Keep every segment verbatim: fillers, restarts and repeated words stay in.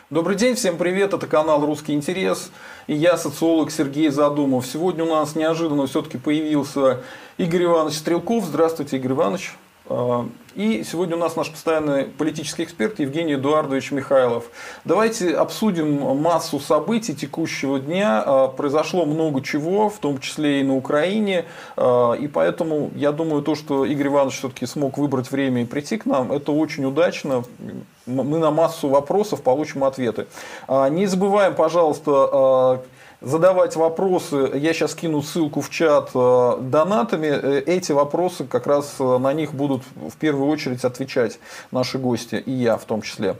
Добрый день, всем привет, это канал «Русский интерес» и я, социолог Сергей Задумов. Сегодня у нас неожиданно все-таки появился Игорь Иванович Стрелков. Здравствуйте, Игорь Иванович. И сегодня у нас наш постоянный политический эксперт Евгений Эдуардович Михайлов. Давайте обсудим массу событий текущего дня. Произошло много чего, в том числе и на Украине. И поэтому я думаю, то, что Игорь Иванович все-таки смог выбрать время и прийти к нам, это очень удачно. Мы на массу вопросов получим ответы. Не забываем, пожалуйста, задавать вопросы. Я сейчас кину ссылку в чат донатами. Эти вопросы, как раз на них будут в первую очередь отвечать наши гости, и я в том числе.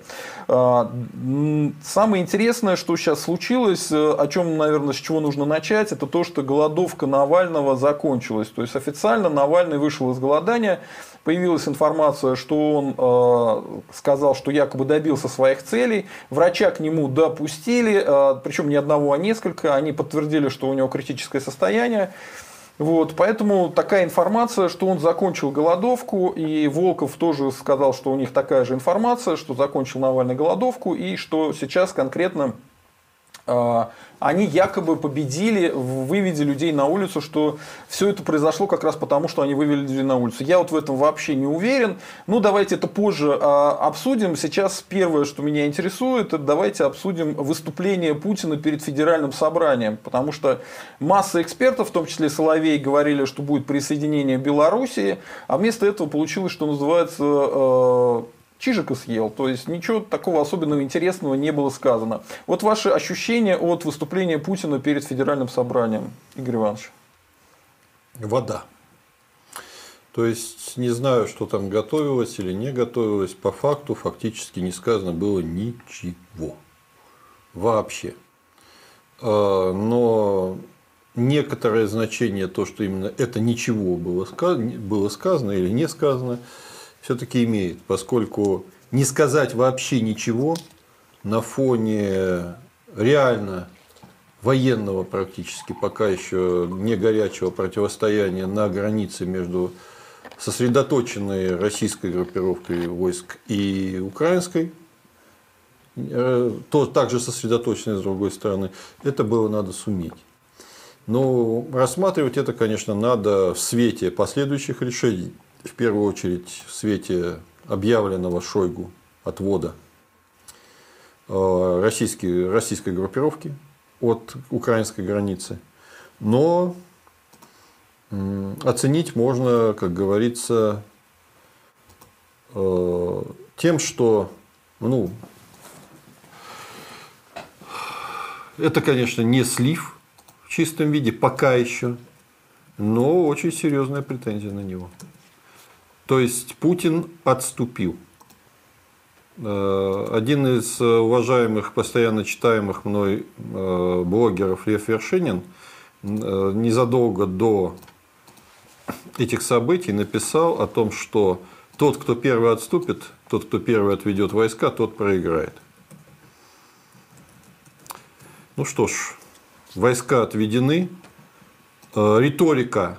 Самое интересное, что сейчас случилось, о чем, наверное, с чего нужно начать, это то, что голодовка Навального закончилась. То есть официально Навальный вышел из голодания. Появилась информация, что он э, сказал, что якобы добился своих целей. Врача к нему допустили, э, причем не одного, а несколько. Они подтвердили, что у него критическое состояние. Вот, поэтому такая информация, что он закончил голодовку. И Волков тоже сказал, что у них такая же информация, что закончил Навальный голодовку. И что сейчас конкретно э, они якобы победили, выведя людей на улицу, что все это произошло как раз потому, что они вывели людей на улицу. Я вот в этом вообще не уверен. Ну, давайте это позже а, обсудим. Сейчас первое, что меня интересует, это давайте обсудим выступление Путина перед Федеральным собранием. Потому что масса экспертов, в том числе Соловей, говорили, что будет присоединение Белоруссии. А вместо этого получилось, что называется... Э, Чижика съел, то есть ничего такого особенного интересного не было сказано. Вот ваши ощущения от выступления Путина перед Федеральным собранием, Игорь Иванович? Вода. То есть не знаю, что там готовилось или не готовилось. По факту фактически не сказано было ничего. Вообще. Но некоторое значение, то, что именно это ничего было сказано, было сказано или не сказано, все-таки имеет, поскольку не сказать вообще ничего на фоне реально военного практически пока еще не горячего противостояния на границе между сосредоточенной российской группировкой войск и украинской, то также сосредоточенной с другой стороны, это было надо суметь. Но рассматривать это, конечно, надо в свете последующих решений. В первую очередь в свете объявленного Шойгу отвода российской, российской группировки от украинской границы. Но оценить можно, как говорится, тем, что ну, это, конечно, не слив в чистом виде, пока еще, но очень серьезная претензия на него. То есть Путин отступил. Один из уважаемых, постоянно читаемых мной блогеров Лев Вершинин незадолго до этих событий написал о том, что тот, кто первый отступит, тот, кто первый отведет войска, тот проиграет. Ну что ж, войска отведены, риторика,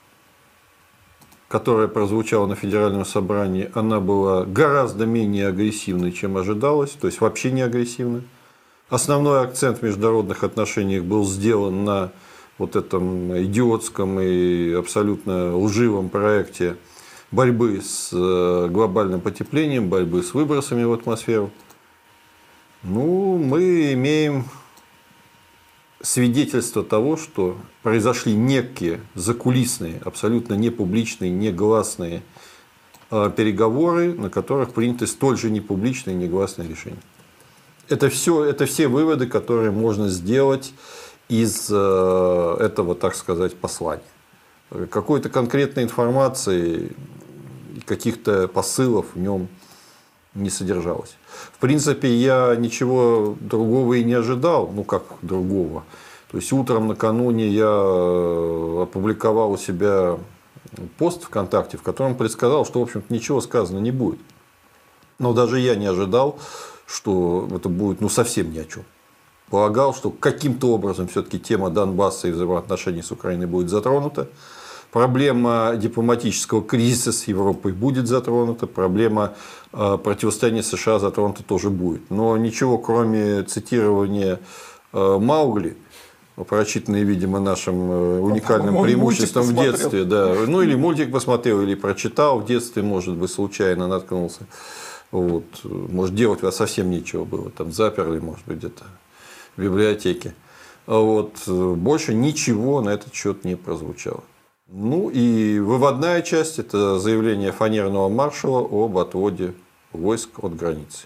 которая прозвучала на Федеральном собрании, она была гораздо менее агрессивной, чем ожидалось, то есть вообще не агрессивной. Основной акцент в международных отношениях был сделан на вот этом идиотском и абсолютно лживом проекте борьбы с глобальным потеплением, борьбы с выбросами в атмосферу. Ну, мы имеем свидетельство того, что произошли некие закулисные, абсолютно непубличные, негласные переговоры, на которых приняты столь же непубличные и негласные решения. Это все, это все выводы, которые можно сделать из этого, так сказать, послания. Какой-то конкретной информации, каких-то посылов в нем не содержалось. В принципе, я ничего другого и не ожидал. Ну, как другого. То есть, утром накануне я опубликовал у себя пост ВКонтакте, в котором предсказал, что, в общем-то, ничего сказано не будет. Но даже я не ожидал, что это будет ну, совсем ни о чем. Полагал, что каким-то образом все-таки тема Донбасса и взаимоотношений с Украиной будет затронута. проблема дипломатического кризиса с Европой будет затронута, проблема противостояния США затронута тоже будет. Но ничего, кроме цитирования Маугли, прочитанный, видимо, нашим уникальным преимуществом в детстве, да, ну или мультик посмотрел, или прочитал в детстве, может быть, случайно наткнулся. Вот. Может, делать у вас совсем нечего было, там заперли, может быть, где-то в библиотеке. Вот. Больше ничего на этот счет не прозвучало. Ну и выводная часть – это заявление фанерного маршала об отводе войск от границы.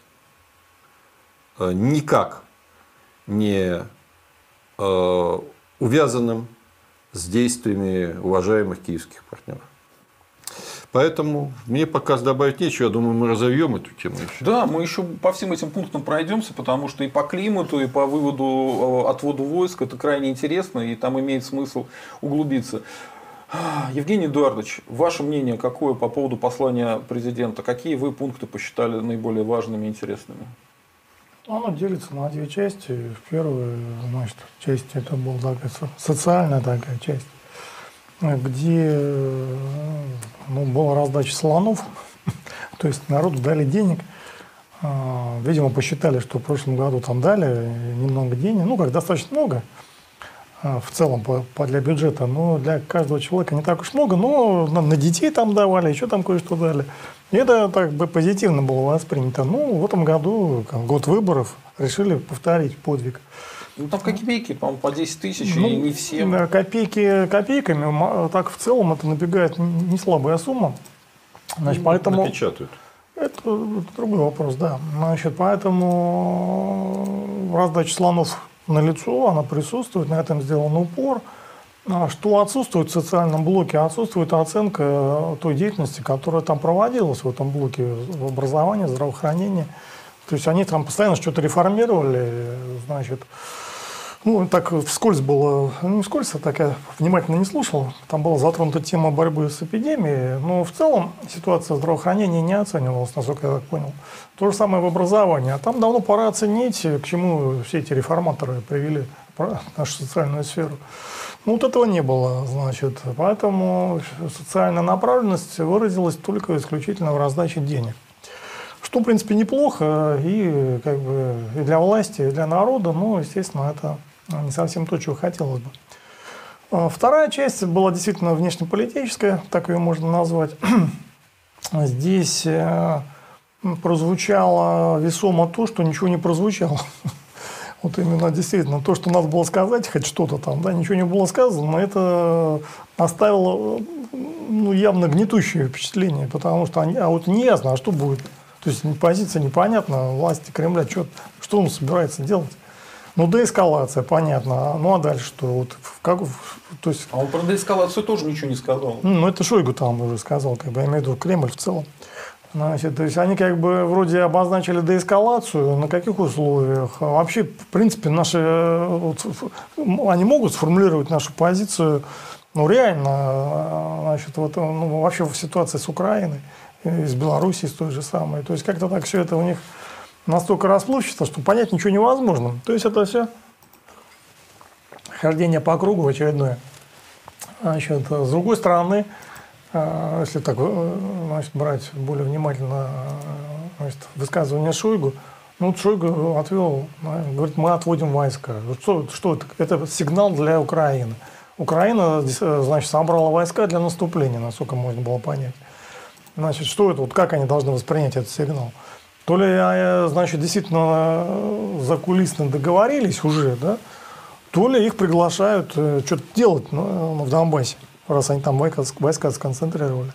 Никак не увязанным с действиями уважаемых киевских партнеров. Поэтому мне пока добавить нечего. Я думаю, мы разовьем эту тему еще. Да, мы еще по всем этим пунктам пройдемся, потому что и по климату, и по выводу, отводу войск это крайне интересно, и там имеет смысл углубиться. Евгений Эдуардович, ваше мнение какое по поводу послания президента? Какие вы пункты посчитали наиболее важными и интересными? Оно делится на две части. В первую, значит, часть это была такая социальная такая часть, где, ну, была раздача слонов, то есть народу дали денег. Видимо, посчитали, что в прошлом году там дали немного денег, ну, как достаточно много в целом по, по, для бюджета, но для каждого человека не так уж много, но на, на детей там давали, еще там кое-что дали. И это так бы позитивно было воспринято. Ну, в этом году, как, год выборов, решили повторить подвиг. Ну, там копейки, по-моему, по десять тысяч, ну, и не всем. Копейки копейками, так в целом это набегает не слабая сумма. Значит, поэтому... Напечатают. Это, это другой вопрос, да. Значит, поэтому раздача слонов налицо, она присутствует, на этом сделан упор. Что отсутствует в социальном блоке? Отсутствует оценка той деятельности, которая там проводилась в этом блоке, в образовании, здравоохранении. То есть они там постоянно что-то реформировали, значит, ну, так вскользь было, ну, не вскользь, а так я внимательно не слушал, там была затронута тема борьбы с эпидемией, но в целом ситуация здравоохранения не оценивалась, насколько я так понял. То же самое в образовании, а там давно пора оценить, к чему все эти реформаторы привели нашу социальную сферу. Ну, вот этого не было, значит, поэтому социальная направленность выразилась только исключительно в раздаче денег. Что, в принципе, неплохо и, как бы, и для власти, и для народа, но, естественно, это не совсем то, чего хотелось бы. Вторая часть была действительно внешнеполитическая, так ее можно назвать. Здесь прозвучало весомо то, что ничего не прозвучало. Вот именно действительно то, что надо было сказать, хоть что-то там, да, ничего не было сказано, но это оставило, ну, явно гнетущее впечатление, потому что они, а вот не ясно, а что будет. То есть позиция непонятна, власти Кремля, что, что он собирается делать. Ну, деэскалация, понятно. Ну, а дальше что? Вот, как, то есть, а он про деэскалацию тоже ничего не сказал. Ну, это Шойгу там уже сказал, как бы, я имею в виду Кремль в целом. Значит, то есть они как бы вроде обозначили деэскалацию, на каких условиях? Вообще, в принципе, наши, вот, они могут сформулировать нашу позицию, ну, реально, значит, вот, ну, вообще в ситуации с Украиной, из Белоруссии, с той же самой. То есть как-то так все это у них настолько расплывчато, что понять ничего невозможно. То есть это все хождение по кругу очередное. Значит, с другой стороны, если так, значит, брать более внимательно, значит, высказывание Шойгу, ну, вот Шойгу отвел, говорит, мы отводим войска. Что, что это? Это сигнал для Украины. Украина, значит, собрала войска для наступления, насколько можно было понять. Значит, что это, вот как они должны воспринять этот сигнал? То ли, значит, действительно закулисно договорились уже, да, то ли их приглашают что-то делать, ну, в Донбассе, раз они там войска, войска сконцентрировали.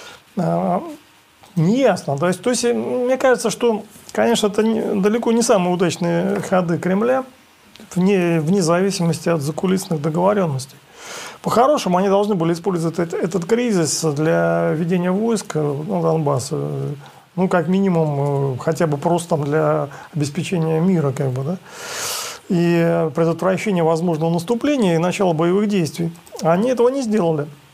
Неясно. То есть, то есть, мне кажется, что, конечно, это не, далеко не самые удачные ходы Кремля, вне, вне зависимости от закулисных договоренностей. По-хорошему, они должны были использовать этот, этот кризис для ведения войск на Донбасс, ну, как минимум, хотя бы просто там для обеспечения мира, как бы, да, и предотвращения возможного наступления и начала боевых действий. Они этого не сделали.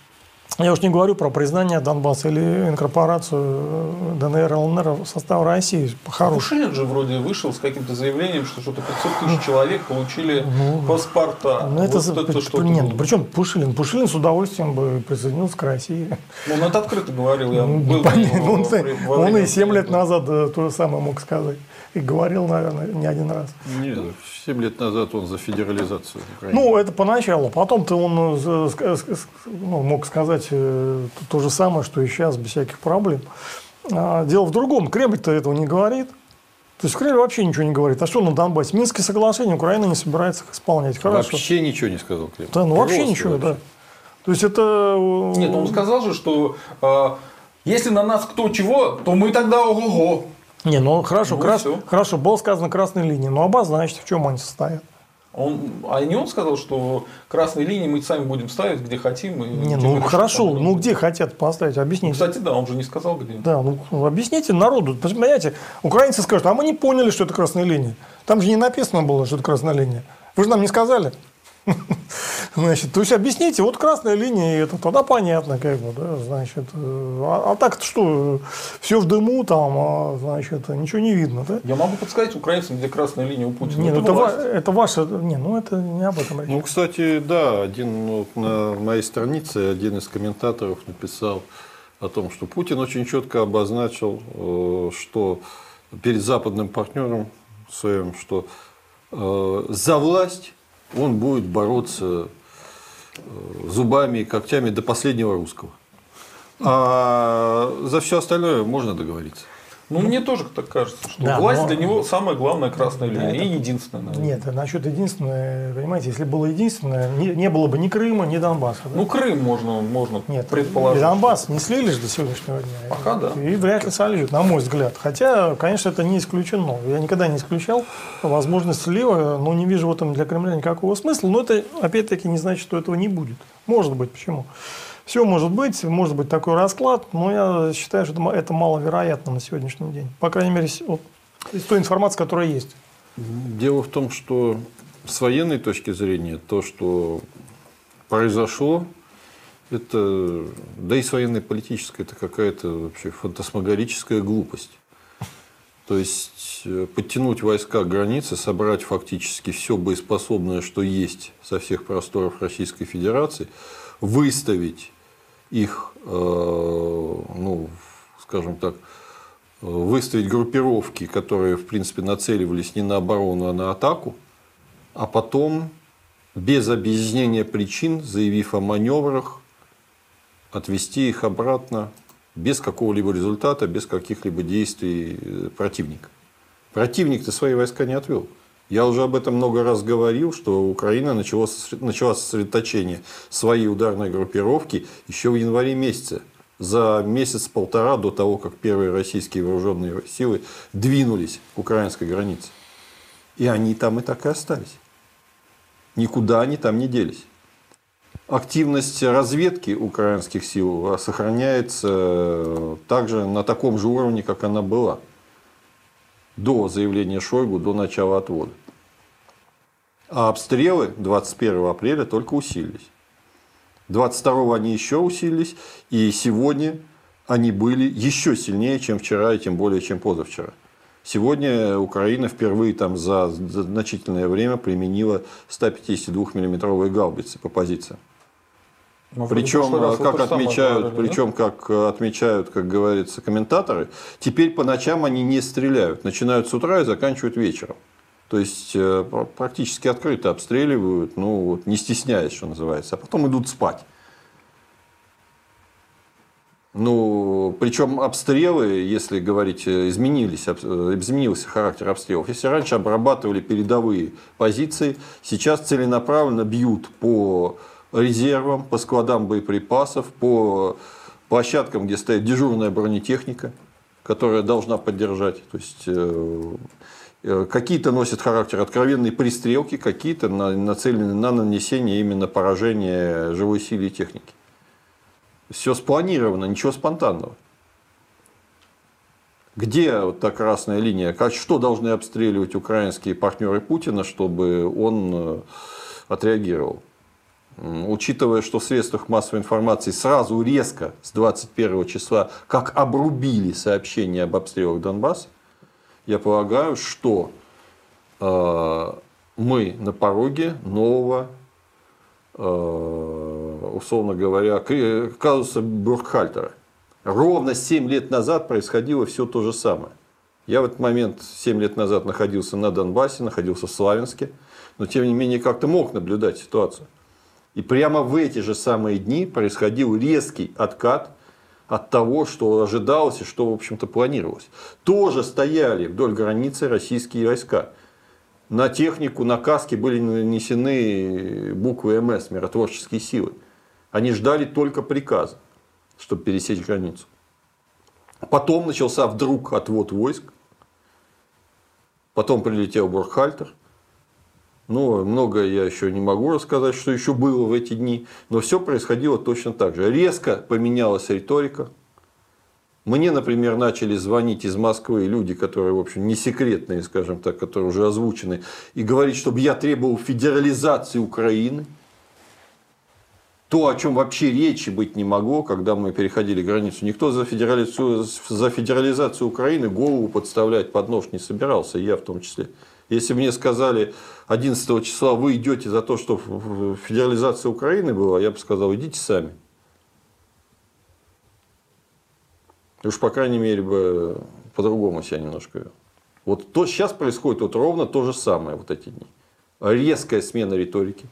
Я уж не говорю про признание Донбасса или инкорпорацию ДНР, ЛНР в состав России. Пушилин же вроде вышел с каким-то заявлением, что что-то пятьсот тысяч человек получили ну, паспорта. Ну, это, вот это что нет, причем Пушилин? Пушилин с удовольствием бы присоединился к России. Ну, он это открыто говорил. Я был него, он при, он и семь лет назад то же самое мог сказать. И говорил, наверное, не один раз. Нет, семь лет назад он за федерализацию Украины. Ну, это поначалу. Потом-то он ну, мог сказать то же самое, что и сейчас, без всяких проблем. Дело в другом. Кремль-то этого не говорит. То есть Кремль вообще ничего не говорит. А что на Донбассе? Минские соглашения Украина не собирается их исполнять. Хорошо. Вообще ничего не сказал Кремль. Да, ну вообще Просто ничего, вообще. Да. То есть это... Нет, он сказал же, что э, если на нас кто чего, то мы тогда ого-го. Не, ну хорошо, ну, крас... хорошо, было сказано красной линии, но обозначьте, в чем они состоят. Он, а не он сказал, что красные линии мы сами будем ставить, где хотим. И не, ну хорошо, ну где хотят поставить, объясните. Ну, кстати, да, он же не сказал, где. Да, ну объясните народу. Понимаете, украинцы скажут, а мы не поняли, что это красная линия. Там же не написано было, что это красная линия. Вы же нам не сказали. Значит, то есть объясните, вот красная линия, это тогда понятно, как бы, да, значит, а, а так что, все в дыму там, а, значит, ничего не видно, да? Я могу подсказать украинцам, где красная линия у Путина. Нет, это, это, это ваше, не, ну это не об этом речь. Ну, кстати, да, один ну, на моей странице один из комментаторов написал о том, что Путин очень четко обозначил, что перед западным партнером своим, что э, за власть он будет бороться зубами и когтями до последнего русского. А за все остальное можно договориться. Ну, мне тоже так кажется, что да, власть но... для него самая главная красная линия. Да, и это... единственная. Наверное. Нет, насчет единственное, понимаете, если было единственное, не, не было бы ни Крыма, ни Донбасса. Да? Ну, Крым можно, можно Нет, предположить. Донбасс не слили до сегодняшнего дня. Пока да. И вряд ли сольют, на мой взгляд. Хотя, конечно, это не исключено. Я никогда не исключал возможность слива, но не вижу в этом для Кремля никакого смысла. Но это, опять-таки, не значит, что этого не будет. Может быть, почему? Все может быть, может быть такой расклад, но я считаю, что это маловероятно на сегодняшний день. По крайней мере, вот, из той информации, которая есть. Дело в том, что с военной точки зрения то, что произошло, это, да и с военной политической, это какая-то вообще фантасмагорическая глупость. То есть подтянуть войска к границе, собрать фактически все боеспособное, что есть со всех просторов Российской Федерации, выставить их, ну, скажем так, выставить группировки, которые, в принципе, нацеливались не на оборону, а на атаку, а потом, без объяснения причин, заявив о маневрах, отвести их обратно без какого-либо результата, без каких-либо действий противника. Противник-то свои войска не отвел. Я уже об этом много раз говорил, что Украина начала, начала сосредоточение своей ударной группировки еще в январе месяце. За месяц-полтора до того, как первые российские вооруженные силы двинулись к украинской границе. И они там и так и остались. Никуда они там не делись. Активность разведки украинских сил сохраняется также на таком же уровне, как она была до заявления Шойгу, до начала отвода. А обстрелы двадцать первого апреля только усилились. двадцать второго они еще усилились, и сегодня они были еще сильнее, чем вчера, и тем более, чем позавчера. Сегодня Украина впервые там за значительное время применила сто пятидесятидвухмиллиметровые гаубицы по позициям. Ну, причем, как отмечают, говорили, причем, да? как отмечают, как говорится, комментаторы, теперь по ночам они не стреляют. Начинают с утра и заканчивают вечером. То есть практически открыто обстреливают, ну, вот, не стесняясь, что называется, а потом идут спать. Ну, причем обстрелы, если говорить, изменились, изменился характер обстрелов. Если раньше обрабатывали передовые позиции, сейчас целенаправленно бьют по резервам, по складам боеприпасов, по площадкам, где стоит дежурная бронетехника, которая должна поддержать. То есть какие-то носят характер откровенной пристрелки, какие-то нацелены на нанесение именно поражения живой силе и техники. Все спланировано, ничего спонтанного. Где вот та красная линия? Что должны обстреливать украинские партнеры Путина, чтобы он отреагировал? учитывая, что в средствах массовой информации сразу резко с двадцать первого числа как обрубили сообщения об обстрелах Донбасса, я полагаю, что э, мы на пороге нового, э, условно говоря, казуса Буркхальтера. Ровно семь лет назад происходило все то же самое. Я в этот момент семь лет назад находился на Донбассе, находился в Славянске, но тем не менее как-то мог наблюдать ситуацию. И прямо в эти же самые дни происходил резкий откат от того, что ожидалось и что, в общем-то, планировалось. Тоже стояли вдоль границы российские войска. На технику, на каски были нанесены буквы МС, миротворческие силы. Они ждали только приказа, чтобы пересечь границу. Потом начался вдруг отвод войск. Потом прилетел Буркхальтер. Ну, многое я еще не могу рассказать, что еще было в эти дни. Но все происходило точно так же. Резко поменялась риторика. Мне, например, начали звонить из Москвы люди, которые, в общем, не секретные, скажем так, которые уже озвучены, и говорить, чтобы я требовал федерализации Украины. То, о чем вообще речи быть не могло, когда мы переходили границу. Никто за федерализацию, за федерализацию Украины голову подставлять под нож не собирался, и я в том числе. Если мне сказали одиннадцатого числа, вы идете за то, чтобы федерализация Украины была, я бы сказал, идите сами. Уж, по крайней мере, бы по-другому себя немножко вел. Вот то, сейчас происходит вот ровно то же самое вот эти дни. Резкая смена риторики.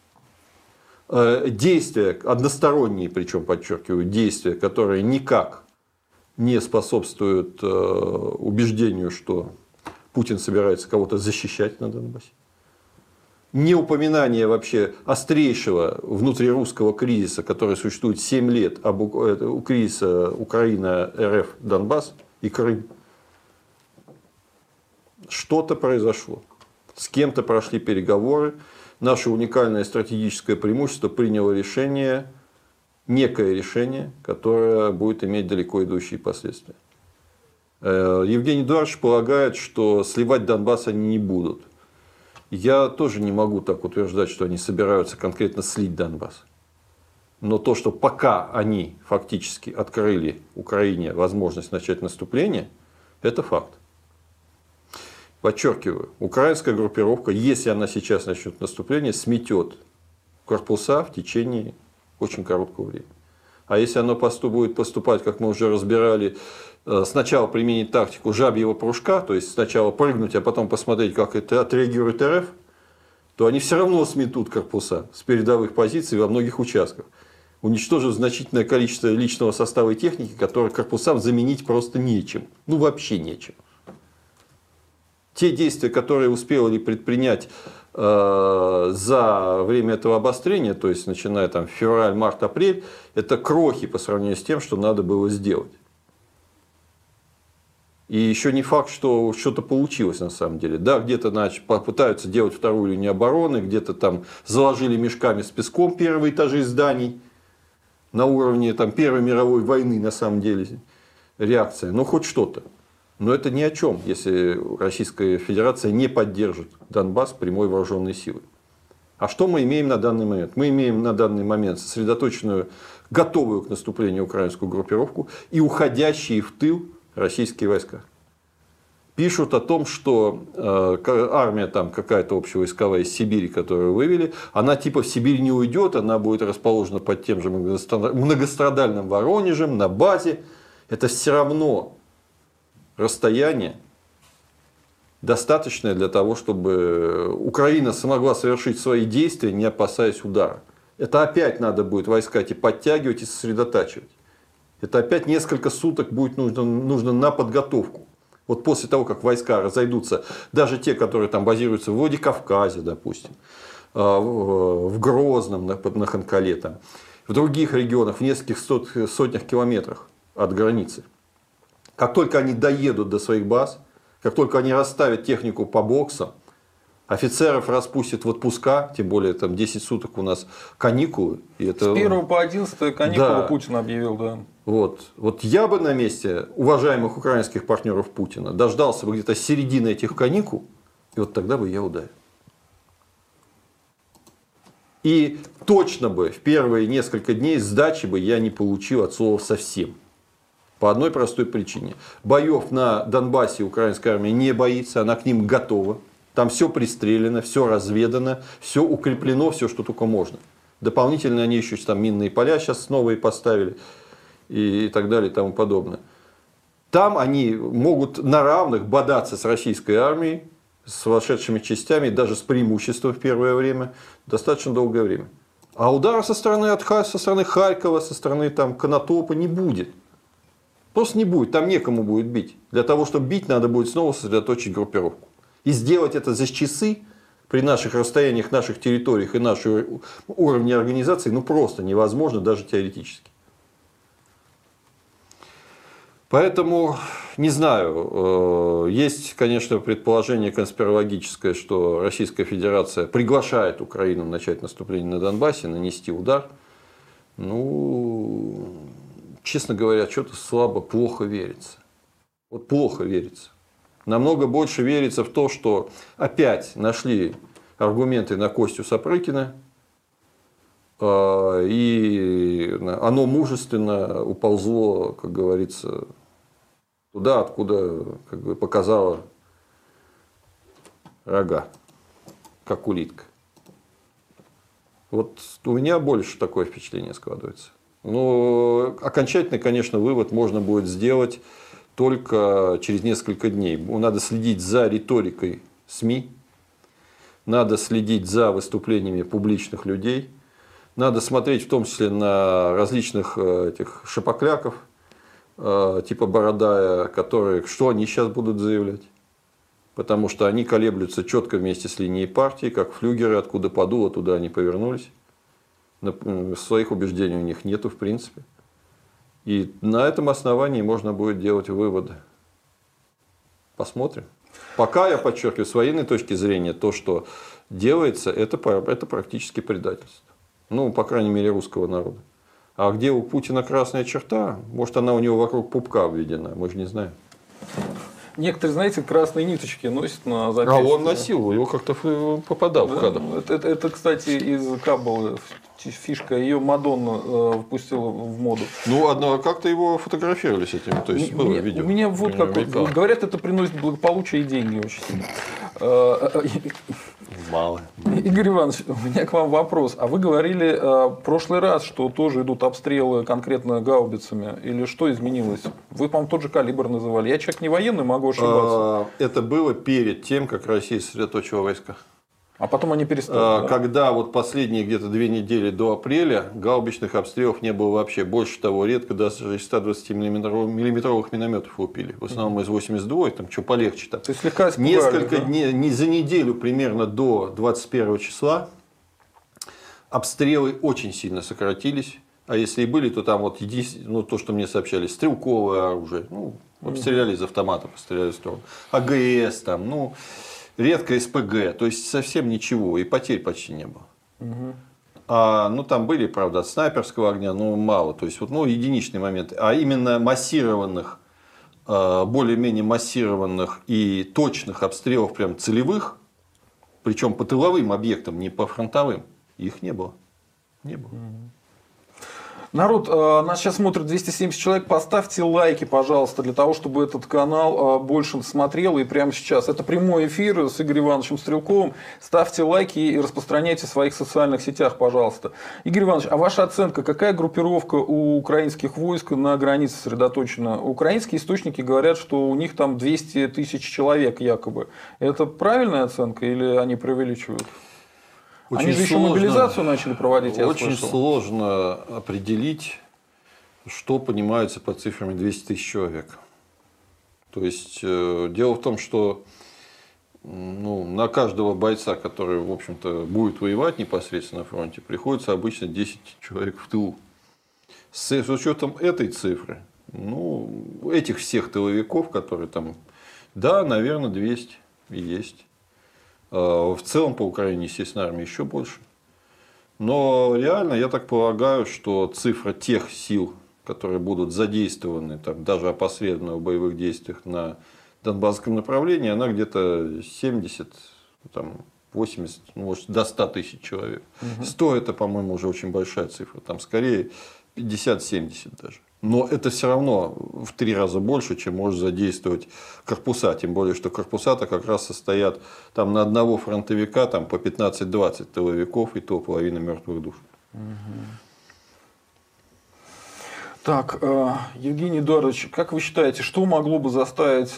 Действия, односторонние, причем подчеркиваю, действия, которые никак не способствуют убеждению, что Путин собирается кого-то защищать на Донбассе. Не упоминание вообще острейшего внутрирусского кризиса, который существует семь лет, об у кризиса Украина, РФ, Донбасс и Крым. Что-то произошло. С кем-то прошли переговоры. Наше уникальное стратегическое преимущество приняло решение, некое решение, которое будет иметь далеко идущие последствия. Евгений Эдуардович полагает, что сливать Донбасс они не будут. Я тоже не могу так утверждать, что они собираются конкретно слить Донбасс. Но то, что пока они фактически открыли Украине возможность начать наступление, это факт. Подчеркиваю, украинская группировка, если она сейчас начнет наступление, сметет корпуса в течение очень короткого времени. А если оно будет поступать, как мы уже разбирали, сначала применить тактику жабьего прыжка, то есть сначала прыгнуть, а потом посмотреть, как это отреагирует РФ, то они все равно сметут корпуса с передовых позиций во многих участках, уничтожив значительное количество личного состава и техники, которые корпусам заменить просто нечем. Ну, вообще нечем. Те действия, которые успели предпринять э, за время этого обострения, то есть начиная там февраль, март, апрель, это крохи по сравнению с тем, что надо было сделать. И еще не факт, что что-то получилось на самом деле. Да, где-то попытаются делать вторую линию обороны, где-то там заложили мешками с песком первые этажи зданий на уровне там, Первой мировой войны на самом деле реакция. Ну, хоть что-то. Но это ни о чем, если Российская Федерация не поддержит Донбасс прямой вооруженной силой. А что мы имеем на данный момент? Мы имеем на данный момент сосредоточенную, готовую к наступлению украинскую группировку и уходящие в тыл российские войска. Пишут о том, что э, армия там какая-то общевойсковая из Сибири, которую вывели, она типа в Сибирь не уйдет, она будет расположена под тем же многострадальным Воронежем, на базе. Это все равно расстояние, достаточное для того, чтобы Украина смогла совершить свои действия, не опасаясь удара. Это опять надо будет войска эти подтягивать и сосредотачивать. Это опять несколько суток будет нужно, нужно на подготовку. Вот после того, как войска разойдутся, даже те, которые там базируются в Владикавказе, допустим, в Грозном, на Ханкале, там, в других регионах, в нескольких сотнях километрах от границы. Как только они доедут до своих баз, как только они расставят технику по боксам, офицеров распустят в отпуска, тем более там десять суток у нас каникулы. И это... С первого по одиннадцатое каникулы да. Путин объявил, да. Вот. вот я бы на месте уважаемых украинских партнеров Путина дождался бы где-то середины этих каникул, и вот тогда бы я ударил. И точно бы в первые несколько дней сдачи бы я не получил от слова совсем. По одной простой причине. Боев на Донбассе украинская армия не боится, она к ним готова. Там все пристрелено, все разведано, все укреплено, все, что только можно. Дополнительно они еще там минные поля сейчас новые поставили и так далее и тому подобное. Там они могут на равных бодаться с российской армией, с вошедшими частями, даже с преимуществом в первое время, достаточно долгое время. А удара со стороны, Атха, со стороны Харькова, со стороны там, Конотопа не будет. Просто не будет, там некому будет бить. Для того, чтобы бить, надо будет снова сосредоточить группировку. И сделать это за часы при наших расстояниях, наших территориях и нашем уровне организации, ну просто невозможно, даже теоретически. Поэтому, не знаю, есть, конечно, предположение конспирологическое, что Российская Федерация приглашает Украину начать наступление на Донбассе, нанести удар. Ну, честно говоря, что-то слабо, плохо верится. Вот плохо верится. Намного больше верится в то, что опять нашли аргументы на Костю Сапрыкина, и оно мужественно уползло, как говорится, туда, откуда, как бы, показала рога, как улитка. Вот у меня больше такое впечатление складывается. Но окончательный, конечно, вывод можно будет сделать только через несколько дней. Надо следить за риторикой СМИ, надо следить за выступлениями публичных людей, надо смотреть в том числе на различных этих шапокляков, типа Бородая, которые, что они сейчас будут заявлять. Потому что они колеблются четко вместе с линией партии, как флюгеры, откуда подуло, туда они повернулись. Своих убеждений у них нету в принципе. И на этом основании можно будет делать выводы. Посмотрим. Пока, я подчеркиваю, с военной точки зрения, то, что делается, это, это практически предательство. Ну, по крайней мере, русского народа. А где у Путина красная черта? Может, она у него вокруг пупка обведена, мы же не знаем. Некоторые, знаете, красные ниточки носят на запястье. А он носил, его как-то попадал да, в кадр. Это, это, это, кстати, из Каббалы фишка. Ее Мадонна э, впустила в моду. Ну, одно, как-то его фотографировали с этим. То есть, было меня, видео. У меня вот как вот, говорят, это приносит благополучие и деньги очень сильно. Мало. Игорь Иванович, у меня к вам вопрос. А вы говорили в прошлый раз, что тоже идут обстрелы конкретно гаубицами. Или что изменилось? Вы, по-моему, тот же калибр называли. Я человек не военный, могу ошибаться. Это было перед тем, как Россия сосредоточила войска. А потом они перестали. А, да? Когда вот последние где-то две недели до апреля гаубичных обстрелов не было вообще. Больше того, редко даже из ста двадцати миллиметровых минометов лупили. В основном из восемьдесят два, там что полегче. Там. То есть слегка испугали, Несколько да? дней, не за неделю примерно до двадцать первого числа обстрелы очень сильно сократились. А если и были, то там вот единственное, ну, то, что мне сообщали, стрелковое оружие. Ну, обстреляли из автоматов, постреляли в сторону. АГС там, ну... Редко СПГ, то есть совсем ничего, и потерь почти не было. Угу. А, ну, там были, правда, от снайперского огня, но мало, то есть вот, ну, единичные моменты. А именно массированных, более-менее массированных и точных обстрелов, прям целевых, причем по тыловым объектам, не по фронтовым, их не было. Не было. Угу. Народ, нас сейчас смотрит двести семьдесят человек. Поставьте лайки, пожалуйста, для того, чтобы этот канал больше смотрел. И прямо сейчас. Это прямой эфир с Игорем Ивановичем Стрелковым. Ставьте лайки и распространяйте в своих социальных сетях, пожалуйста. Игорь Иванович, а ваша оценка, какая группировка у украинских войск на границе сосредоточена? Украинские источники говорят, что у них там двести тысяч человек якобы. Это правильная оценка или они преувеличивают? Очень Они же сложно, еще мобилизацию начали проводить, я Очень слышал. сложно определить, что понимается под цифрами двести тысяч человек. То есть, э, дело в том, что ну, на каждого бойца, который, в общем-то, будет воевать непосредственно на фронте, приходится обычно десять человек в тылу. С, с учетом этой цифры, ну, этих всех тыловиков, которые там, да, наверное, двести и есть. В целом по Украине, естественно, армии еще больше. Но реально, я так полагаю, что цифра тех сил, которые будут задействованы там, даже опосредованно в боевых действиях на Донбасском направлении, она где-то семьдесят, там, восемьдесят, ну, может, до ста тысяч человек. Угу. сто это, по-моему, уже очень большая цифра. Там скорее пятьдесят-семьдесят даже. Но это все равно в три раза больше, чем может задействовать корпуса. Тем более, что корпуса-то как раз состоят там, на одного фронтовика там, по пятнадцать-двадцать тыловиков, и то половина мертвых душ. Угу. Так, Евгений Эдуардович, как вы считаете, что могло бы заставить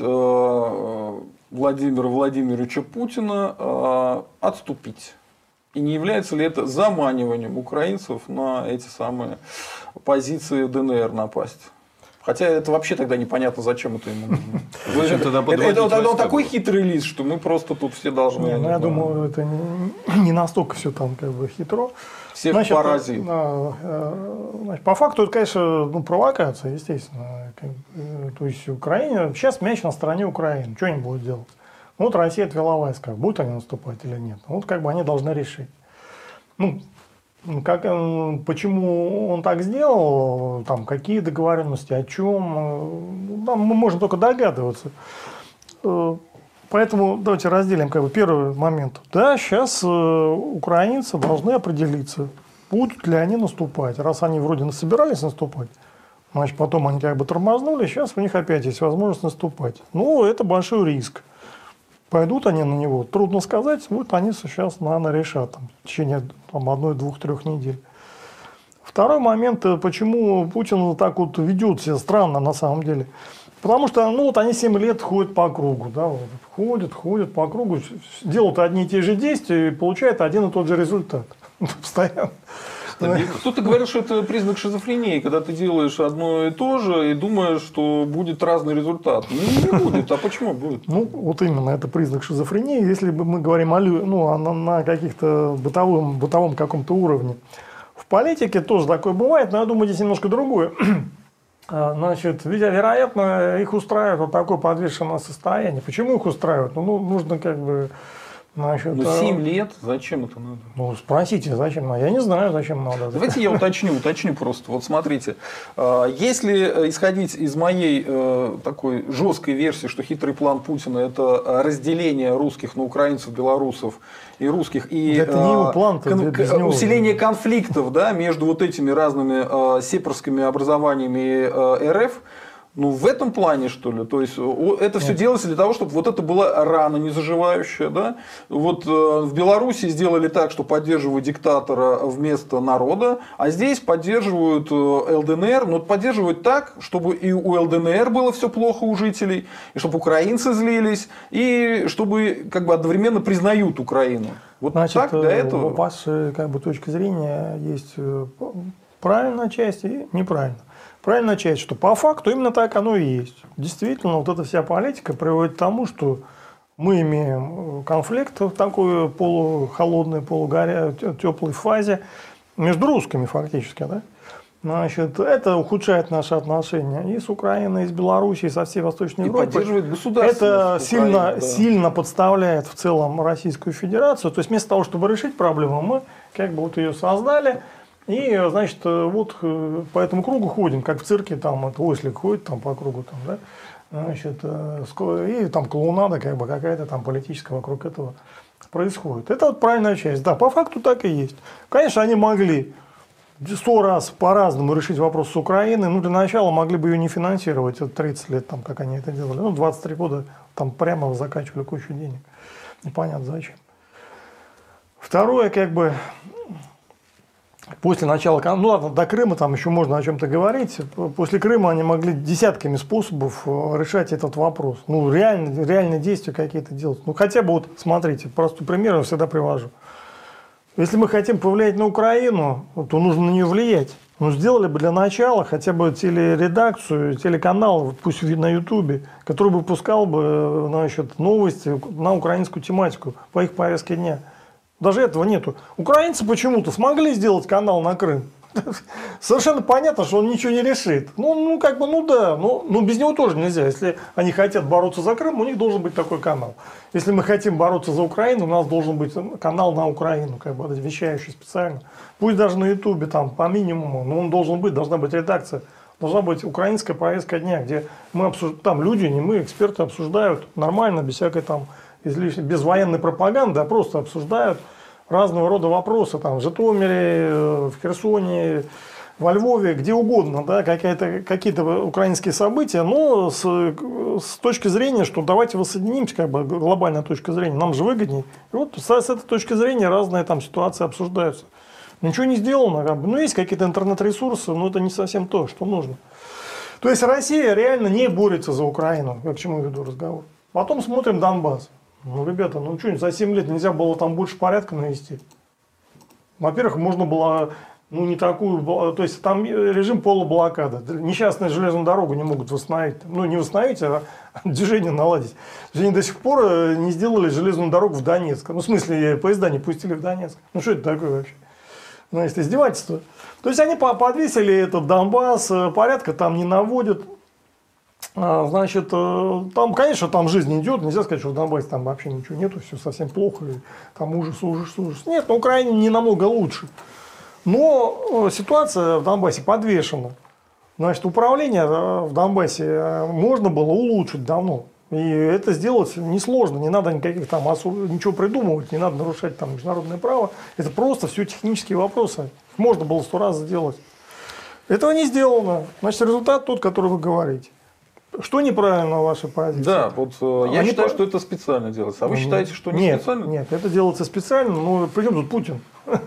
Владимира Владимировича Путина отступить? И не является ли это заманиванием украинцев на эти самые позиции ДНР напасть? Хотя это вообще тогда непонятно, зачем это ему нужно. Это тогда такой хитрый лист, что мы просто тут все должны... Я думаю, это не настолько все там как бы хитро. Всех значит, поразит. Значит, по факту это, конечно, ну, провокация, естественно. То есть Украине сейчас мяч на стороне Украины. Что они будут делать? Вот Россия отвела войска. Будут они наступать или нет? Вот как бы они должны решить. Ну, как, почему он так сделал, там, какие договоренности, о чем, там мы можем только догадываться. Поэтому давайте разделим как бы первый момент. Да, сейчас украинцы должны определиться, будут ли они наступать. Раз они вроде собирались наступать, значит, потом они как бы тормознули, сейчас у них опять есть возможность наступать. Ну, это большой риск. Пойдут они на него, трудно сказать, вот они сейчас, наверное, решат там, в течение там, одной, двух, трех недель. Второй момент, почему Путин так вот ведет себя странно на самом деле. Потому что, ну, вот они семь лет ходят по кругу, да, вот, ходят, ходят по кругу, делают одни и те же действия и получают один и тот же результат. Постоянно. Кто-то говорил, что это признак шизофрении, когда ты делаешь одно и то же и думаешь, что будет разный результат. Ну, не будет, а почему будет? Ну, вот именно, это признак шизофрении, если бы мы говорим о, ну, на, на каких-то бытовом, бытовом каком-то уровне. В политике тоже такое бывает, но я думаю, здесь немножко другое. Значит, вероятно, их устраивает вот такое подвешенное состояние. Почему их устраивает? Ну, нужно как бы... Значит, ну, семь лет, зачем это надо? Ну, спросите, зачем надо. Я не знаю, зачем надо. Давайте я уточню, уточню просто. Вот смотрите, если исходить из моей такой жесткой версии, что хитрый план Путина – это разделение русских на украинцев, белорусов и русских, и это не его план, кон- кон- усиление конфликтов, да, между вот этими разными сепарскими образованиями РФ, ну, в этом плане, что ли? То есть, это все делается для того, чтобы вот это была рана незаживающая. Да? Вот в Беларуси сделали так, что поддерживают диктатора вместо народа, а здесь поддерживают ЛДНР, но поддерживают так, чтобы и у ЛДНР было все плохо у жителей, и чтобы украинцы злились, и чтобы как бы одновременно признают Украину. Вот значит, так для этого. У вас как бы точка зрения есть правильная часть и неправильная. Правильная часть, что по факту именно так оно и есть. Действительно, вот эта вся политика приводит к тому, что мы имеем конфликт в такой полухолодной, полугоря, теплой фазе между русскими фактически. Да? Значит, это ухудшает наши отношения и с Украиной, и с Белоруссией, и со всей Восточной и Европой. Поддерживает государственность Это сильно, Украины, да. сильно подставляет в целом Российскую Федерацию. То есть вместо того, чтобы решить проблему, мы как бы вот ее создали. И, значит, вот по этому кругу ходим, как в цирке, там, это ослик ходит там, по кругу, там, да, значит, и там клоунада как бы какая-то там политическая вокруг этого происходит. Это вот правильная часть. Да, по факту так и есть. Конечно, они могли сто раз по-разному решить вопрос с Украиной. Ну, для начала могли бы ее не финансировать, это тридцать лет, там, как они это делали. Ну, двадцать три года там прямо закачивали кучу денег. Непонятно зачем. Второе, как бы... После начала, ну ладно, до Крыма там еще можно о чем-то говорить. После Крыма они могли десятками способов решать этот вопрос. Ну, реально, реальные действия какие-то делать. Ну, хотя бы вот, смотрите, простой пример я всегда привожу. Если мы хотим повлиять на Украину, то нужно на нее влиять. Ну, сделали бы для начала хотя бы телередакцию, телеканал, пусть на Ютубе, который бы выпускал бы, значит, новости на украинскую тематику по их повестке дня. Даже этого нету. Украинцы почему-то смогли сделать канал на Крым. Совершенно понятно, что он ничего не решит. Ну, ну как бы, ну да, ну, ну без него тоже нельзя. Если они хотят бороться за Крым, у них должен быть такой канал. Если мы хотим бороться за Украину, у нас должен быть канал на Украину, как бы вещающий специально. Пусть даже на Ютубе там по минимуму, но он должен быть, должна быть редакция. Должна быть украинская повестка дня, где мы обсуждаем, там люди, не мы, эксперты обсуждают нормально, без всякой там излишне, без военной пропаганды, а просто обсуждают разного рода вопросы, там, в Житомире, в Херсоне, во Львове, где угодно, да, какие-то украинские события, но с, с точки зрения, что давайте воссоединимся, как бы глобальная точка зрения, нам же выгоднее. И вот с, с этой точки зрения разные там ситуации обсуждаются. Ничего не сделано, как бы. Ну, есть какие-то интернет-ресурсы, но это не совсем то, что нужно. То есть Россия реально не борется за Украину, я к чему веду разговор. Потом смотрим Донбасс. Ну, ребята, ну что, за семь лет нельзя было там больше порядка навести. Во-первых, можно было, ну, не такую, то есть там режим полублокада. Несчастную железную дорогу не могут восстановить. Ну, не восстановить, а движение наладить. Они до сих пор не сделали железную дорогу в Донецк. Ну, в смысле, поезда не пустили в Донецк. Ну, что это такое вообще? Значит, издевательство. То есть они подвесили этот Донбасс, порядка там не наводят. Значит, там, конечно, там жизнь идет. Нельзя сказать, что в Донбассе там вообще ничего нету, все совсем плохо. И там ужас, ужас, ужас. Нет, на Украине не намного лучше. Но ситуация в Донбассе подвешена. Значит, управление в Донбассе можно было улучшить давно. И это сделать несложно, не надо никаких там ничего придумывать, не надо нарушать там международное право. Это просто все технические вопросы. Можно было сто раз сделать. Этого не сделано. Значит, результат тот, который вы говорите. Что неправильно в вашей позиции? Да, вот э, я Они считаю, по... что это специально делается. А вы нет, считаете, что не нет, специально? Нет, это делается специально, но при чем тут Путин?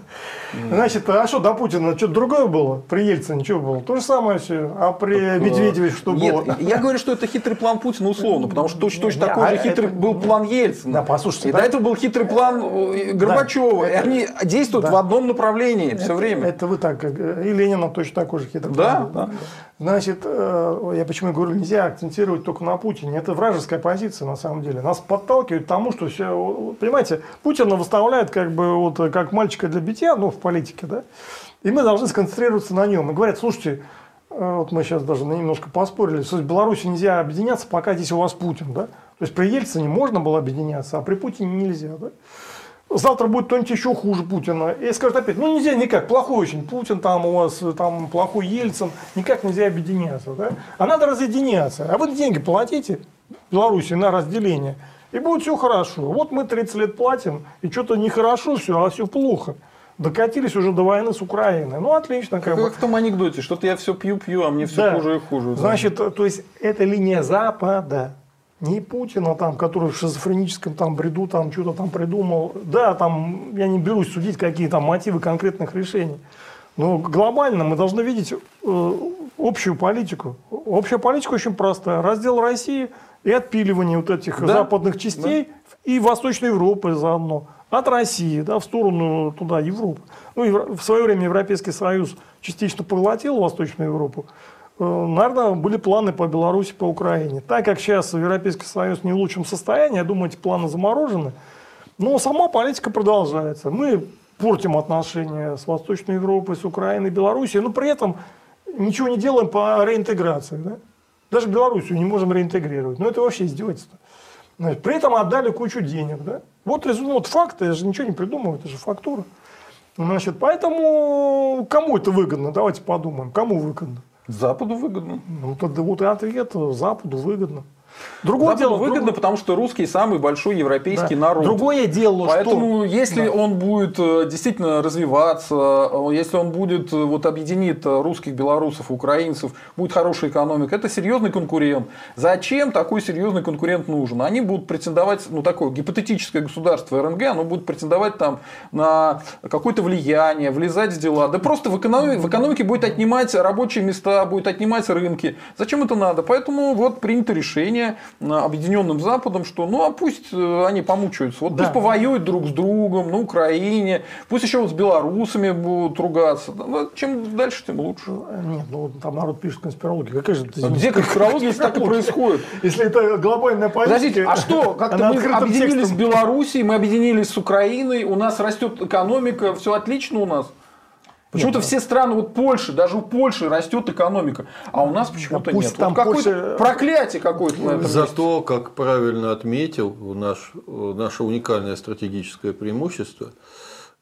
Значит, а что до Путина? Что-то другое было? При Ельцине ничего было? То же самое все. А при Медведеве что было? Нет, я говорю, что это хитрый план Путина условно, потому что точно, точно такой же хитрый был план Ельцина. Да, послушайте. И до этого был хитрый план Горбачева. И они действуют в одном направлении все время. Это вы так, и Ленина точно такой же хитрый план. Да. Значит, я почему говорю, нельзя акцентировать только на Путине. Это вражеская позиция на самом деле. Нас подталкивает к тому, что все, понимаете, Путина выставляют как бы вот как мальчика для битья, ну, в политике, да, и мы должны сконцентрироваться на нем. И говорят, слушайте, вот мы сейчас даже немножко поспорили, что в Беларуси нельзя объединяться, пока здесь у вас Путин, да. То есть при Ельцине можно было объединяться, а при Путине нельзя, да. Завтра будет кто-нибудь еще хуже Путина. И скажут опять, ну нельзя никак, плохой очень Путин, там у вас там плохой Ельцин, никак нельзя объединяться. Да? А надо разъединяться. А вы деньги платите в Беларуси на разделение, и будет все хорошо. Вот мы тридцать лет платим, и что-то нехорошо все, а все плохо. Докатились уже до войны с Украиной. Ну, отлично. Как, как бы. в том анекдоте, что-то я все пью-пью, а мне все да. хуже и хуже. Значит, то есть, это линия Запада. Не Путина, там, который в шизофреническом там, бреду там, что-то там придумал. Да, там, я не берусь судить, какие там мотивы конкретных решений. Но глобально мы должны видеть э, общую политику. Общая политика очень простая. Раздел России и отпиливание вот этих да? западных частей да. и Восточной Европы заодно. От России, да, в сторону туда, Европы. Ну, и в свое время Европейский Союз частично поглотил Восточную Европу. Наверное, были планы по Беларуси, по Украине. Так как сейчас Европейский Союз не в лучшем состоянии, я думаю, эти планы заморожены. Но сама политика продолжается. Мы портим отношения с Восточной Европой, с Украиной, Белоруссией, но при этом ничего не делаем по реинтеграции. Да? Даже Белоруссию не можем реинтегрировать. Но это вообще издевательство. Значит, при этом отдали кучу денег. Да? Вот результат, факты, я же ничего не придумываю, это же фактура. Значит, поэтому кому это выгодно? Давайте подумаем, кому выгодно. Западу выгодно. Ну, тогда вот и ответ, Западу выгодно. Другое Западу дело, выгодно, другое... потому что русский самый большой европейский да. народ. Другое дело, Поэтому, что... если да. он будет действительно развиваться, если он будет, вот, объединит русских, белорусов, украинцев, будет хорошая экономика, это серьезный конкурент. Зачем такой серьезный конкурент нужен? Они будут претендовать, ну, такое гипотетическое государство РНГ, оно будет претендовать там на какое-то влияние, влезать в дела. Да просто в экономике, в экономике будет отнимать рабочие места, будет отнимать рынки. Зачем это надо? Поэтому вот принято решение Объединенным Западом, что ну а пусть они помучаются, вот да. пусть повоюют друг с другом на Украине, пусть еще вот с белорусами будут ругаться. Чем дальше, тем лучше. Нет, ну там народ пишет конспирологи. Какая же это? А где конспирология, если так и происходит? Если это глобальная политика. Подождите, а что? Как-то мы объединились с Белоруссией, мы объединились с Украиной, у нас растет экономика, все отлично у нас. Почему-то все страны, вот Польша, даже у Польши растет экономика, а у нас почему-то да, нет. Там вот какое-то Польша... проклятие какое-то на этом Зато, месте. как правильно отметил, наш, наше уникальное стратегическое преимущество,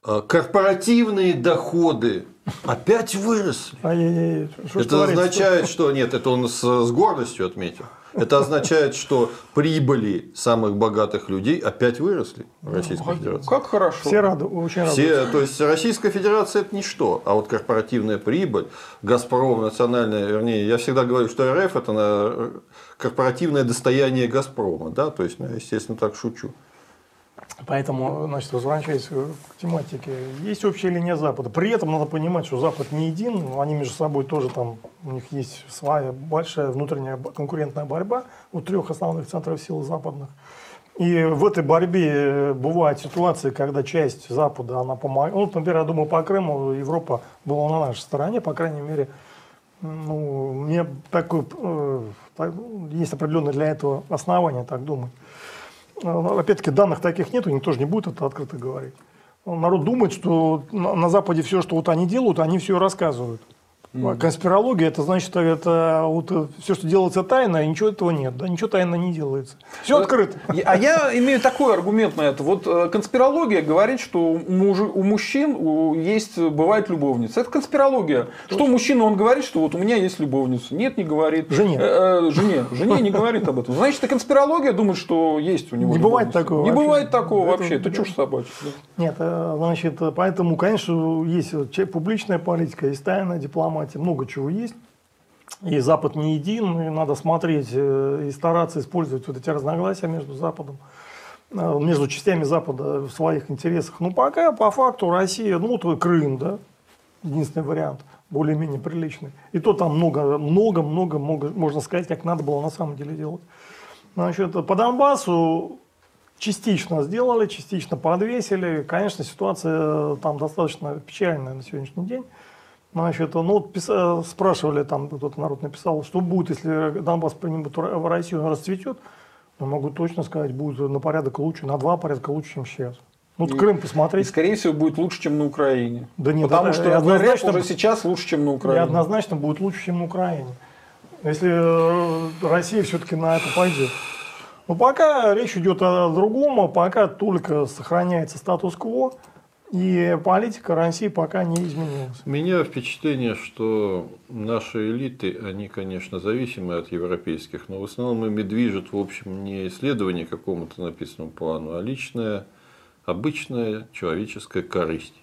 Корпоративные доходы опять выросли. Ай-яй-яй, что ж Это творится? означает, что... Нет, это он с, с гордостью отметил. Это означает, что прибыли самых богатых людей опять выросли в Российской Федерации. Как хорошо. Все рады, очень рады. Все, то есть Российская Федерация это ничто, а вот корпоративная прибыль, Газпром, национальная, вернее, я всегда говорю, что эр эф это корпоративное достояние Газпрома, да, то есть, ну, я, естественно, так шучу. Поэтому, значит, возвращаясь к тематике, есть общая линия Запада. При этом надо понимать, что Запад не един, они между собой тоже там, у них есть своя большая внутренняя конкурентная борьба у трех основных центров сил западных. И в этой борьбе бывают ситуации, когда часть Запада, она помогает. Ну, например, я думаю, по Крыму Европа была на нашей стороне, по крайней мере, ну, мне такой, э, есть определенное для этого основание так думать. Опять-таки, данных таких нету, никто же не будет это открыто говорить. Народ думает, что на Западе все, что вот они делают, они все рассказывают. Mm-hmm. Конспирология, это значит, это вот все, что делается тайно, и ничего этого нет. Да, ничего тайно не делается. Все открыто. А я имею такой аргумент на это. Вот конспирология говорит, что у, муж, у мужчин у, есть, бывает любовница. Это конспирология. Точно. Что мужчина, он говорит, что вот у меня есть любовница. Нет, не говорит. Жене. Э, э, жене. Жене не говорит об этом. Значит, это конспирология думает, что есть у него Не любовница. бывает такого. Не вообще. бывает такого это, вообще. Это да. чушь собачья. Нет, значит, поэтому, конечно, есть публичная политика, есть тайная дипломатия. Много чего есть. И Запад не един, и надо смотреть и стараться использовать вот эти разногласия между Западом, между частями Запада в своих интересах. Ну, пока по факту Россия, ну, вот Крым, да, единственный вариант, более-менее приличный. И то там много, много, много, много, можно сказать, как надо было на самом деле делать. Значит, по Донбассу частично сделали, частично подвесили. Конечно, ситуация там достаточно печальная на сегодняшний день. Значит, ну, вот писали, спрашивали, там кто-то народ написал, что будет, если Донбасс примет в Россию, он расцветет. Но могу точно сказать, будет на порядок лучше, на два порядка лучше, чем сейчас. Ну, вот и, Крым посмотреть. И, скорее всего, будет лучше, чем на Украине. Да нет, потому это, что однозначно уже сейчас лучше, чем на Украине. И однозначно будет лучше, чем на Украине. Если Россия все-таки на это пойдет. Но пока речь идет о другом, пока только сохраняется статус-кво. И политика России пока не изменилась. У меня впечатление, что наши элиты, они, конечно, зависимы от европейских, но в основном ими движет, в общем, не исследование какому-то написанному плану, а личная, обычная человеческая корысть.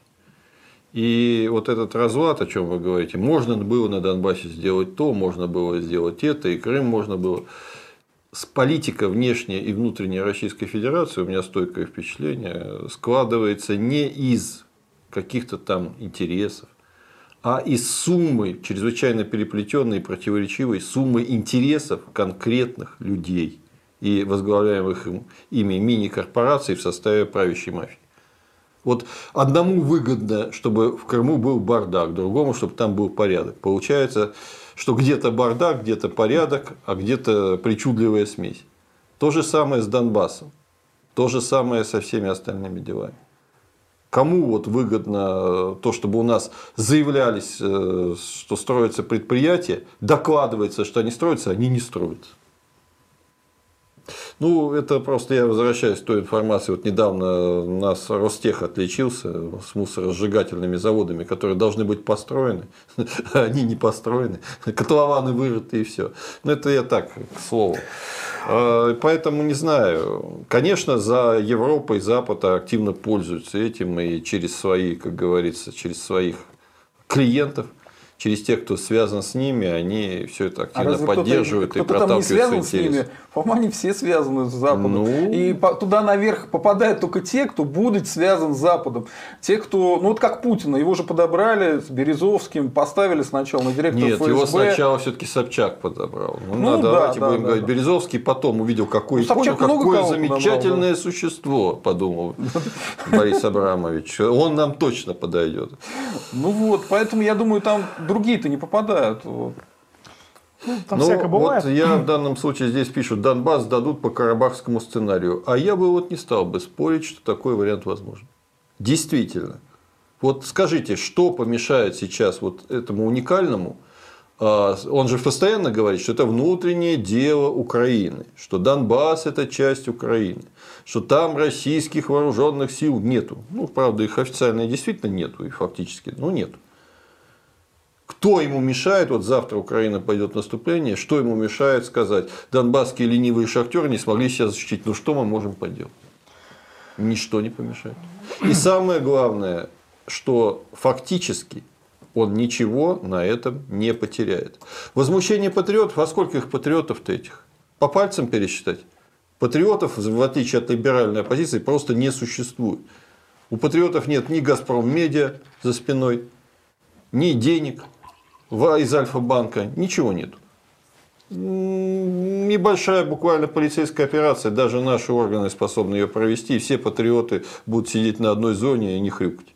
И вот этот разлад, о чем вы говорите, можно было на Донбассе сделать то, можно было сделать это, и Крым можно было... С политика внешняя и внутренняя Российской Федерации, у меня стойкое впечатление, складывается не из каких-то там интересов, а из суммы, чрезвычайно переплетенной и противоречивой суммы интересов конкретных людей и возглавляемых им, ими мини-корпораций в составе правящей мафии. Вот одному выгодно, чтобы в Крыму был бардак, другому, чтобы там был порядок. Получается, что где-то бардак, где-то порядок, а где-то причудливая смесь. То же самое с Донбассом. То же самое со всеми остальными делами. Кому вот выгодно то, чтобы у нас заявлялись, что строятся предприятия, докладывается, что они строятся, они не строятся. Ну, это просто я возвращаюсь к той информации. Вот недавно у нас Ростех отличился с мусоросжигательными заводами, которые должны быть построены, а они не построены. Котлованы вырыты и все. Но это я так, к слову. Поэтому не знаю. Конечно, за Европой Запад активно пользуются этим и через свои, как говорится, через своих клиентов. Через тех, кто связан с ними, они все это активно а поддерживают кто-то, и проталкивают кто-то там не связан свои интересы. С ними, по-моему, они все связаны с Западом. Ну... И по- туда наверх попадают только те, кто будет связан с Западом. Те, кто, ну вот как Путина, его же подобрали с Березовским, поставили сначала на директора Нет, эф эс бэ. его сначала все-таки Собчак подобрал. Ну, ну ну да, давайте да, будем да, говорить. да. Березовский потом увидел, какой, ну, понял, какое замечательное подобрал, да. существо, подумал Борис Абрамович. Он нам точно подойдет. Ну вот, поэтому я думаю, там другие-то не попадают. Вот. Ну, там ну, всякое бывает. Вот я в данном случае здесь пишут, Донбасс дадут по карабахскому сценарию. А я бы вот не стал бы спорить, что такой вариант возможен. Действительно. Вот скажите, что помешает сейчас вот этому уникальному Он же постоянно говорит, что это внутреннее дело Украины, что Донбасс – это часть Украины, что там российских вооруженных сил нету. Ну, правда, их официально действительно нету, и фактически, ну, нету. Кто ему мешает, вот завтра Украина пойдет в наступление, что ему мешает сказать, донбасские ленивые шахтеры не смогли себя защитить, ну что мы можем поделать? Ничто не помешает. И самое главное, что фактически он ничего на этом не потеряет. Возмущение патриотов, а сколько их патриотов-то этих? По пальцам пересчитать? Патриотов, в отличие от либеральной оппозиции, просто не существует. У патриотов нет ни «Газпром Медиа» за спиной, ни денег из Альфа-банка, ничего нет. Небольшая буквально полицейская операция, даже наши органы способны ее провести, и все патриоты будут сидеть на одной зоне и не хрюкать.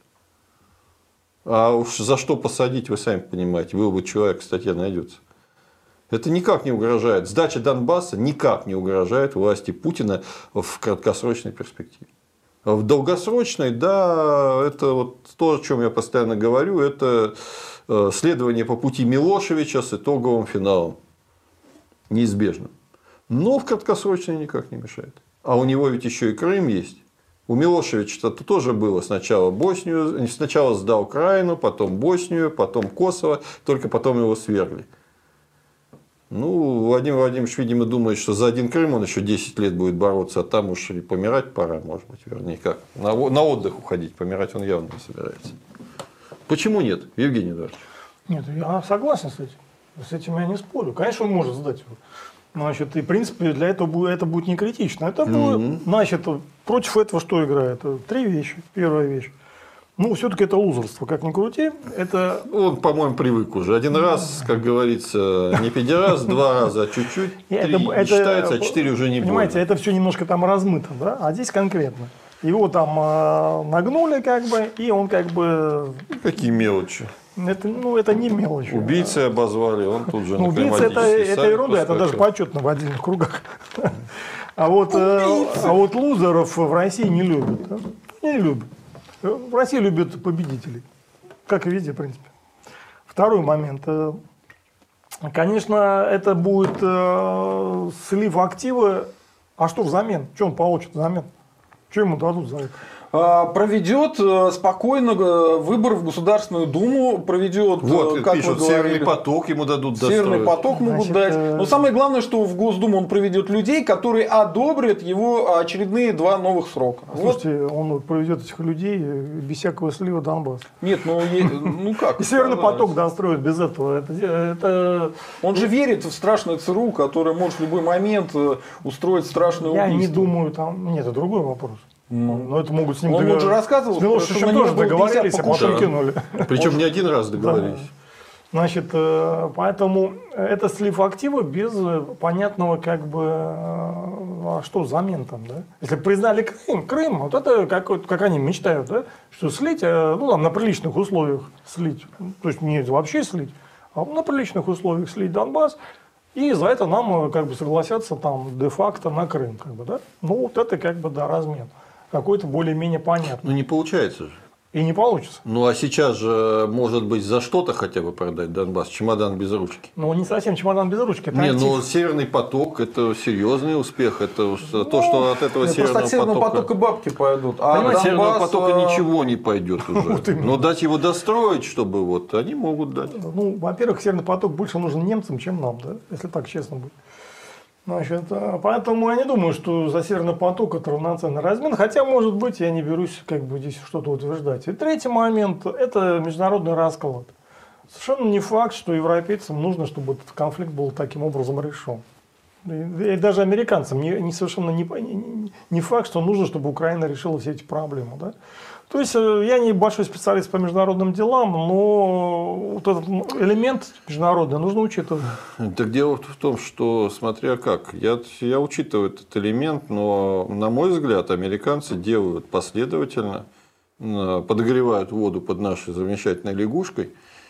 А уж за что посадить, вы сами понимаете, был бы человек, статья найдется. Это никак не угрожает. Сдача Донбасса никак не угрожает власти Путина в краткосрочной перспективе. В долгосрочной, да, это вот то, о чем я постоянно говорю, это следование по пути Милошевича с итоговым финалом. Неизбежным. Но в краткосрочной никак не мешает. А у него ведь еще и Крым есть. У Милошевича это тоже было. Сначала Боснию, сначала сдал Украину, потом Боснию, потом Косово, только потом его свергли. Ну, Владимир Владимирович, видимо, думает, что за один Крым он еще десять лет будет бороться, а там уж и помирать пора, может быть, вернее, как. На, на отдых уходить, помирать он явно не собирается. Почему нет, Евгений Эдуардович? Нет, я согласен с этим. С этим я не спорю. Конечно, он может сдать его. Значит, и, в принципе, для этого будет, это будет не критично. Это будет, mm-hmm. значит, против этого что играет? Три вещи. Первая вещь. Ну, все-таки это лузерство, как ни крути. Это... Он, по-моему, привык уже. Один раз, как говорится, не педерас, два раза чуть-чуть, три это, не это, считается, а четыре уже не понимаете, больно. это все немножко там размыто, да? А здесь конкретно. Его там э, нагнули, как бы, и он как бы... Какие мелочи. Это, ну, это не мелочь. Убийцы обозвали, он тут же ну, на убийцы это, это ерунда, это даже почетно в отдельных кругах. А вот, а вот лузеров в России не любят. Не любят. В России любят победителей. Как и везде, в принципе. Второй момент. Конечно, это будет слив актива. А что взамен? Что он получит взамен? Что ему дадут за это? Проведет спокойно выборы в Государственную Думу, проведет, вот, как пишут, вы говорили, Северный поток ему дадут достроить. Северный поток могут Значит, дать. Но самое главное, что в Госдуму он проведет людей, которые одобрят его очередные два новых срока. Слушайте, вот. Он проведет этих людей без всякого слива Донбасса. Нет, ну, ну как? И Северный поток достроит без этого. Это, это... Он же верит в страшное ЦРУ, которое может в любой момент устроить страшное убийство. Я не думаю, там... Нет, это другой вопрос. Ну, но это могут с ним он договор... же рассказывал, с Милошевичем тоже договорились, а потом кинули. Причем не один раз договорились. Да. Значит, поэтому это слив актива без понятного, как бы, а что взамен там, да? Если признали Крым, Крым, вот это как, как они мечтают, да? Что слить, ну там на приличных условиях слить, то есть не вообще слить, а на приличных условиях слить Донбасс. И за это нам как бы согласятся там де-факто на Крым, как бы, да? Ну вот это как бы да размен. Какой-то более-менее понятный. Ну не получается же. И не получится. Ну а сейчас же, может быть, за что-то хотя бы продать Донбасс, чемодан без ручки. Ну не совсем чемодан без ручки. Не, ну Северный поток это серьезный успех. Это ну, то, что от этого нет, Северного, от Северного потока... потока бабки пойдут. А от Северного Донбасс... потока ничего не пойдет уже. Но дать его достроить, чтобы вот они могут дать. Ну, во-первых, Северный поток больше нужен немцам, чем нам, да, если так честно быть. Значит, поэтому я не думаю, что за Северный поток это равноценный размен, хотя, может быть, я не берусь как бы здесь что-то утверждать. И третий момент – это международный расклад. Совершенно не факт, что европейцам нужно, чтобы этот конфликт был таким образом решен. И даже американцам не, не совершенно не, не, не факт, что нужно, чтобы Украина решила все эти проблемы. Да? То есть я не большой специалист по международным делам, но вот этот элемент международный нужно учитывать. Так дело в том, что смотря как, я, я учитываю этот элемент, но на мой взгляд американцы делают последовательно, подогревают воду под нашей замечательной лягушкой.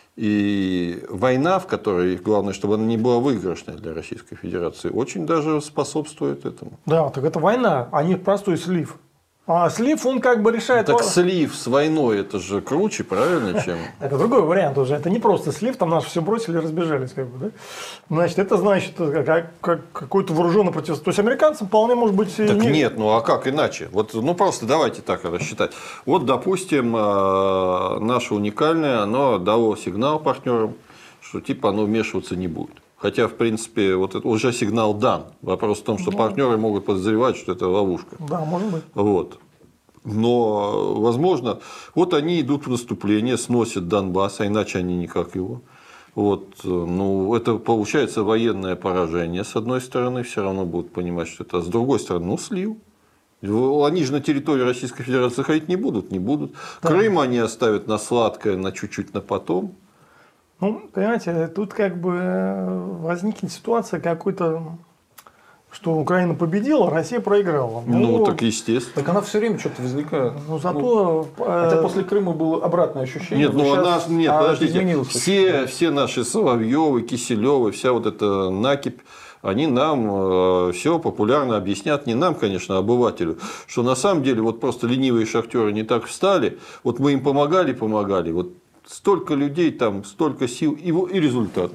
И война, в которой главное, чтобы она не была выигрышной для Российской Федерации, очень даже способствует этому. Да, так это война, а не простой слив. А слив, он как бы решает... Так слив с войной, это же круче, правильно, чем... Это другой вариант уже. Это не просто слив, там нас все бросили и разбежались. Как бы, да? Значит, это значит как, как, какой-то вооруженный противостояние. То есть американцам вполне может быть... Так не... нет, ну а как иначе? Вот, ну просто давайте так рассчитать. Вот, допустим, наше уникальное, оно дало сигнал партнерам, что типа оно вмешиваться не будет. Хотя, в принципе, вот это уже сигнал дан. Вопрос в том, что ну, партнеры могут подозревать, что это ловушка. Да, может быть. Вот. Но, возможно, вот они идут в наступление, сносят Донбасс, а иначе они никак его. Вот. Ну, это получается военное поражение, с одной стороны, все равно будут понимать, что это. А с другой стороны, ну, слив. Они же на территории Российской Федерации ходить не будут, не будут. Да. Крым они оставят на сладкое, на чуть-чуть на потом. Ну, понимаете, тут как бы возникнет ситуация какой-то, что Украина победила, Россия проиграла. Ну, ну так естественно. Так она все время что-то возникает. Ну, зато... Ну, хотя после Крыма было обратное ощущение. Нет, ну, она, нет, подождите, все, все наши Соловьевы, Киселевы, вся вот эта накипь, они нам э, все популярно объяснят, не нам, конечно, а обывателю, что на самом деле вот просто ленивые шахтеры не так встали, вот мы им помогали, помогали, вот столько людей там, столько сил и, и результат.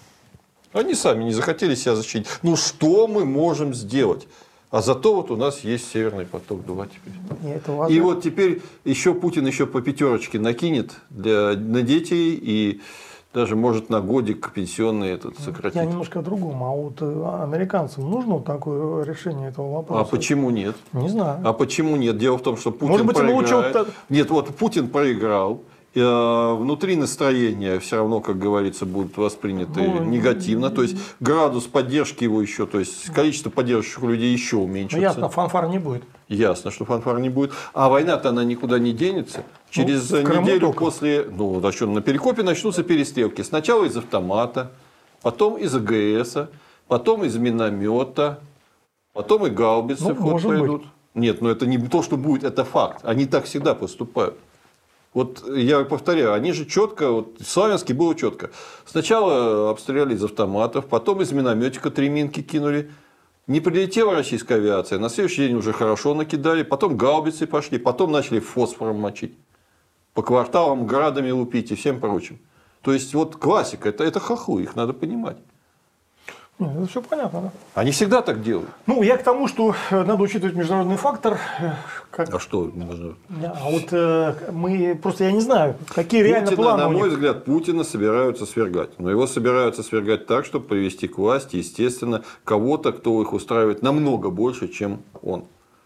Они сами не захотели себя защитить. Ну, что мы можем сделать? А зато вот у нас есть Северный поток-два теперь. И, и вот теперь еще Путин еще по пятерочке накинет для, на детей и даже может на годик пенсионный этот сократить. Я немножко о другом. А вот американцам нужно вот такое решение этого вопроса? А почему нет? Не знаю. А почему нет? Дело в том, что Путин Может быть, проиграет. Лучше... Нет, вот Путин проиграл. Внутри настроения все равно, как говорится, будут восприняты ну, негативно. То есть градус поддержки его еще, то есть количество поддерживающих людей еще уменьшится. Ну, ясно, фанфар не будет. Ясно, что фанфар не будет. А война-то она никуда не денется. Через ну, неделю после, ну, на Перекопе начнутся перестрелки. Сначала из автомата, потом из АГСа, потом из миномета, потом и гаубицы ну, в ход пойдут. Быть. Нет, ну это не то, что будет, это факт. Они так всегда поступают. Вот я повторяю, они же четко, вот в Славянске было четко. Сначала обстреляли из автоматов, потом из минометика три минки кинули. Не прилетела российская авиация, на следующий день уже хорошо накидали, потом гаубицы пошли, потом начали фосфором мочить. По кварталам, градами лупить и всем прочим. То есть, вот классика, это, это хохлы, их надо понимать. Нет, это все понятно, да? Они всегда так делают. Ну, я к тому, что надо учитывать международный фактор. Как... А что международный? А вот э, мы просто, я не знаю, какие Путина, реально планы на у них. мой взгляд, Путина собираются свергать. Но его собираются свергать так, чтобы привести к власти, естественно, кого-то, кто их устраивает намного больше, чем он.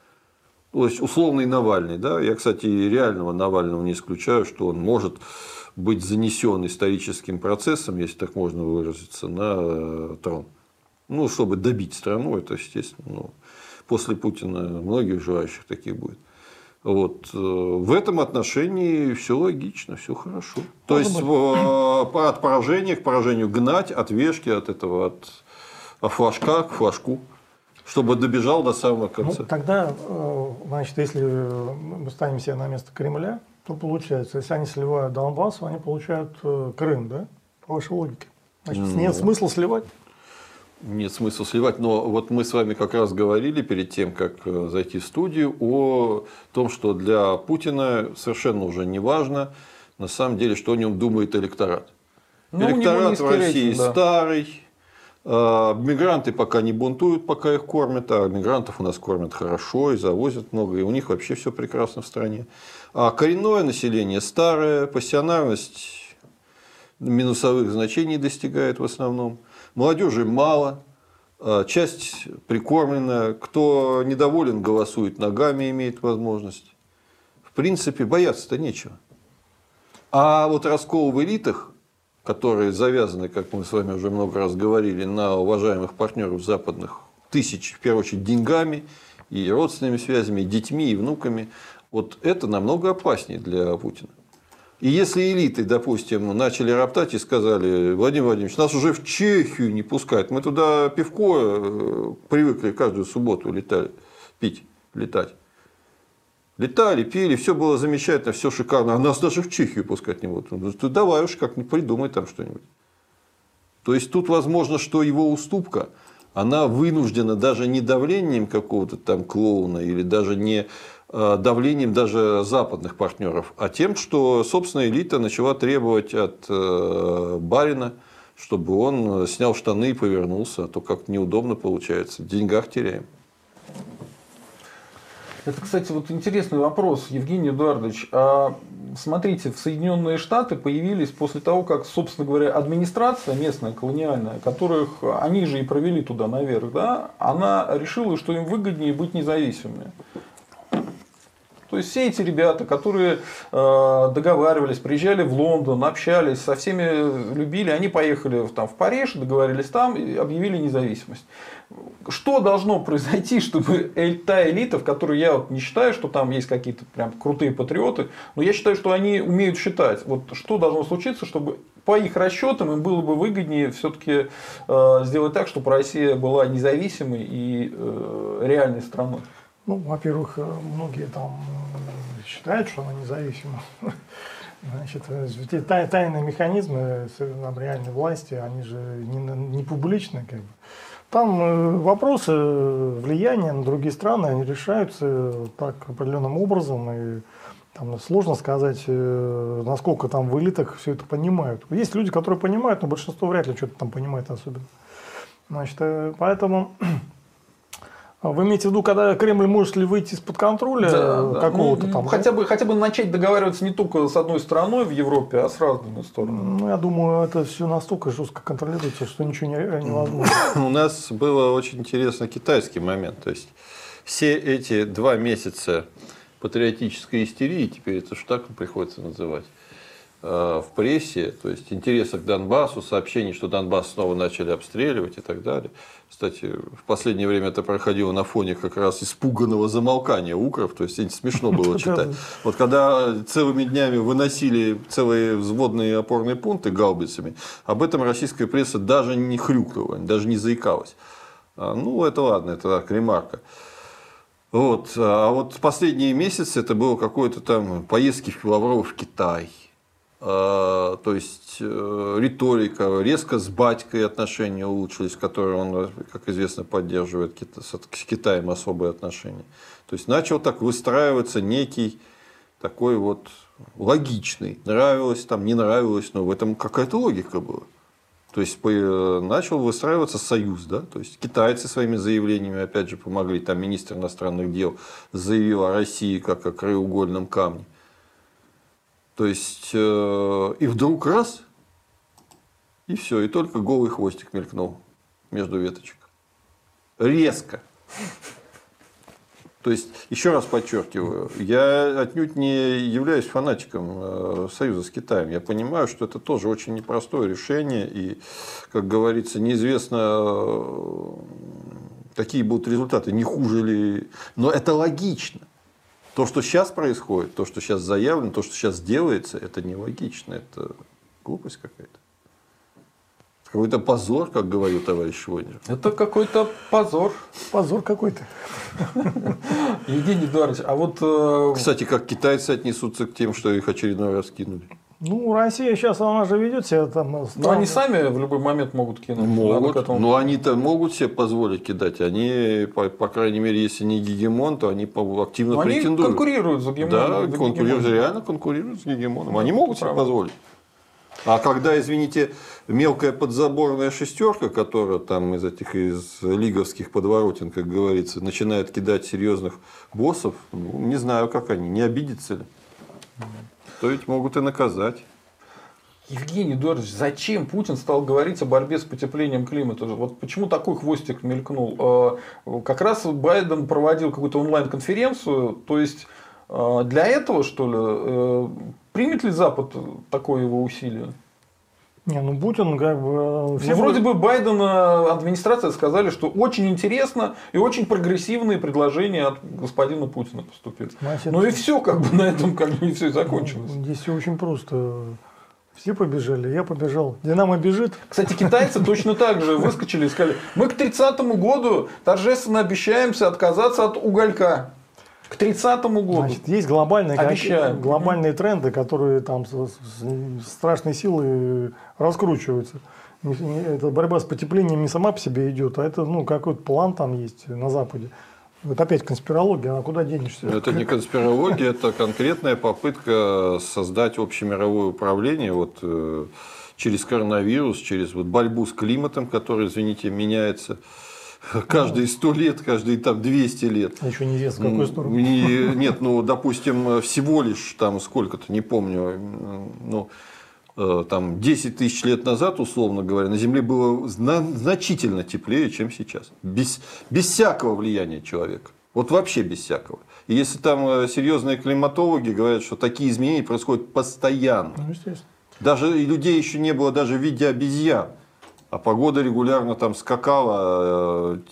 То есть, условный Навальный. Да? Я, кстати, реального Навального не исключаю, что он может быть занесен историческим процессом, если так можно выразиться, на трон. Ну, чтобы добить страну, это, естественно, ну, после Путина многих желающих таких будет. Вот. В этом отношении все логично, все хорошо. То есть, в, от поражения к поражению гнать, от вешки, от этого, от, от флажка к флажку, чтобы добежал до самого конца. Ну, тогда, значит, если мы ставим себя на место Кремля, то получается, если они сливают Донбасс, они получают Крым, да? По вашей логике. Значит, ну, нет смысла сливать? Нет смысла сливать, но вот мы с вами как раз говорили перед тем, как зайти в студию, о том, что для Путина совершенно уже не важно, на самом деле, что о нем думает электорат. Ну, электорат в России рейтинг, да. старый, мигранты пока не бунтуют, пока их кормят, а мигрантов у нас кормят хорошо и завозят много, и у них вообще все прекрасно в стране. А коренное население старое, пассионарность минусовых значений достигает в основном. Молодежи мало, часть прикормлена, кто недоволен, голосует ногами, имеет возможность. В принципе, бояться-то нечего. А вот раскол в элитах, которые завязаны, как мы с вами уже много раз говорили, на уважаемых партнеров западных, тысяч, в первую очередь, деньгами, и родственными связями, и детьми, и внуками, вот это намного опаснее для Путина. И если элиты, допустим, начали роптать и сказали: Владимир Владимирович, нас уже в Чехию не пускают, мы туда пивко привыкли каждую субботу летали, пить, летать. Летали, пили, все было замечательно, все шикарно, а нас даже в Чехию пускать не будут. Ну, ты давай уж как-нибудь придумай там что-нибудь. То есть, тут возможно, что его уступка, она вынуждена даже не давлением какого-то там клоуна или даже не давлением даже западных партнеров, а тем, что собственная элита начала требовать от барина, чтобы он снял штаны и повернулся, а то как-то неудобно получается, в деньгах теряем. Это, кстати, вот интересный вопрос, Евгений Эдуардович. А, смотрите, в Соединенные Штаты появились после того, как, собственно говоря, администрация местная, колониальная, которых они же и провели туда наверх, да, она решила, что им выгоднее быть независимыми. То есть все эти ребята, которые э, договаривались, приезжали в Лондон, общались, со всеми любили, они поехали там, в Париж, договорились там и объявили независимость. Что должно произойти, чтобы та элита, в которой я вот не считаю, что там есть какие-то прям крутые патриоты, но я считаю, что они умеют считать. Вот что должно случиться, чтобы по их расчетам им было бы выгоднее все-таки э, сделать так, чтобы Россия была независимой и э, реальной страной? Ну, во-первых, многие там считают, что она независима. Значит, эти тайные механизмы реальной власти, они же не, не публичны. Как бы. Там вопросы влияния на другие страны, они решаются так определенным образом. И там сложно сказать, насколько там в элитах все это понимают. Есть люди, которые понимают, но большинство вряд ли что-то там понимает особенно. Значит, поэтому... Вы имеете в виду, когда Кремль может ли выйти из-под контроля да, какого-то ну, там? Хотя да? бы, хотя бы начать договариваться не только с одной страной в Европе, а с разными сторонами. Ну, я думаю, это все настолько жестко контролируется, что ничего не, невозможно. У нас был очень интересный китайский момент. То есть все эти два месяца патриотической истерии, теперь это ж так приходится называть, в прессе, то есть интереса к Донбассу, сообщений, что Донбасс снова начали обстреливать и так далее. Кстати, в последнее время это проходило на фоне как раз испуганного замолкания укров, то есть смешно было читать. Вот когда целыми днями выносили целые взводные опорные пункты гаубицами, об этом российская пресса даже не хрюкала, даже не заикалась. Ну, это ладно, это так, ремарка. Вот. А вот последние месяцы это было какое-то там поездки в Лаврова в Китай. То есть риторика, резко с батькой отношения улучшились, которые он, как известно, поддерживает с Китаем особые отношения. То есть начал так выстраиваться некий такой вот логичный, нравилось там, не нравилось, но в этом какая-то логика была. То есть начал выстраиваться союз, да, то есть китайцы своими заявлениями опять же помогли, там министр иностранных дел заявил о России как о краеугольном камне. То есть, э, и вдруг раз, и все, и только голый хвостик мелькнул между веточек. Резко. То есть, еще раз подчеркиваю, я отнюдь не являюсь фанатиком э, союза с Китаем. Я понимаю, что это тоже очень непростое решение, и, как говорится, неизвестно, э, какие будут результаты, не хуже ли. Но это логично. То, что сейчас происходит, то, что сейчас заявлено, то, что сейчас делается, это нелогично, это глупость какая-то. Какой-то позор, как говорил товарищ Войнер. Это какой-то позор. Позор какой-то. Евгений Эдуардович, а вот... Кстати, как китайцы отнесутся к тем, что их очередной раз кинули? Ну, Россия сейчас, она же ведет себя там... Но они сами в любой момент могут кинуть. Могут, но они-то могут себе позволить кидать. Они, по, по крайней мере, если не гегемон, то они активно но претендуют. Они конкурируют за гегемоном. Да, конкурируют, реально конкурируют с гегемоном. Они могут себе позволить. А когда, извините, мелкая подзаборная шестерка, которая там из этих из лиговских подворотен, как говорится, начинает кидать серьезных боссов, ну, не знаю, как они, не обидятся ли. То ведь могут и наказать. Евгений Эдуардович, зачем Путин стал говорить о борьбе с потеплением климата? Вот почему такой хвостик мелькнул? Как раз Байден проводил какую-то онлайн-конференцию, то есть для этого, что ли, примет ли Запад такое его усилие? Не, ну Путин как бы... Все ну, вроде бы Байден, администрация сказали, что очень интересно и очень прогрессивные предложения от господина Путина поступили. Значит, ну и все, как бы на этом как бы и все и закончилось. Здесь все очень просто. Все побежали, я побежал. Динамо бежит. Кстати, китайцы точно так же выскочили и сказали, мы к тридцатому году торжественно обещаемся отказаться от уголька. К тридцатому году. Значит, есть глобальные, как, глобальные тренды, которые там с, с страшной силой раскручиваются. Эта борьба с потеплением не сама по себе идет, а это ну, какой-то план там есть на Западе. Вот опять конспирология, а куда денешься? Это не конспирология, это конкретная попытка создать общемировое управление вот, э, через коронавирус, через вот, борьбу с климатом, который, извините, меняется каждые сто лет, каждые там двести лет. А еще неизвестно, в какую сторону. И, нет, ну, допустим, всего лишь там сколько-то, не помню, ну, там десять тысяч лет назад, условно говоря, на Земле было значительно теплее, чем сейчас. Без, без всякого влияния человека. Вот вообще без всякого. И если там серьезные климатологи говорят, что такие изменения происходят постоянно. Ну, естественно. Даже и людей еще не было даже в виде обезьян. А погода регулярно там скакала,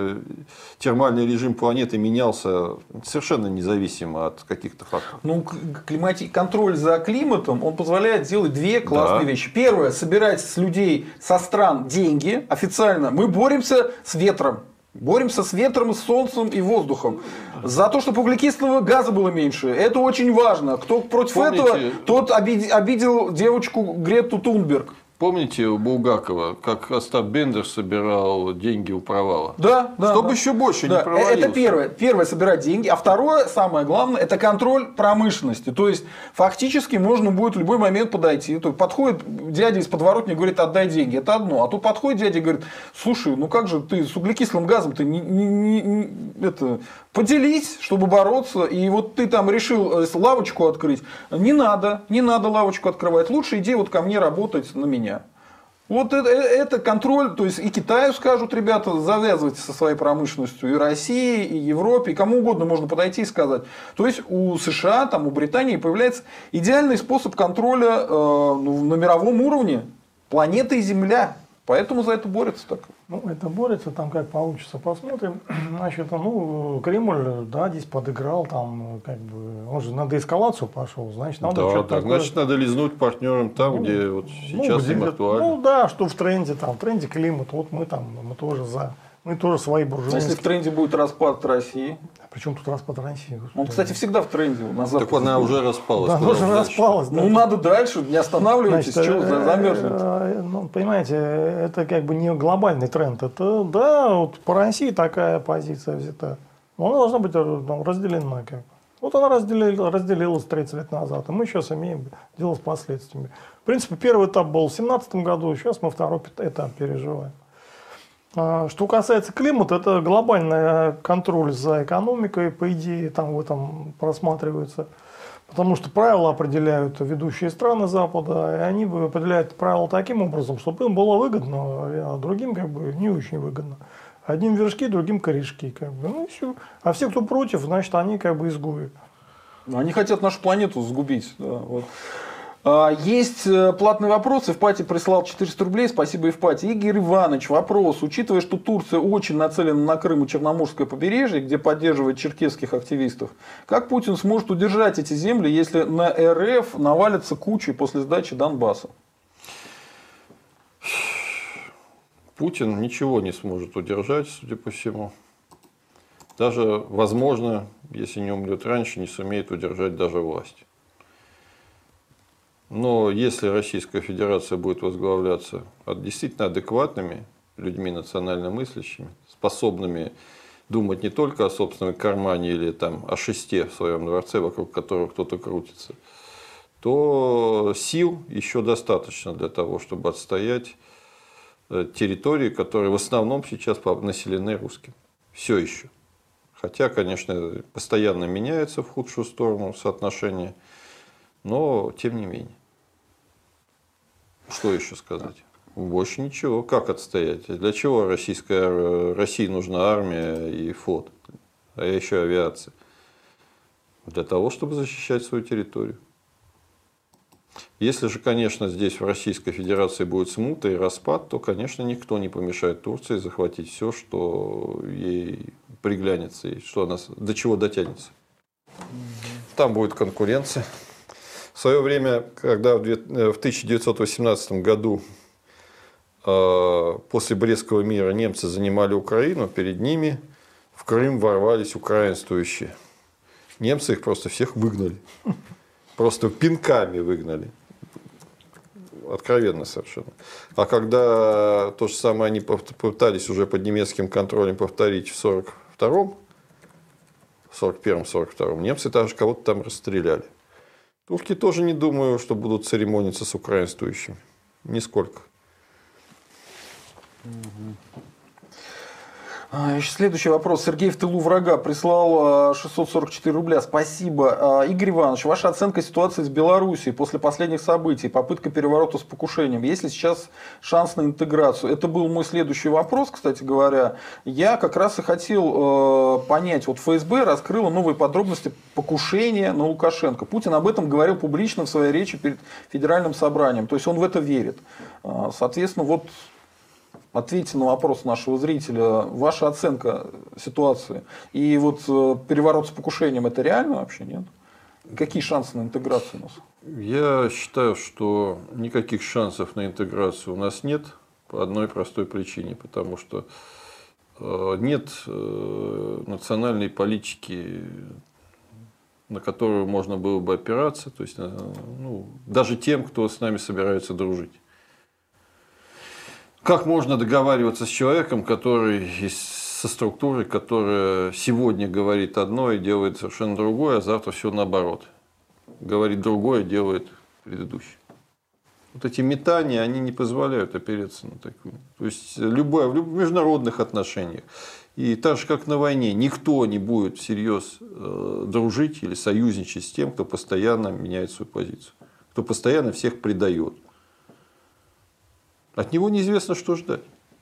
термальный режим планеты менялся совершенно независимо от каких-то факторов. Ну, климати... контроль за климатом, он позволяет делать две классные да. вещи. Первое, собирать с людей, со стран деньги официально. Мы боремся с ветром. Боремся с ветром, с солнцем и воздухом. За то, чтобы углекислого газа было меньше. Это очень важно. Кто против Помните... этого, тот обидел девочку Грету Тунберг. Помните у Булгакова, как Остап Бендер собирал деньги у провала? Да, да. Чтобы да. еще больше да. не провалился. Это первое. Первое собирать деньги. А второе, самое главное, это контроль промышленности. То есть, фактически можно будет в любой момент подойти. То есть, подходит дядя из подворотни и говорит, отдай деньги. Это одно. А тут подходит дядя и говорит, слушай, ну как же ты с углекислым газом-то не, не, не, не, это, поделись, чтобы бороться. И вот ты там решил лавочку открыть. Не надо, не надо лавочку открывать. Лучше иди вот ко мне работать на меня. Вот это, это контроль, то есть и Китаю скажут, ребята, завязывайте со своей промышленностью, и России, и Европе, и кому угодно можно подойти и сказать. То есть у США, там, у Британии появляется идеальный способ контроля э, ну, на мировом уровне планеты и Земля. Поэтому за это борются так. Ну, это борется, там как получится, посмотрим. Значит, ну, Кремль, да, здесь подыграл, там, как бы, он же на деэскалацию пошел, значит, надо да, что-то да, такое... значит, надо лизнуть партнерам там, ну, где вот сейчас ну, им где, актуально. Ну, да, что в тренде, там, в тренде климат, вот мы там, мы тоже за, мы тоже свои буржуйские. Если в тренде будет распад России. Причем тут распад России? Он, кстати, всегда в тренде. На так она уже распалась. Да, она уже распалась. Да. Ну, надо дальше, не останавливайтесь, что замерзнете. Ну, понимаете, это как бы не глобальный тренд. Это, да, вот по России такая позиция взята. Но она должна быть там, разделена. Как. Вот она разделила, разделилась тридцать лет назад, и мы сейчас имеем дело с последствиями. В принципе, первый этап был в две тысячи семнадцатом году, сейчас мы второй этап переживаем. Что касается климата, это глобальный контроль за экономикой, по идее, там в этом просматривается. Потому что правила определяют ведущие страны Запада, и они определяют правила таким образом, чтобы им было выгодно, а другим как бы не очень выгодно. Одним вершки, другим корешки. Как бы. Ну, и все. А все, кто против, значит, они как бы изгои. Они хотят нашу планету сгубить. Да, вот. Есть платный вопрос. Евпатий прислал четыреста рублей. Спасибо, Евпатий. Игорь Иванович, вопрос. Учитывая, что Турция очень нацелена на Крым и Черноморское побережье, где поддерживает черкесских активистов, как Путин сможет удержать эти земли, если на РФ навалится кучей после сдачи Донбасса? Путин ничего не сможет удержать, судя по всему. Даже, возможно, если не умрет раньше, не сумеет удержать даже власть. Но если Российская Федерация будет возглавляться действительно адекватными людьми, национально мыслящими, способными думать не только о собственном кармане или там, о шесте в своем дворце, вокруг которого кто-то крутится, то сил еще достаточно для того, чтобы отстоять территории, которые в основном сейчас населены русским. Все еще. Хотя, конечно, постоянно меняется в худшую сторону соотношение. Но, тем не менее. Что еще сказать? Больше ничего. Как отстоять? Для чего российская, России нужна армия и флот? А еще авиация. Для того, чтобы защищать свою территорию. Если же, конечно, здесь в Российской Федерации будет смута и распад, то, конечно, никто не помешает Турции захватить все, что ей приглянется и что она, до чего дотянется. Там будет конкуренция. В свое время, когда в тысяча девятьсот восемнадцатом году после Брестского мира немцы занимали Украину, перед ними в Крым ворвались украинствующие. Немцы их просто всех выгнали. Просто пинками выгнали. Откровенно совершенно. А когда то же самое они попытались уже под немецким контролем повторить в сорок втором в сорок первом — сорок втором. Немцы даже кого-то там расстреляли. Турки тоже не думаю, что будут церемониться с украинствующими. Нисколько. Еще следующий вопрос. Сергей в тылу врага прислал шестьсот сорок четыре рубля. Спасибо. Игорь Иванович, ваша оценка ситуации с Белоруссией после последних событий, попытка переворота с покушением. Есть ли сейчас шанс на интеграцию? Это был мой следующий вопрос, кстати говоря. Я как раз и хотел э, понять. Вот ФСБ раскрыла новые подробности покушения на Лукашенко. Путин об этом говорил публично в своей речи перед Федеральным собранием. То есть он в это верит. Соответственно, вот... Ответьте на вопрос нашего зрителя. Ваша оценка ситуации. И вот переворот с покушением, это реально вообще, нет? Какие шансы на интеграцию у нас? Я считаю, что никаких шансов на интеграцию у нас нет. По одной простой причине. Потому что нет национальной политики, на которую можно было бы опираться. То есть, ну, даже тем, кто с нами собирается дружить. Как можно договариваться с человеком, который из, со структурой, которая сегодня говорит одно и делает совершенно другое, а завтра все наоборот. Говорит другое, делает предыдущее. Вот эти метания, они не позволяют опереться на такую. То есть, любое, в международных отношениях. И так же, как на войне, никто не будет всерьез э, дружить или союзничать с тем, кто постоянно меняет свою позицию. Кто постоянно всех предает. От него неизвестно, что ждать.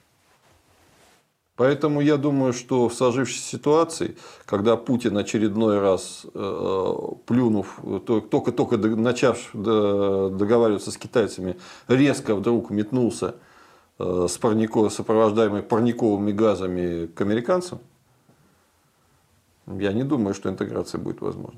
Поэтому я думаю, что в сложившейся ситуации, когда Путин очередной раз, плюнув, только-только начав договариваться с китайцами, резко вдруг метнулся с парников, сопровождаемый парниковыми газами к американцам, я не думаю, что интеграция будет возможна.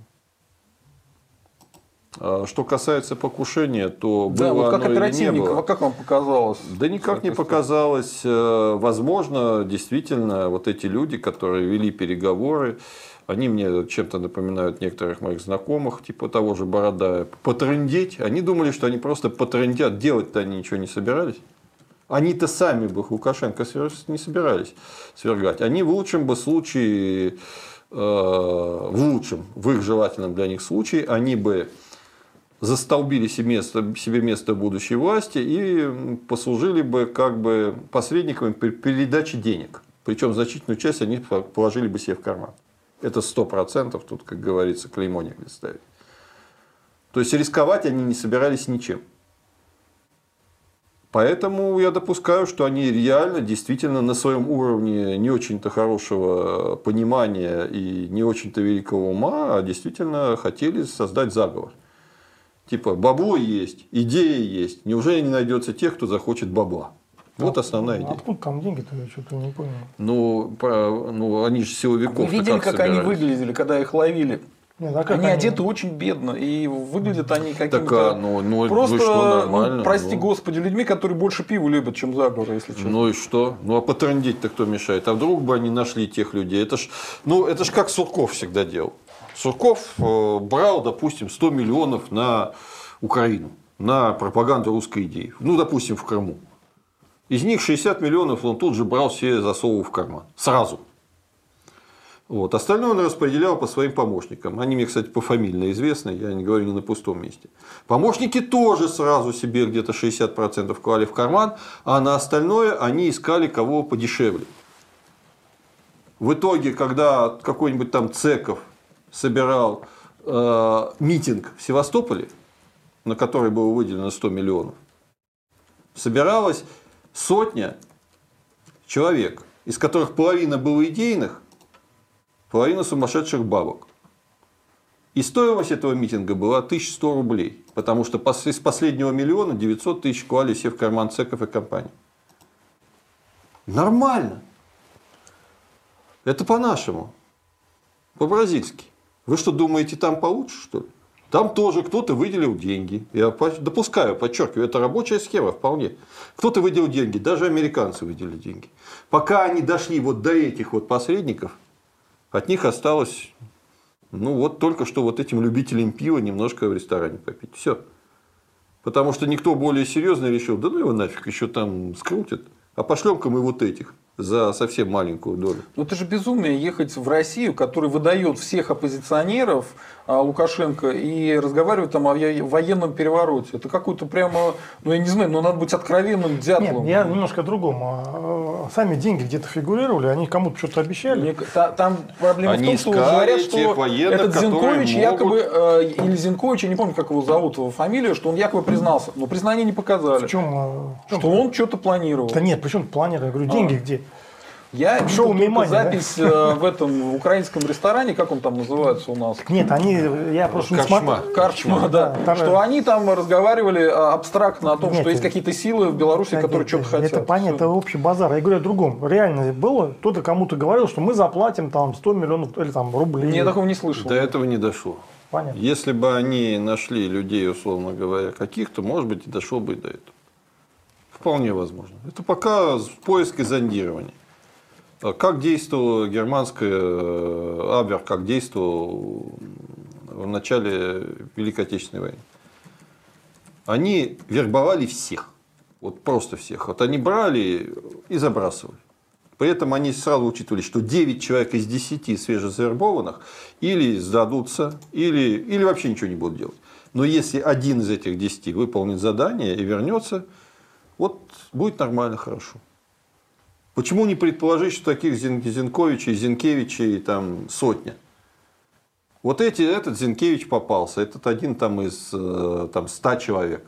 Что касается покушения, то да, было вот как оно оперативник, или не было. Как вам показалось? Да никак не показалось. Возможно, действительно, вот эти люди, которые вели переговоры, они мне чем-то напоминают некоторых моих знакомых, типа того же Бородая. Потрындеть. Они думали, что они просто потрындят. Делать-то они ничего не собирались. Они-то сами бы Лукашенко не собирались свергать. Они в лучшем бы случае, в лучшем, в их желательном для них случае, они бы застолбили себе место, себе место будущей власти и послужили бы как бы посредниками при передаче денег. Причем значительную часть они положили бы себе в карман. Это сто процентов, тут, как говорится, клеймо не ставить. То есть рисковать они не собирались ничем. Поэтому я допускаю, что они реально, действительно, на своем уровне не очень-то хорошего понимания и не очень-то великого ума, а действительно хотели создать заговор. Типа, бабло есть, идея есть. Неужели не найдется тех, кто захочет бабла? Вот основная идея. Откуда там деньги-то, я что-то не понял. Ну, про, ну они же силовиков. Вы видели, как, как они выглядели, когда их ловили? Нет, а как они, они одеты очень бедно, и выглядят они какими-то так, а, ну, ну, просто, что, ну, прости ну. господи, людьми, которые больше пива любят, чем заговор, если честно. Ну и что? Ну а потрындеть-то кто мешает? А вдруг бы они нашли тех людей? Это ж, ну, это ж как Сурков всегда делал. Сурков э, брал, допустим, сто миллионов на Украину, на пропаганду русской идеи. Ну, допустим, в Крыму. Из них шестьдесят миллионов он тут же брал себе, засовывал в карман. Сразу. Вот. Остальное он распределял по своим помощникам. Они мне, кстати, пофамильно известны, я не говорю не на пустом месте. Помощники тоже сразу себе где-то шестьдесят процентов клали в карман, а на остальное они искали кого подешевле. В итоге, когда какой-нибудь там Цеков собирал э, митинг в Севастополе, на который было выделено сто миллионов, собиралась сотня человек, из которых половина было идейных, половина сумасшедших бабок. И стоимость этого митинга была тысяча сто рублей, потому что из последнего миллиона девятьсот тысяч клали себе в карман Цеков и компании. Нормально. Это по-нашему, по-бразильски. Вы что, думаете, там получше, что ли? Там тоже кто-то выделил деньги. Я допускаю, подчеркиваю, это рабочая схема вполне. Кто-то выделил деньги, даже американцы выделили деньги. Пока они дошли вот до этих вот посредников, от них осталось, ну вот только что вот этим любителям пива немножко в ресторане попить. Все. Потому что никто более серьезно решил, да ну его нафиг, еще там скрутят. А пошлем-ка мы вот этих. за совсем маленькую долю. Ну это же безумие ехать в Россию, который выдает всех оппозиционеров а, Лукашенко и разговаривать там о военном перевороте. Это какой-то прямо, ну я не знаю, но надо быть откровенным дятлом. Нет, я немножко о другом. Сами деньги где-то фигурировали, они кому-то что-то обещали. Мне, та, там проблема они в том, что говорят, что военных, этот Зинкович могут... якобы, э, или Зинкович, я не помню, как его зовут, его фамилию, что он якобы признался. Но признание не показали. В чем? В чем? Что он что-то планировал. Да нет, почему планировал? Я говорю, деньги а. где? Я Шоу видел только Мимани, запись да? в этом в украинском ресторане, как он там называется у нас? Нет, они, я просто Карчма. не смотрел. Карчма, да. да. Что они там разговаривали абстрактно о том, нет, что есть какие-то силы в Беларуси, да, которые нет, что-то хотят. Это понятно, это общий базар. Я говорю о другом. Реально было, кто-то кому-то говорил, что мы заплатим там сто миллионов или там рублей. Я такого не слышал. До этого не дошло. Понятно. Если бы они нашли людей, условно говоря, каких-то, может быть, и дошло бы и до этого. Вполне возможно. Это пока поиск и зондирование. Как действовала германская Абвер, как действовал в начале Великой Отечественной войны? Они вербовали всех. Вот просто всех. Вот они брали и забрасывали. При этом они сразу учитывали, что девять человек из десяти свежезавербованных или сдадутся, или, или вообще ничего не будут делать. Но если один из этих десяти выполнит задание и вернется, вот будет нормально, хорошо. Почему не предположить, что таких Зинковичей, Зинкевичей там сотня? Вот эти, этот Зинкевич попался, этот один там из там, ста человек.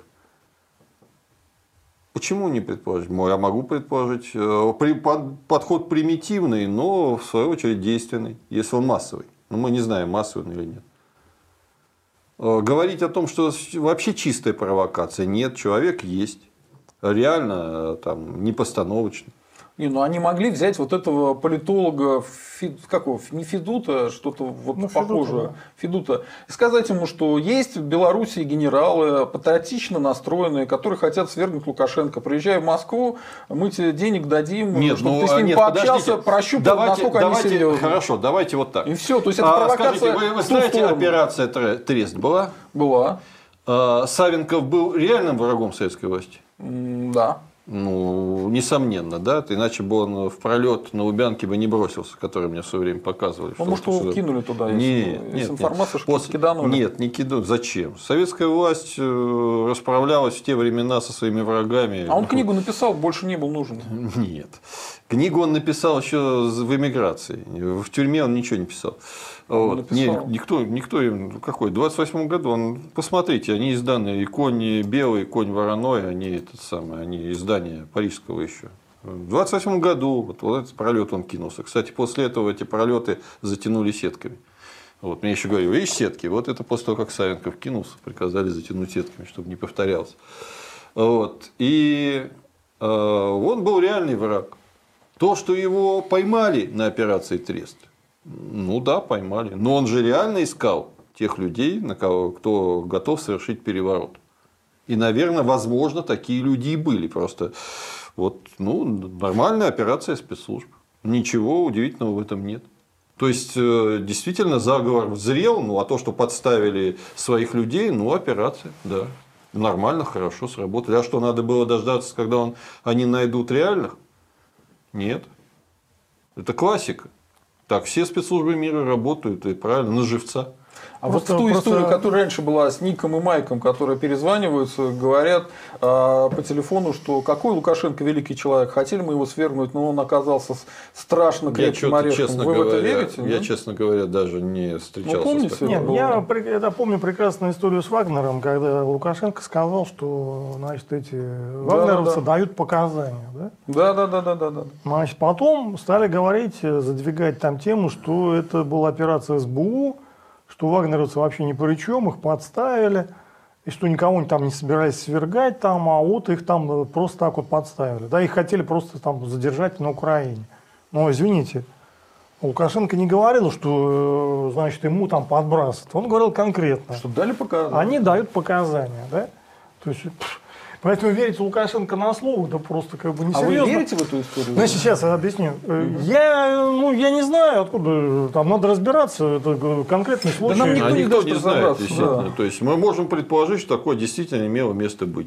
Почему не предположить? Я могу предположить. Подход примитивный, но в свою очередь действенный, если он массовый. Но мы не знаем, массовый он или нет. Говорить о том, что вообще чистая провокация. Нет, человек есть. Реально там, не постановочно. Не, ну они могли взять вот этого политолога, Фид, как его, не Федута, что-то вот ну, похожее, Федута, да. И сказать ему, что есть в Беларуси генералы патриотично настроенные, которые хотят свергнуть Лукашенко. Приезжай в Москву, мы тебе денег дадим, нет, чтобы ну, ты с ним нет, пообщался, прощупал, давайте, насколько давайте, они серьезны. Хорошо, давайте вот так. И все, то есть это а, провокация. Скажите, вы, вы знаете, операция Трест была? Была. А, Савенков был реальным врагом советской власти? М, да. Ну, несомненно, да, иначе бы он в пролет на Лубянке бы не бросился, который мне в свое время показывали. Ну, может, его кинули туда, если, нет, если нет, информация, нет. что После... киданули? Нет, не киданули. Зачем? Советская власть расправлялась в те времена со своими врагами. А он книгу написал, больше не был нужен. Нет. Книгу он написал еще в эмиграции. В тюрьме он ничего не писал. Вот. Не, никто, никто, какой, в двадцать восьмом году, он, посмотрите, они изданы, и конь белый, и конь вороной, они, этот самый, они издания парижского еще. В двадцать восьмом году вот, вот этот пролет он кинулся. Кстати, после этого эти пролеты затянули сетками. Вот, мне еще говорили, видишь сетки? Вот это после того, как Савенков кинулся, приказали затянуть сетками, чтобы не повторялось. Вот. И э, он был реальный враг. То, что его поймали на операции Трест, ну да, поймали. Но он же реально искал тех людей, на кого, кто готов совершить переворот. И, наверное, возможно, такие люди и были. Просто вот, ну, нормальная операция спецслужб. Ничего удивительного в этом нет. То есть, действительно, заговор зрел, ну, а то, что подставили своих людей, ну, операция, да. Нормально, хорошо сработали. А что, надо было дождаться, когда он, они найдут реальных? Нет. Это классика. Так, все спецслужбы мира работают, и правильно, на живца. А просто, вот в ту просто... историю, которая раньше была с Ником и Майком, которые перезваниваются, говорят э, по телефону, что какой Лукашенко великий человек, хотели мы его свергнуть, но он оказался страшно крепким орешком. Вы говоря, в это верите? Я, честно говоря, даже не встречался. Ну, помните, с таким. Нет, я, я помню прекрасную историю с Вагнером, когда Лукашенко сказал, что значит, эти да, вагнеровцы да, да. дают показания. Да? Да, да, да, да, да, да. Значит, потом стали говорить, задвигать там тему, что это была операция СБУ, что вагнеровцы вообще ни при чем, их подставили, и что никого там не собирались свергать, там, а вот их там просто так вот подставили. Да, их хотели просто там задержать на Украине. Но, извините, Лукашенко не говорил, что значит, ему там подбрасывают. Он говорил конкретно. Что дали показания. Они дают показания. Да? То есть, поэтому верить Лукашенко на слово, да просто как бы несерьезно. А вы верите в эту историю? Значит, сейчас я объясню. Mm-hmm. Я, ну, я не знаю, откуда там надо разбираться. Это конкретный случай. Да нам никто, а не, никто не даст знает, да. То есть мы можем предположить, что такое действительно имело место быть.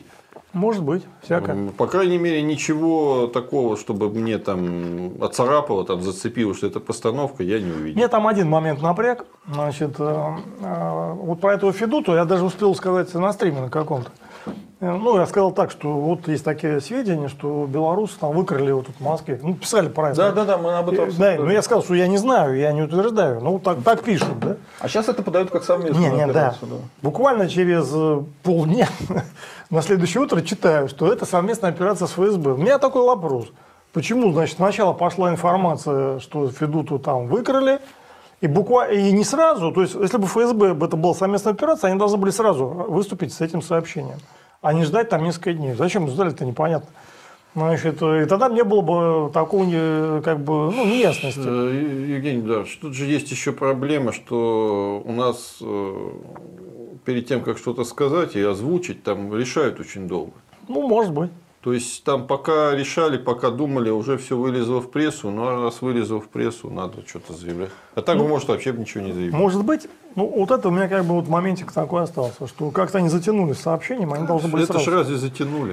Может быть, всякое. По крайней мере, ничего такого, чтобы мне там оцарапало, там зацепило, что это постановка, я не увидел. Мне там один момент напряг. Значит, э, э, вот про этого Федуту я даже успел сказать на стриме на каком-то. Э, ну, я сказал так, что вот есть такие сведения, что белорусы там выкрали его тут в Москве. Ну, писали про это. Да, да, да, мы об этом обсуждали. Да, но я сказал, что я не знаю, я не утверждаю. Ну, так, так пишут, да? А сейчас это подают как совместную не, не, операцию. Да. Да. Буквально через полдня на следующее утро читаю, что это совместная операция с ФСБ. У меня такой вопрос. Почему, значит, сначала пошла информация, что Федуту там выкрали, и буквально и не сразу, то есть, если бы ФСБ это была совместная операция, они должны были сразу выступить с этим сообщением, а не ждать там несколько дней. Зачем ждали, это непонятно. Значит, и тогда не было бы такого, как бы, ну, неясности. Евгений, да, тут же есть еще проблема, что у нас перед тем, как что-то сказать и озвучить, там решают очень долго. Ну, может быть. То есть, там пока решали, пока думали, уже все вылезло в прессу, но раз вылезло в прессу, надо что-то заявлять. А так, ну, может, вообще ничего не заявить. Может быть. Ну, вот это у меня как бы вот моментик такой остался, что как-то они затянули с сообщением, они должны были это сразу... же разве затянули?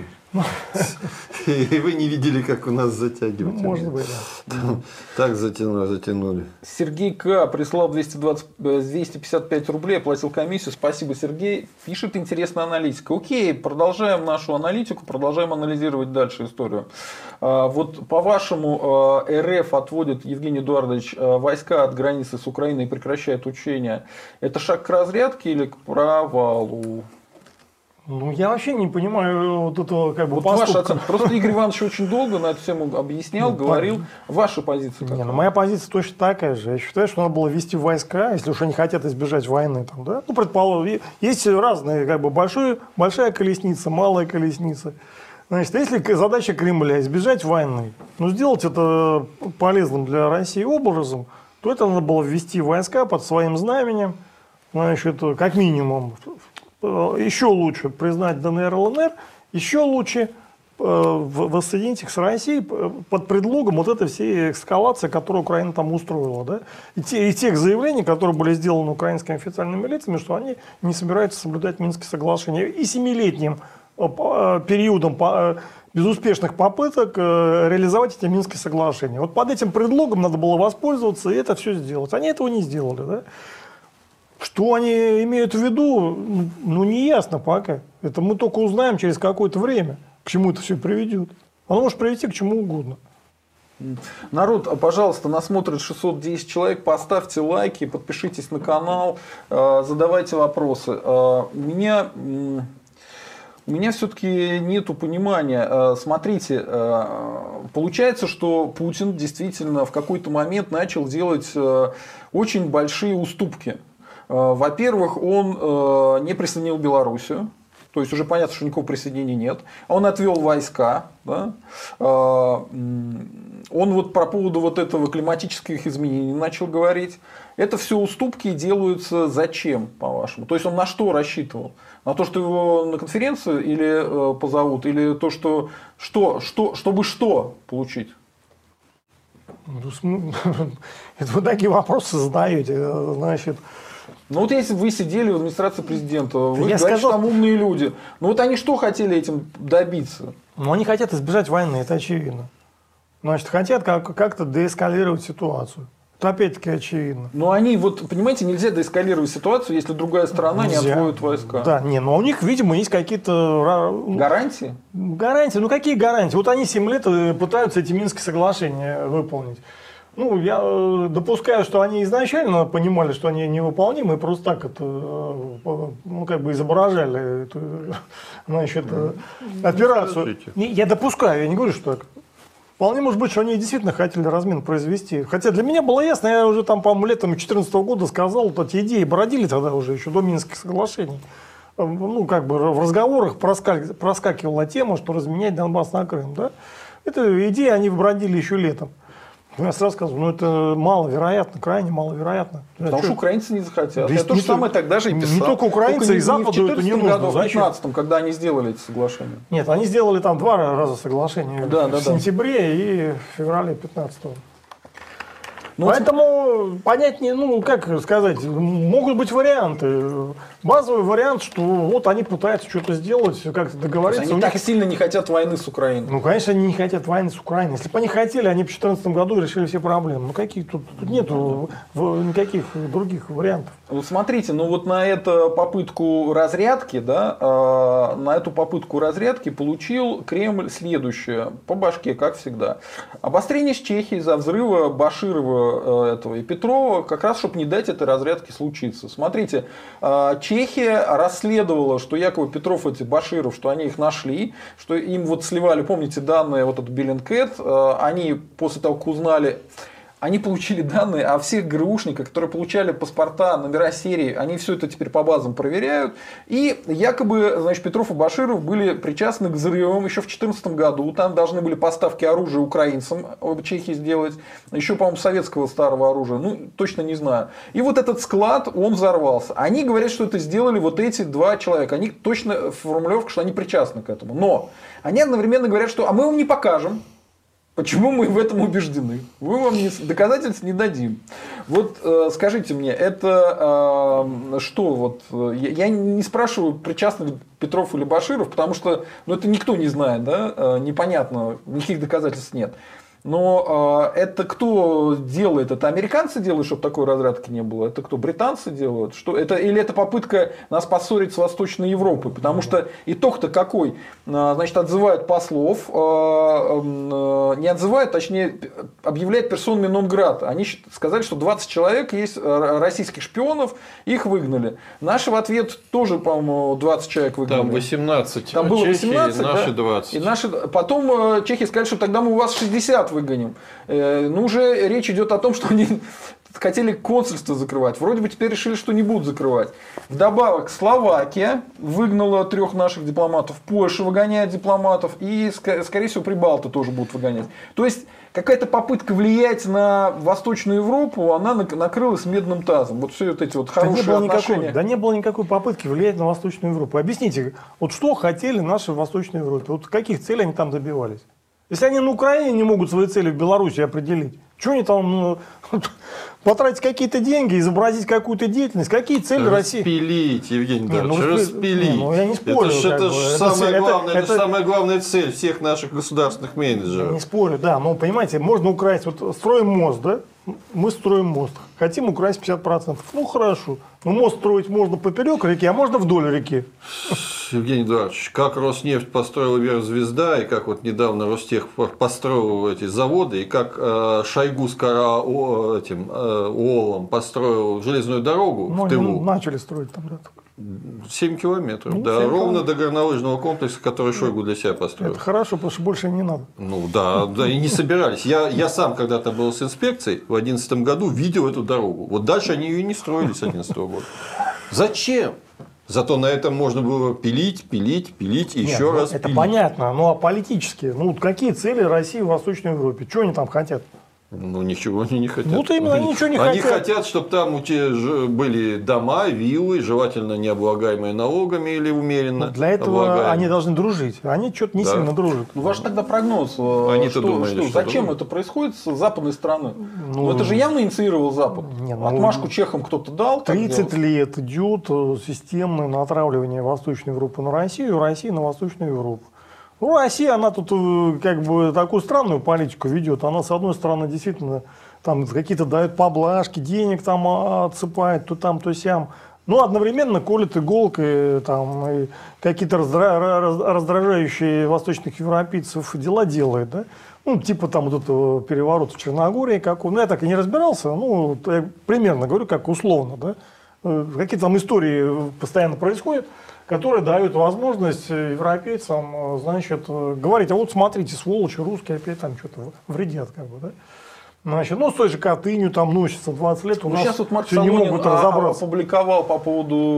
И вы не видели, как у нас затягивают. Может быть, да. Так затянули, затянули. Сергей К. прислал двести двадцать, двести пятьдесят пять рублей, оплатил комиссию. Спасибо, Сергей. Пишет интересная аналитика. Окей, продолжаем нашу аналитику, продолжаем анализировать дальше историю. Вот по-вашему, РФ отводит, Евгений Эдуардович, войска от границы с Украиной и прекращает учения. Это шаг к разрядке или к провалу? Ну, я вообще не понимаю вот этого как бы вот поступка. ваша оценка. Просто Игорь Иванович очень долго на эту тему объяснял, ну, говорил. Понятно. Ваша позиция какая? Не, ну, моя позиция точно такая же. Я считаю, что надо было ввести войска, если уж они хотят избежать войны. Там, да? Ну, предположим, есть разные, как бы большой, большая колесница, малая колесница. Значит, если задача Кремля избежать войны, ну, сделать это полезным для России образом, то это надо было ввести войска под своим знаменем, значит, как минимум. Еще лучше признать ДНР, ЛНР, еще лучше э, воссоединить их с Россией под предлогом вот этой всей эскалации, которую Украина там устроила. Да? И, те, и тех заявлений, которые были сделаны украинскими официальными лицами, что они не собираются соблюдать Минские соглашения. И семилетним э, периодом э, безуспешных попыток э, реализовать эти Минские соглашения. Вот под этим предлогом надо было воспользоваться и это все сделать. Они этого не сделали. Да? Что они имеют в виду, ну, не ясно пока. Это мы только узнаем через какое-то время, к чему это все приведет. Оно может привести к чему угодно. Народ, пожалуйста, нас смотрит шестьсот десять человек, поставьте лайки, подпишитесь на канал, задавайте вопросы. У меня... У меня все-таки нету понимания. Смотрите, получается, что Путин действительно в какой-то момент начал делать очень большие уступки. Во-первых, он не присоединил Белоруссию. То есть уже понятно, что никакого присоединения нет. Он отвел войска. Да? Он вот про поводу вот этого климатических изменений начал говорить. Это все уступки делаются зачем, по-вашему? То есть он на что рассчитывал? На то, что его на конференцию или э, позовут? Или то, что, что, что, чтобы что получить? Это вы такие вопросы задаете, значит... Ну вот если бы вы сидели в администрации президента, вы я говорите, сказал... что там умные люди. Ну вот они что хотели этим добиться? Ну они хотят избежать войны, это очевидно. Значит, хотят как- как-то деэскалировать ситуацию. Это опять-таки очевидно. Но они, вот, понимаете, нельзя деэскалировать ситуацию, если другая сторона нельзя. Не отводит войска. Да, не, но у них, видимо, есть какие-то... Гарантии? Гарантии? Ну какие гарантии? Вот они семь лет пытаются эти Минские соглашения выполнить. Ну, я допускаю, что они изначально понимали, что они невыполнимы, и просто так это, ну, как бы изображали эту, значит, операцию. Я допускаю, я не говорю, что так. Вполне может быть, что они действительно хотели размен произвести. Хотя для меня было ясно, я уже там, по-моему, летом две тысячи четырнадцатого года сказал, вот эти идеи бродили тогда уже, еще до Минских соглашений. Ну, как бы в разговорах проскак... проскакивала тема, что разменять Донбасс на Крым. Да? Это идеи, они бродили еще летом. Я сразу сказал, ну это маловероятно, крайне маловероятно. Потому что украинцы не захотят. Да я то же самое тогда же и писал. Не только украинцы, только и Западу это не нужно. Году, в две тысячи пятнадцатом, когда они сделали эти соглашения. Нет, они сделали там два раза соглашения. Да, в да, сентябре да. и в феврале две тысячи пятнадцатого. Ну, Поэтому Ну, понять не, ну, как сказать, могут быть варианты. Базовый вариант, что вот они пытаются что-то сделать, как-то договориться. Они них... так сильно не хотят войны с Украиной. Ну, конечно, они не хотят войны с Украиной. Если бы они хотели, они бы в две тысячи четырнадцатом году решили все проблемы. Ну, какие тут, тут нету никаких других вариантов. Вот смотрите, ну вот на эту попытку разрядки, да, э, на эту попытку разрядки получил Кремль следующее, по башке, как всегда. Обострение с Чехией за взрыва Баширова э, этого и Петрова, как раз, чтобы не дать этой разрядке случиться. Смотрите, э, Чехия расследовала, что якобы Петров, эти Баширов, что они их нашли, что им вот сливали, помните, данные, вот этот Bellingcat, э, они после того, как узнали... Они получили данные о всех ГРУшниках, которые получали паспорта, номера серии. Они все это теперь по базам проверяют. И якобы, значит, Петров и Баширов были причастны к взрывам еще в две тысячи четырнадцатом году. Там должны были поставки оружия украинцам в Чехии сделать. Еще, по-моему, советского старого оружия. Ну, точно не знаю. И вот этот склад, он взорвался. Они говорят, что это сделали вот эти два человека. Они точно формулировка, что они причастны к этому. Но они одновременно говорят, что а мы вам не покажем. Почему мы в этом убеждены? Мы вам не, доказательств не дадим. Вот э, скажите мне, это э, что? Вот, э, я, я не спрашиваю, причастны ли Петров или Баширов, потому что ну, это никто не знает, да? э, непонятно, никаких доказательств нет. Но э, это кто делает? Это американцы делают, чтобы такой разрядки не было? Это кто? Британцы делают? Что? Это, или это попытка нас поссорить с Восточной Европой? Потому что итог-то какой? Э, значит, отзывают послов, э, э, не отзывают, точнее, объявляют персонами нон-грата. Они сказали, что двадцать человек есть российских шпионов, их выгнали. Наши в ответ тоже, по-моему, двадцать человек выгнали. Там восемнадцать. Там было восемнадцать, Чехии, наши да? двадцать. И наши... Потом чехи сказали, что тогда мы у вас шестьдесят выгоним. Ну, уже речь идет о том, что они хотели консульство закрывать. Вроде бы теперь решили, что не будут закрывать. Вдобавок, Словакия выгнала трех наших дипломатов, Польша выгоняет дипломатов, и, скорее всего, прибалты тоже будут выгонять. То есть, какая-то попытка влиять на Восточную Европу, она накрылась медным тазом. Вот все вот эти вот хорошие да не было отношения. Никакой, да не было никакой попытки влиять на Восточную Европу. Объясните, вот что хотели наши в Восточной Европе? Вот каких целей они там добивались? Если они на Украине не могут свои цели в Беларуси определить, что они там ну, потратить какие-то деньги, изобразить какую-то деятельность, какие цели России? Распилить, Евгений Эдуардович, ну, распилить. Не, ну, я не спорю, это же это это, самая, это, главная, это, это, это самая главная цель всех наших государственных менеджеров. Я не спорю, да, но понимаете, можно украсть, вот строим мост, да? Мы строим мост, хотим украсть пятьдесят процентов. Ну хорошо, но мост строить можно поперек реки, а можно вдоль реки. Евгений Эдуардович, как Роснефть построила Верзвезда, и как вот недавно Ростех построил эти заводы, и как э, Шойгу с Кара, о, этим, э, Оолом построил железную дорогу ну, в тылу. Они начали строить там, да. семь километров, ну, да, семь ровно километров. до горнолыжного комплекса, который Шойгу для себя построил. Это хорошо, потому что больше не надо. Ну да, да, и не собирались. Я, я сам когда-то был с инспекцией в две тысячи одиннадцатом году, видел эту дорогу. Вот дальше они ее не строили с две тысячи одиннадцатого года. Зачем? Зато на этом можно было пилить, пилить, пилить и Нет, еще ну, раз это пилить. понятно, ну а политические, ну какие цели России в Восточной Европе? Что они там хотят? Ну, ничего они не хотят. Ну-то именно они ничего не они хотят. хотят, чтобы там у тебя были дома, виллы, желательно не облагаемые налогами или умеренно. Ну, для этого облагаемые. они должны дружить. Они что-то не Да. сильно дружат. Ну, ваш тогда прогноз. Они-то что, думали, что, что зачем думают. это происходит с западной стороны? Ну, Ну, это же явно инициировал Запад. Не, ну, Отмашку чехам кто-то дал. так тридцать делать? лет идет системное натравливание Восточной Европы на Россию, России на Восточную Европу. Ну, Россия, она тут э, как бы такую странную политику ведет. Она, с одной стороны, действительно там какие-то дает поблажки, денег там отсыпает, то там, то сям. Но одновременно колет иголкой там, и какие-то раздра... раздражающие восточных европейцев дела делает. Да? Ну, типа там вот этого переворота в Черногории. Как он. Ну, я так и не разбирался. Ну, я примерно говорю, как условно. Да? Какие-то там истории постоянно происходят, которые дают возможность европейцам, значит, говорить, а вот смотрите, сволочи русские опять там что-то вредят, как бы, да. Значит, ну, с той же Катынью там носится двадцать лет, у Ну, нас сейчас вот Марк все не Солонин могут разобраться. опубликовал по поводу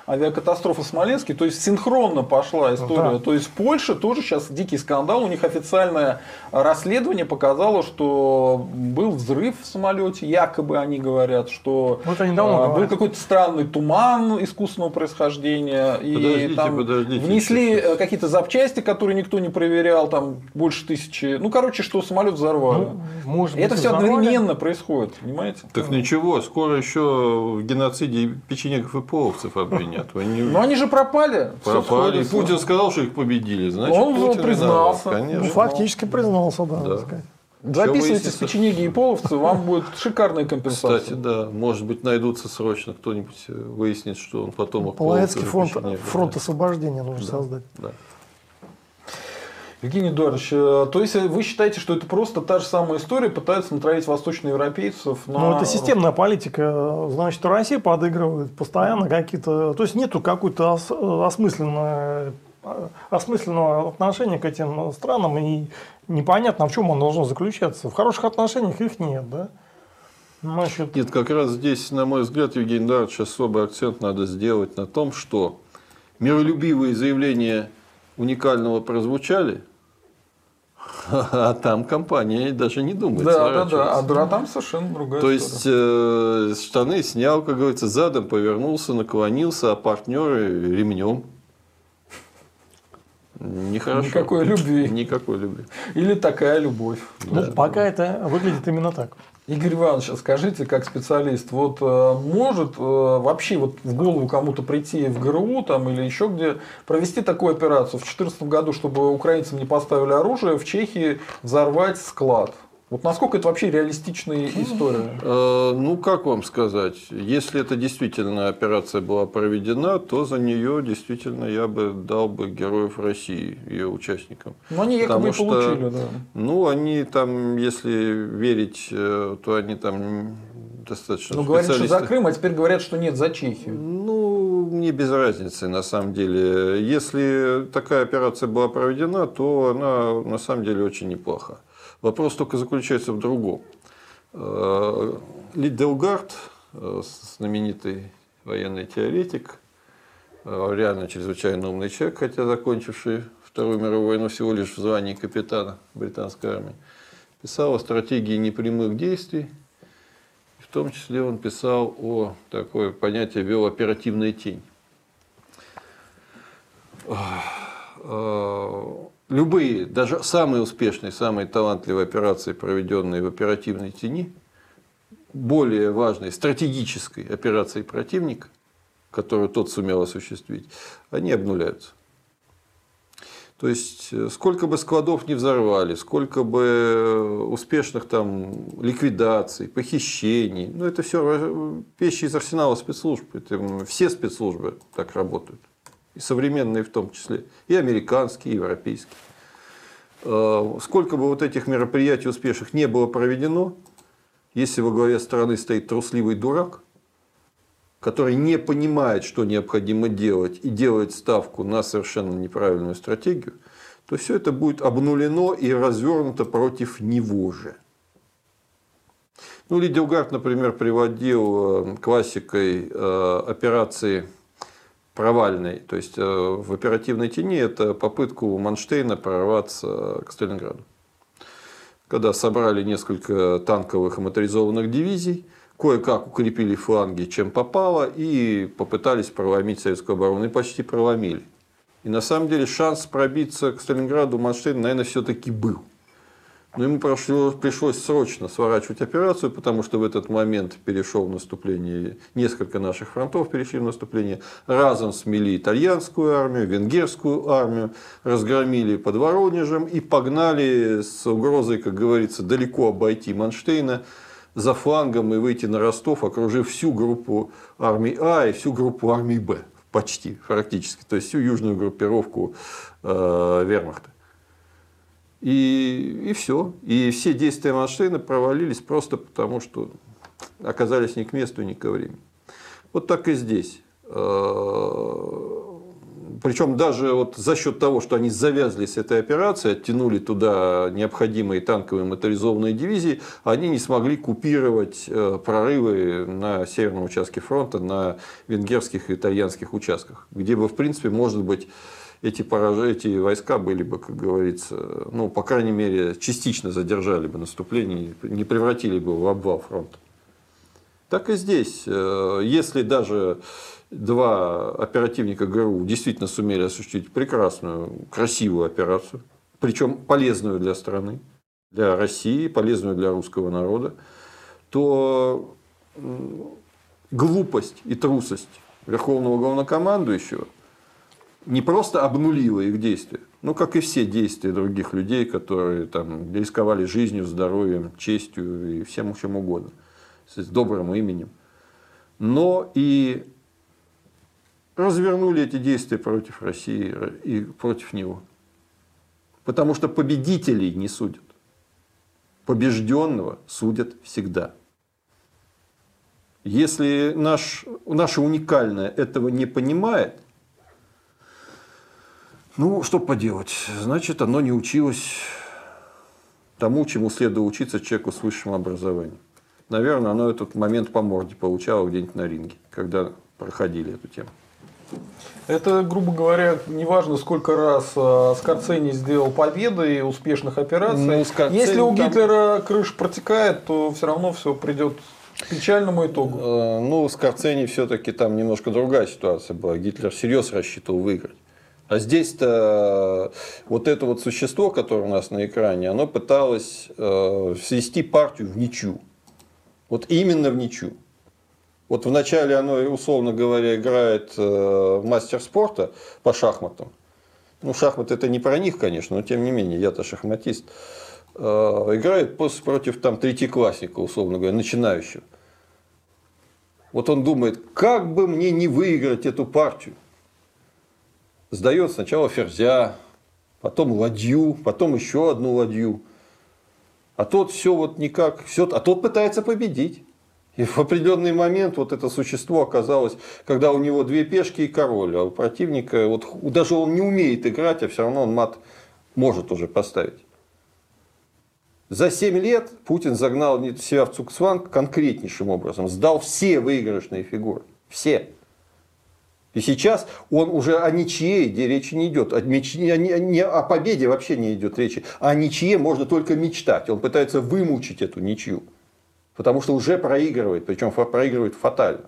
авиакатастрофа в Смоленске. То есть синхронно пошла история. Да. То есть Польша тоже сейчас дикий скандал. У них официальное расследование показало, что был взрыв в самолете. Якобы они говорят, что вот они давно а, был говорят. какой-то странный туман искусственного происхождения. И Подождите, там подождите. внесли какие-то запчасти, которые никто не проверял. Там больше тысячи. Ну, короче, что самолет взорвали. Ну, может И это быть, все взорвали. одновременно происходит, понимаете? Так ничего, скоро еще в геноциде печенегов и половцев обвинят. Они Но они же пропали. Всё пропали. И сходится. Путин сказал, что их победили. Значит, Он же Путин признался. виноват, конечно. Ну, фактически признался, да. Да. так сказать. Записывайтесь выяснится. в печенеги и половцы, вам будет шикарная компенсация. Кстати, да, может быть, найдутся срочно, кто-нибудь выяснит, что он потомок Половецкий половцев и фронт, печенегов. фронт освобождения нужно создать. Да. Евгений Эдуардович, э, то есть вы считаете, что это просто та же самая история, пытаются натравить восточноевропейцев на... Ну, это системная политика. Значит, Россия подыгрывает постоянно какие-то... То есть, нету какой-то ос- осмысленной, осмысленного отношения к этим странам, и непонятно, в чем оно должно заключаться. В хороших отношениях их нет, да? Значит, Нет, как раз здесь, на мой взгляд, Евгений Эдуардович, особый акцент надо сделать на том, что миролюбивые заявления уникального прозвучали, а там компания даже не думает Да, да, да, сворачиваться. а да, там совершенно другая То история. есть, э, штаны снял, как говорится, задом повернулся, наклонился, а партнеры ремнем. Нехорошо. Никакой любви. Никакой любви. Или такая любовь. ну, пока это выглядит именно так. Игорь Иванович, скажите, как специалист, вот э, может э, вообще вот в голову кому-то прийти в ГРУ там, или еще где провести такую операцию в две тысячи четырнадцатом году, чтобы украинцам не поставили оружие, в Чехии взорвать склад? Вот насколько это вообще реалистичная история? Э, Ну, как вам сказать, если это действительно операция была проведена, то за нее действительно я бы дал бы героев России ее участникам. Ну, они якобы Потому и что, получили, да. Ну, они там, если верить, э, то они там достаточно Ну, говорят, что специалисты. за Крым, а теперь говорят, что нет, за Чехию. Ну, мне без разницы, на самом деле. Если такая операция была проведена, то она на самом деле очень неплоха. Вопрос только заключается в другом. Ли Делгард, знаменитый военный теоретик, реально чрезвычайно умный человек, хотя закончивший Вторую мировую войну всего лишь в звании капитана британской армии, писал о стратегии непрямых действий. В том числе он писал о такое понятие, ввел оперативная тень. Любые, даже самые успешные, самые талантливые операции, проведенные в оперативной тени, более важной стратегической операции противника, которую тот сумел осуществить, они обнуляются. То есть, сколько бы складов не взорвали, сколько бы успешных там ликвидаций, похищений, ну, это все вещи из арсенала спецслужб. Это все спецслужбы так работают. И современные в том числе, и американские, и европейские. Сколько бы вот этих мероприятий успешных не было проведено, если во главе страны стоит трусливый дурак, который не понимает, что необходимо делать, и делает ставку на совершенно неправильную стратегию, то все это будет обнулено и развернуто против него же. Ну, Ли Делгард, например, приводил классикой операции провальной. То есть, в оперативной тени это попытку Манштейна прорваться к Сталинграду. Когда собрали несколько танковых и моторизованных дивизий, кое-как укрепили фланги, чем попало, и попытались проломить советскую оборону. И почти проломили. И на самом деле шанс пробиться к Сталинграду у Манштейна, наверное, все-таки был. Но ему пришлось, пришлось срочно сворачивать операцию, потому что в этот момент перешел в наступление, несколько наших фронтов перешли в наступление, разом смели итальянскую армию, венгерскую армию, разгромили под Воронежем и погнали с угрозой, как говорится, далеко обойти Манштейна за флангом и выйти на Ростов, окружив всю группу армий А и всю группу армий Б. Почти, практически. То есть, всю южную группировку э, вермахта. И, и все. И все действия Манштейна провалились просто потому, что оказались не к месту и не ко времени. Вот так и здесь. причем даже вот за счет того, что они завязли с этой операцией, оттянули туда необходимые танковые моторизованные дивизии, они не смогли купировать прорывы на северном участке фронта, на венгерских и итальянских участках, где бы, в принципе, может быть, эти, пораж... эти войска были бы, как говорится, ну, по крайней мере, частично задержали бы наступление, не превратили бы в обвал фронта. Так и здесь. Если даже два оперативника ГРУ действительно сумели осуществить прекрасную, красивую операцию, причем полезную для страны, для России, полезную для русского народа, то глупость и трусость Верховного Главнокомандующего не просто обнулила их действия, ну, как и все действия других людей, которые там рисковали жизнью, здоровьем, честью и всем чем угодно, с добрым именем, но и развернули эти действия против России и против него. Потому что победителей не судят. Побежденного судят всегда. Если наш, наше уникальное этого не понимает, ну, что поделать, значит, оно не училось тому, чему следует учиться человеку с высшим образованием. Наверное, оно этот момент по морде получало где-нибудь на ринге, когда проходили эту тему. Это, грубо говоря, неважно, сколько раз Скорцени сделал победы и успешных операций. Ну, Скорцени, если у Гитлера там... крыша протекает, то все равно все придет к печальному итогу. Ну, Скорцени все-таки там немножко другая ситуация была. Гитлер всерьез рассчитывал выиграть. А здесь-то вот это вот существо, которое у нас на экране, оно пыталось свести партию в ничью. Вот именно в ничью. Вот вначале оно, условно говоря, играет в мастер спорта по шахматам. Ну, шахматы это не про них, конечно, но тем не менее, я-то шахматист. Играет против там третьеклассника, условно говоря, начинающего. Вот он думает, как бы мне не выиграть эту партию. Сдает сначала ферзя, потом ладью, потом еще одну ладью. А тот все вот никак, все, а тот пытается победить. И в определенный момент вот это существо оказалось, когда у него две пешки и король, а у противника, вот, даже он не умеет играть, а все равно он мат может уже поставить. За семь лет Путин загнал себя в цугцванг конкретнейшим образом, сдал все выигрышные фигуры, все. И сейчас он уже о ничьей, где речи не идет, о, мечте, о, не, о победе вообще не идет речи, а о ничье можно только мечтать. Он пытается вымучить эту ничью, потому что уже проигрывает, причем проигрывает фатально.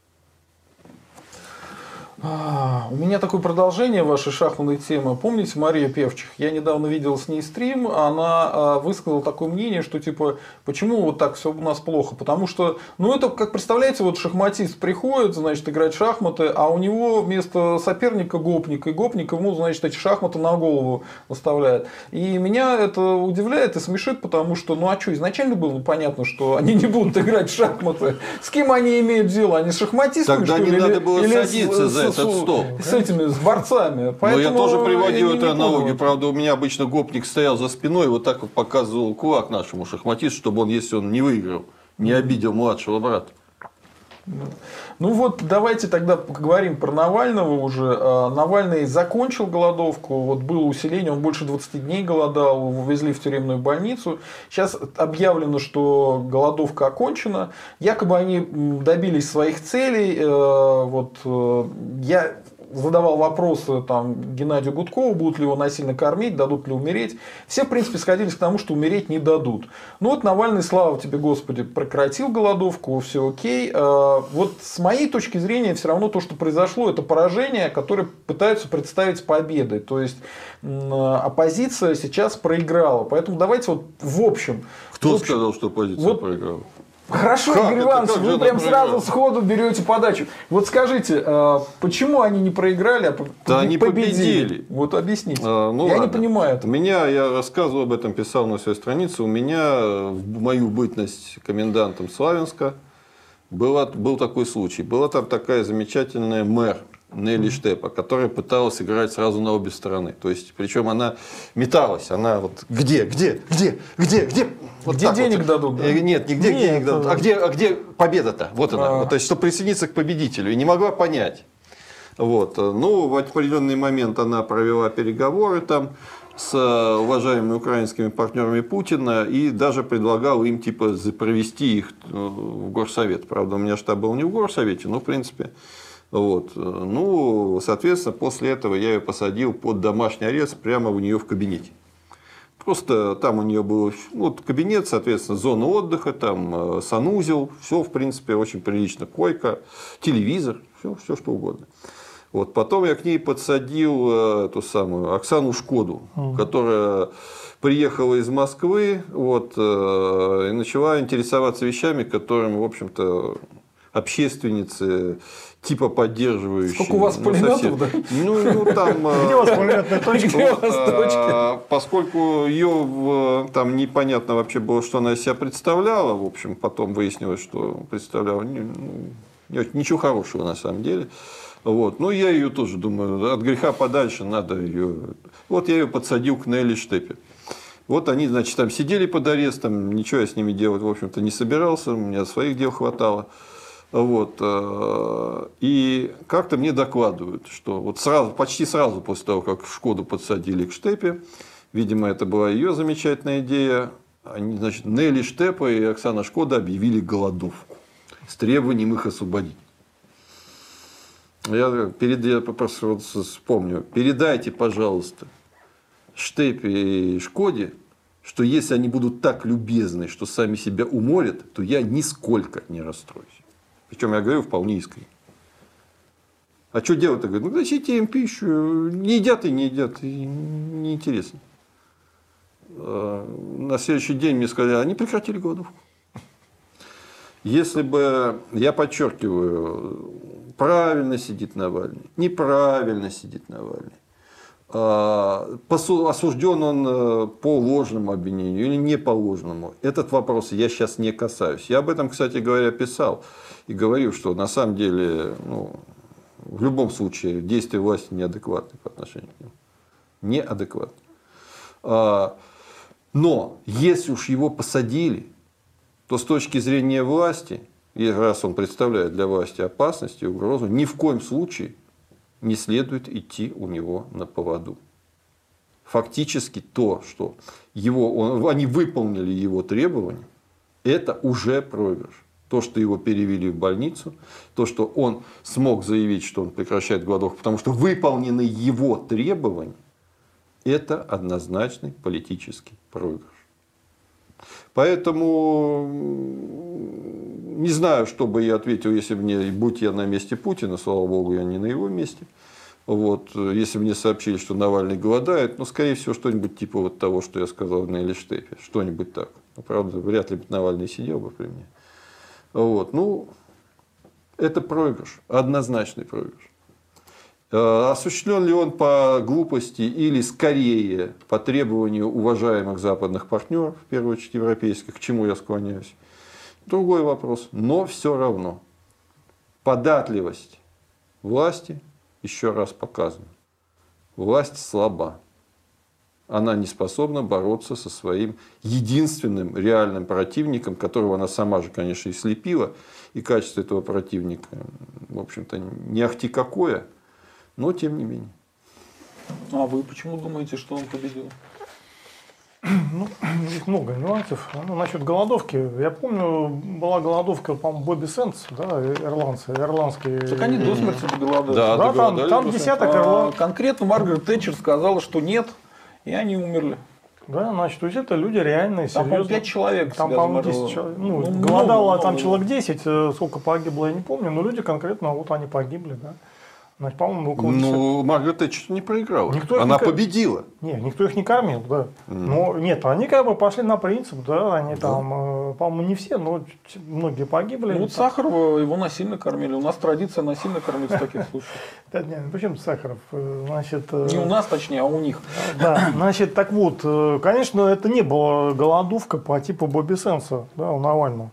А, у меня такое продолжение вашей шахматной темы. Помните Марию Певчих? Я недавно видел с ней стрим. Она а, высказала такое мнение, что типа, почему вот так все у нас плохо? Потому что, ну это, как представляете, вот шахматист приходит, значит, играть в шахматы, а у него вместо соперника гопник, и гопник ему, значит, эти шахматы на голову наставляет. И меня это удивляет и смешит, потому что, ну а что, изначально было понятно, что они не будут играть в шахматы. С кем они имеют дело? Они с шахматистами, тогда что не ли? надо Или, было или садиться с, за с, этот стол. С этими, с борцами. Но я тоже приводил я эту не аналогию. понял. Правда, у меня обычно гопник стоял за спиной и вот так вот показывал кулак нашему шахматисту, чтобы он, если он не выиграл, не обидел младшего брата. Ну вот, давайте тогда поговорим про Навального уже. Навальный закончил голодовку, вот было усиление, он больше двадцати дней голодал, его везли в тюремную больницу. Сейчас объявлено, что голодовка окончена, якобы они добились своих целей. Вот, я задавал вопросы там, Геннадию Гудкову, будут ли его насильно кормить, дадут ли умереть. Все, в принципе, сходились к тому, что умереть не дадут. Ну вот Навальный, слава тебе, Господи, прекратил голодовку, все окей. Вот с моей точки зрения, все равно то, что произошло, это поражение, которое пытаются представить победой. То есть оппозиция сейчас проиграла. Поэтому давайте вот в общем. Кто в общем, сказал, что оппозиция вот, проиграла? Хорошо, как Игорь это, Иванович, как вы же прям проиграл? сразу сходу берете подачу. Вот скажите, почему они не проиграли, а да они победили? победили. Вот объясните. А, ну я ладно. не понимаю этого. У меня, я рассказывал об этом, писал на своей странице, у меня в мою бытность комендантом Славянска была, был такой случай. Была там такая замечательная мэр Нелли Штепа, которая пыталась играть сразу на обе стороны. То есть, причем она металась, она вот где, где, где, где, где? Вот где денег вот. дадут? Да? Нет, нигде Нет, денег дадут. А где, а где победа-то? Вот она. А. Вот, то есть, чтобы присоединиться к победителю. И не могла понять. Вот. Ну, в определенный момент она провела переговоры там с уважаемыми украинскими партнерами Путина и даже предлагала им типа провести их в Горсовет. Правда, у меня штаб был не в Горсовете, но в принципе. Вот. Ну, соответственно, после этого я ее посадил под домашний арест прямо у нее в кабинете. Просто там у нее был вот, кабинет, соответственно, зона отдыха, там санузел, все, в принципе, очень прилично, койка, телевизор, все, все что угодно. Вот. Потом я к ней подсадил эту самую Оксану Шкоду, угу. которая приехала из Москвы вот, и начала интересоваться вещами, которыми, в общем-то, общественницы типа поддерживающие. Сколько у вас ну, пулеметов, совсем, да? Ну, ну там... Где у вас пулеметные точки? Где у вас точки? Поскольку ее там непонятно вообще было, что она из себя представляла, в общем, потом выяснилось, что представляла ничего хорошего на самом деле. Вот. Ну, я ее тоже думаю, от греха подальше надо ее... Вот я ее подсадил к Нелли Штепе. Вот они, значит, там сидели под арестом, ничего я с ними делать, в общем-то, не собирался, у меня своих дел хватало. Вот. И как-то мне докладывают, что вот сразу, почти сразу после того, как Шкоду подсадили к Штепе, видимо, это была ее замечательная идея, они, значит, Нелли Штепа и Оксана Шкода объявили голодовку с требованием их освободить. Я, перед, я просто вот вспомню, передайте, пожалуйста, Штепе и Шкоде, что если они будут так любезны, что сами себя уморят, то я нисколько не расстроюсь. Причем я говорю вполне искренне. А что делать-то? Говорю, ну, дайте им пищу. Не едят и не едят. И неинтересно. На следующий день мне сказали, они прекратили голодовку. Если бы, я подчеркиваю, правильно сидит Навальный, неправильно сидит Навальный, осужден он по ложному обвинению или не по ложному, этот вопрос я сейчас не касаюсь. Я об этом, кстати говоря, писал и говорил, что на самом деле, ну, в любом случае, действия власти неадекватны по отношению к нему. Неадекватны. Но если уж его посадили, то с точки зрения власти, и раз он представляет для власти опасность и угрозу, ни в коем случае не следует идти у него на поводу. Фактически то, что его, он, они выполнили его требования, это уже проигрыш. То, что его перевели в больницу, то, что он смог заявить, что он прекращает голодовку, потому что выполнены его требования, это однозначный политический проигрыш. Поэтому не знаю, что бы я ответил, если бы мне, будь я на месте Путина, слава богу, я не на его месте. Вот, если бы мне сообщили, что Навальный голодает, ну, скорее всего, что-нибудь типа вот того, что я сказал на Нелли Штепе. Что-нибудь так. Ну, правда, вряд ли Навальный сидел бы при мне. Вот, ну, это проигрыш. Однозначный проигрыш. Осуществлен ли он по глупости или скорее по требованию уважаемых западных партнеров, в первую очередь европейских, к чему я склоняюсь, другой вопрос. Но все равно податливость власти еще раз показана. Власть слаба. Она не способна бороться со своим единственным реальным противником, которого она сама же, конечно, и слепила. И качество этого противника, в общем-то, не ахти какое. Но тем не менее. А вы почему думаете, что он победил? Ну, здесь много нюансов. Ну, насчет голодовки. Я помню, была голодовка, по-моему, Бобби Сэндс, да, ирландцы, ирландские. Так они до смерти доголодались. Да, да, там, там десяток ирландцев. А, конкретно Маргарет Тэтчер сказала, что нет, и они умерли. Да, значит, то есть это люди реальные, там, серьезные. Там, пять человек. Там, по-моему, десять человек. Ну, ну, голодало много, там много. Человек десять, сколько погибло, я не помню, но люди конкретно, вот они погибли, да. Значит, по-моему, около десяти. Ну, Маргарет Тэтчер не проиграла. Никто Она не... победила. Не, никто их не кормил, да. Mm. Но нет, они как бы пошли на принцип, да, они да. там, по-моему, не все, но многие погибли. Ну, вот Сахарова, его насильно кормили. У нас традиция насильно кормить в таких случаях. Да нет, почему Сахаров? Значит, не у нас, точнее, а у них. Да, значит, так вот, конечно, это не была голодовка по типу Бобби Сэндса, да, у Навального.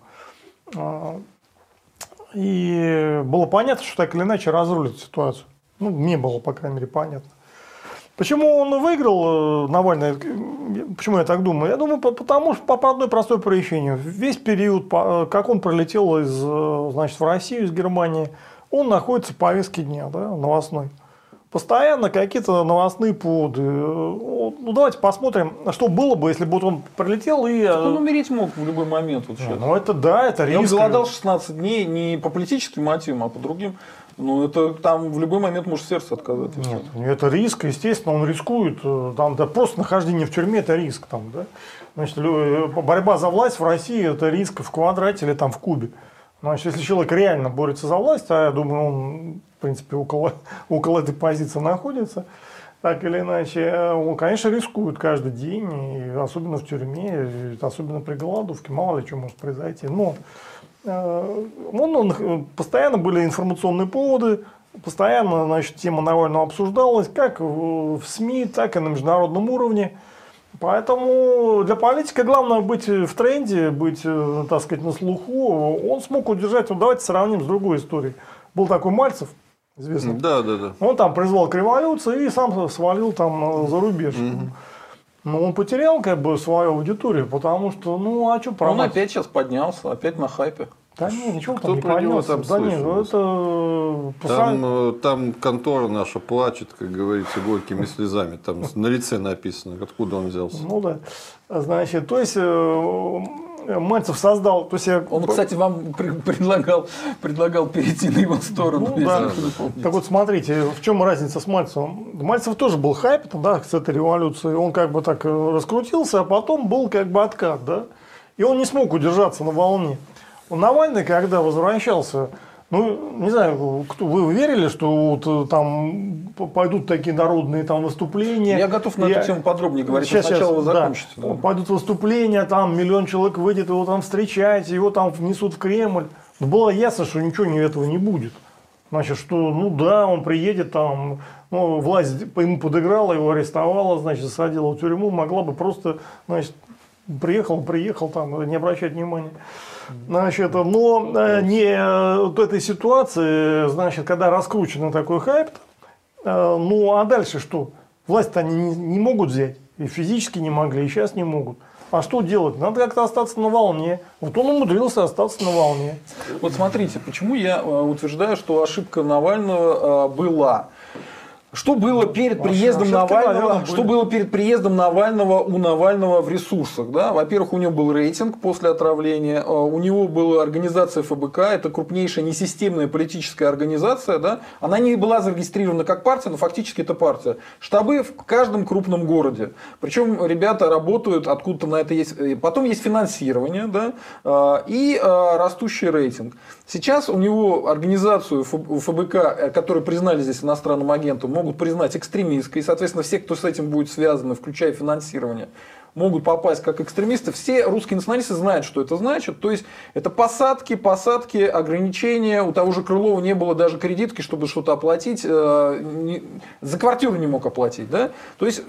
И было понятно, что так или иначе разрулит ситуацию. Ну, мне было, по крайней мере, понятно. Почему он выиграл, Навальный, почему я так думаю? Я думаю, потому что по одной простой причине. Весь период, как он прилетел из, значит, в Россию, из Германии, он находится в повестке дня, да, новостной. Постоянно какие-то новостные поводы. Ну, давайте посмотрим, что было бы, если бы он прилетел и... Так он умереть мог в любой момент. Вот не, ну, это да, это риск. Он голодал шестнадцать дней не по политическим мотивам, а по другим. Ну, это там в любой момент может сердце отказать. Нет, это риск, естественно, он рискует. Там, да, просто нахождение в тюрьме – это риск. Там, да? Значит, борьба за власть в России – это риск в квадрате или там в кубе. Значит, если человек реально борется за власть, а я думаю, он, в принципе, около, около этой позиции находится, так или иначе, он, конечно, рискует каждый день, и особенно в тюрьме, и особенно при голодовке, мало ли что может произойти. Но он, он, постоянно были информационные поводы, постоянно, значит, тема Навального обсуждалась как в СМИ, так и на международном уровне. Поэтому для политика главное быть в тренде, быть, так сказать, на слуху. Он смог удержать, ну давайте сравним с другой историей. Был такой Мальцев, известный. Да, да, да. Он там призвал к революции и сам свалил там за рубеж. Угу. Но он потерял как бы свою аудиторию, потому что, ну а что про Он опять сейчас поднялся, опять на хайпе. Да нет, ничего Кто там не про него там да нет, слышал? это... Там, там контора наша плачет, как говорится, горькими слезами. Там на лице написано, откуда он взялся. Ну да. Значит, то есть Мальцев создал... То есть, я... Он, кстати, вам предлагал, предлагал перейти на его сторону. Ну, да. Так вот, смотрите, в чем разница с Мальцевым. Мальцев тоже был хайп, да, с этой революцией. Он как бы так раскрутился, а потом был как бы откат, да. И он не смог удержаться на волне. Навальный, когда возвращался, ну, не знаю, кто, вы верили, что вот там пойдут такие народные там выступления? Я готов на эту тему подробнее говорить, сейчас, сначала вы закончите. Да. Да. Пойдут выступления, там миллион человек выйдет, его там встречать, его там внесут в Кремль. Но было ясно, что ничего этого не будет. Значит, что, ну да, он приедет там, ну, власть ему подыграла, его арестовала, значит, засадила в тюрьму, могла бы просто, значит, приехал, приехал, там, не обращать внимания. Значит, но не в этой ситуации, значит, когда раскручен такой хайп, ну а дальше что? Власть-то они не, не могут взять, и физически не могли, и сейчас не могут. А что делать? Надо как-то остаться на волне. Вот он умудрился остаться на волне. Вот смотрите, почему я утверждаю, что ошибка Навального была. Что было перед приездом Ошибки, Навального? Наверное, что было перед приездом Навального у Навального в ресурсах? Да? Во-первых, у него был рейтинг после отравления, у него была организация эф бэ ка, это крупнейшая несистемная политическая организация. Да? Она не была зарегистрирована как партия, но фактически это партия. Штабы в каждом крупном городе. Причем ребята работают, откуда-то на это есть. Потом есть финансирование, да? И растущий рейтинг. Сейчас у него организацию эф бэ ка, которую признали здесь иностранным агентом, могут признать экстремистской, и, соответственно, все, кто с этим будет связаны, включая финансирование, могут попасть как экстремисты. Все русские националисты знают, что это значит. То есть, это посадки, посадки, ограничения. У того же Крылова не было даже кредитки, чтобы что-то оплатить. За квартиру не мог оплатить. Да? То есть,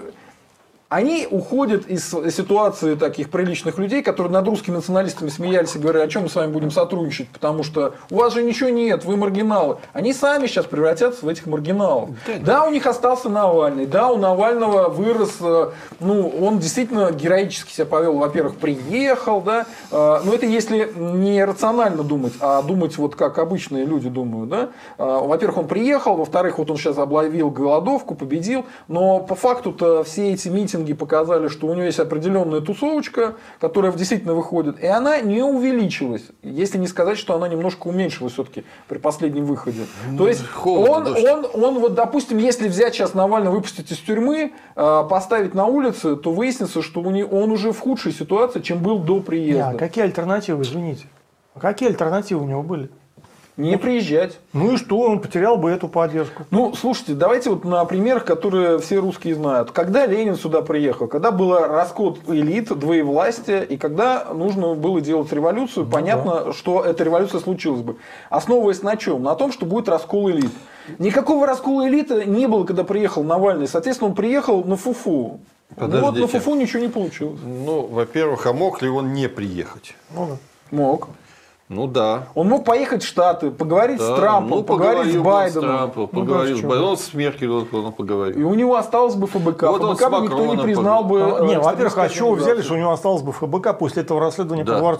они уходят из ситуации таких приличных людей, которые над русскими националистами смеялись и говорили, о чем мы с вами будем сотрудничать, потому что у вас же ничего нет, вы маргиналы. Они сами сейчас превратятся в этих маргиналов. Да, да, у них остался Навальный, да, у Навального вырос, ну, он действительно героически себя повел, во-первых, приехал, да, но это если не рационально думать, а думать вот как обычные люди думают, да. Во-первых, он приехал, во-вторых, вот он сейчас обловил голодовку, победил, но по факту-то все эти митинги показали, что у него есть определенная тусовочка, которая действительно выходит, и она не увеличилась, если не сказать, что она немножко уменьшилась все-таки при последнем выходе. Ну, то есть он, он, он, вот, допустим, если взять сейчас Навального, выпустить из тюрьмы, поставить на улице, то выяснится, что у него, он уже в худшей ситуации, чем был до приезда. Да, какие альтернативы, извините? Какие альтернативы у него были? Не приезжать. Ну и что, он потерял бы эту поддержку. Ну, слушайте, давайте вот на примерах, которые все русские знают. Когда Ленин сюда приехал, когда был раскол элит, двоевластия, и когда нужно было делать революцию, ну, понятно, да. что эта революция случилась бы. Основываясь на чем? На том, что будет раскол элит. Никакого раскола элиты не было, когда приехал Навальный. Соответственно, он приехал на фуфу. Ну, вот на фуфу ничего не получилось. Ну, во-первых, а мог ли он не приехать? Ну, да. Мог. Ну да. Он мог поехать в Штаты, поговорить да, с Трампом, ну, поговорить с Байденом. С Трампом, поговорил с Байденом, с Меркель он поговорил. И у него осталось бы эф бэ ка. Вот эф бэ ка бы никто не признал бы. Не, во-первых, а чего взяли, что у него осталось бы эф бэ ка после этого расследования да. по дворцу?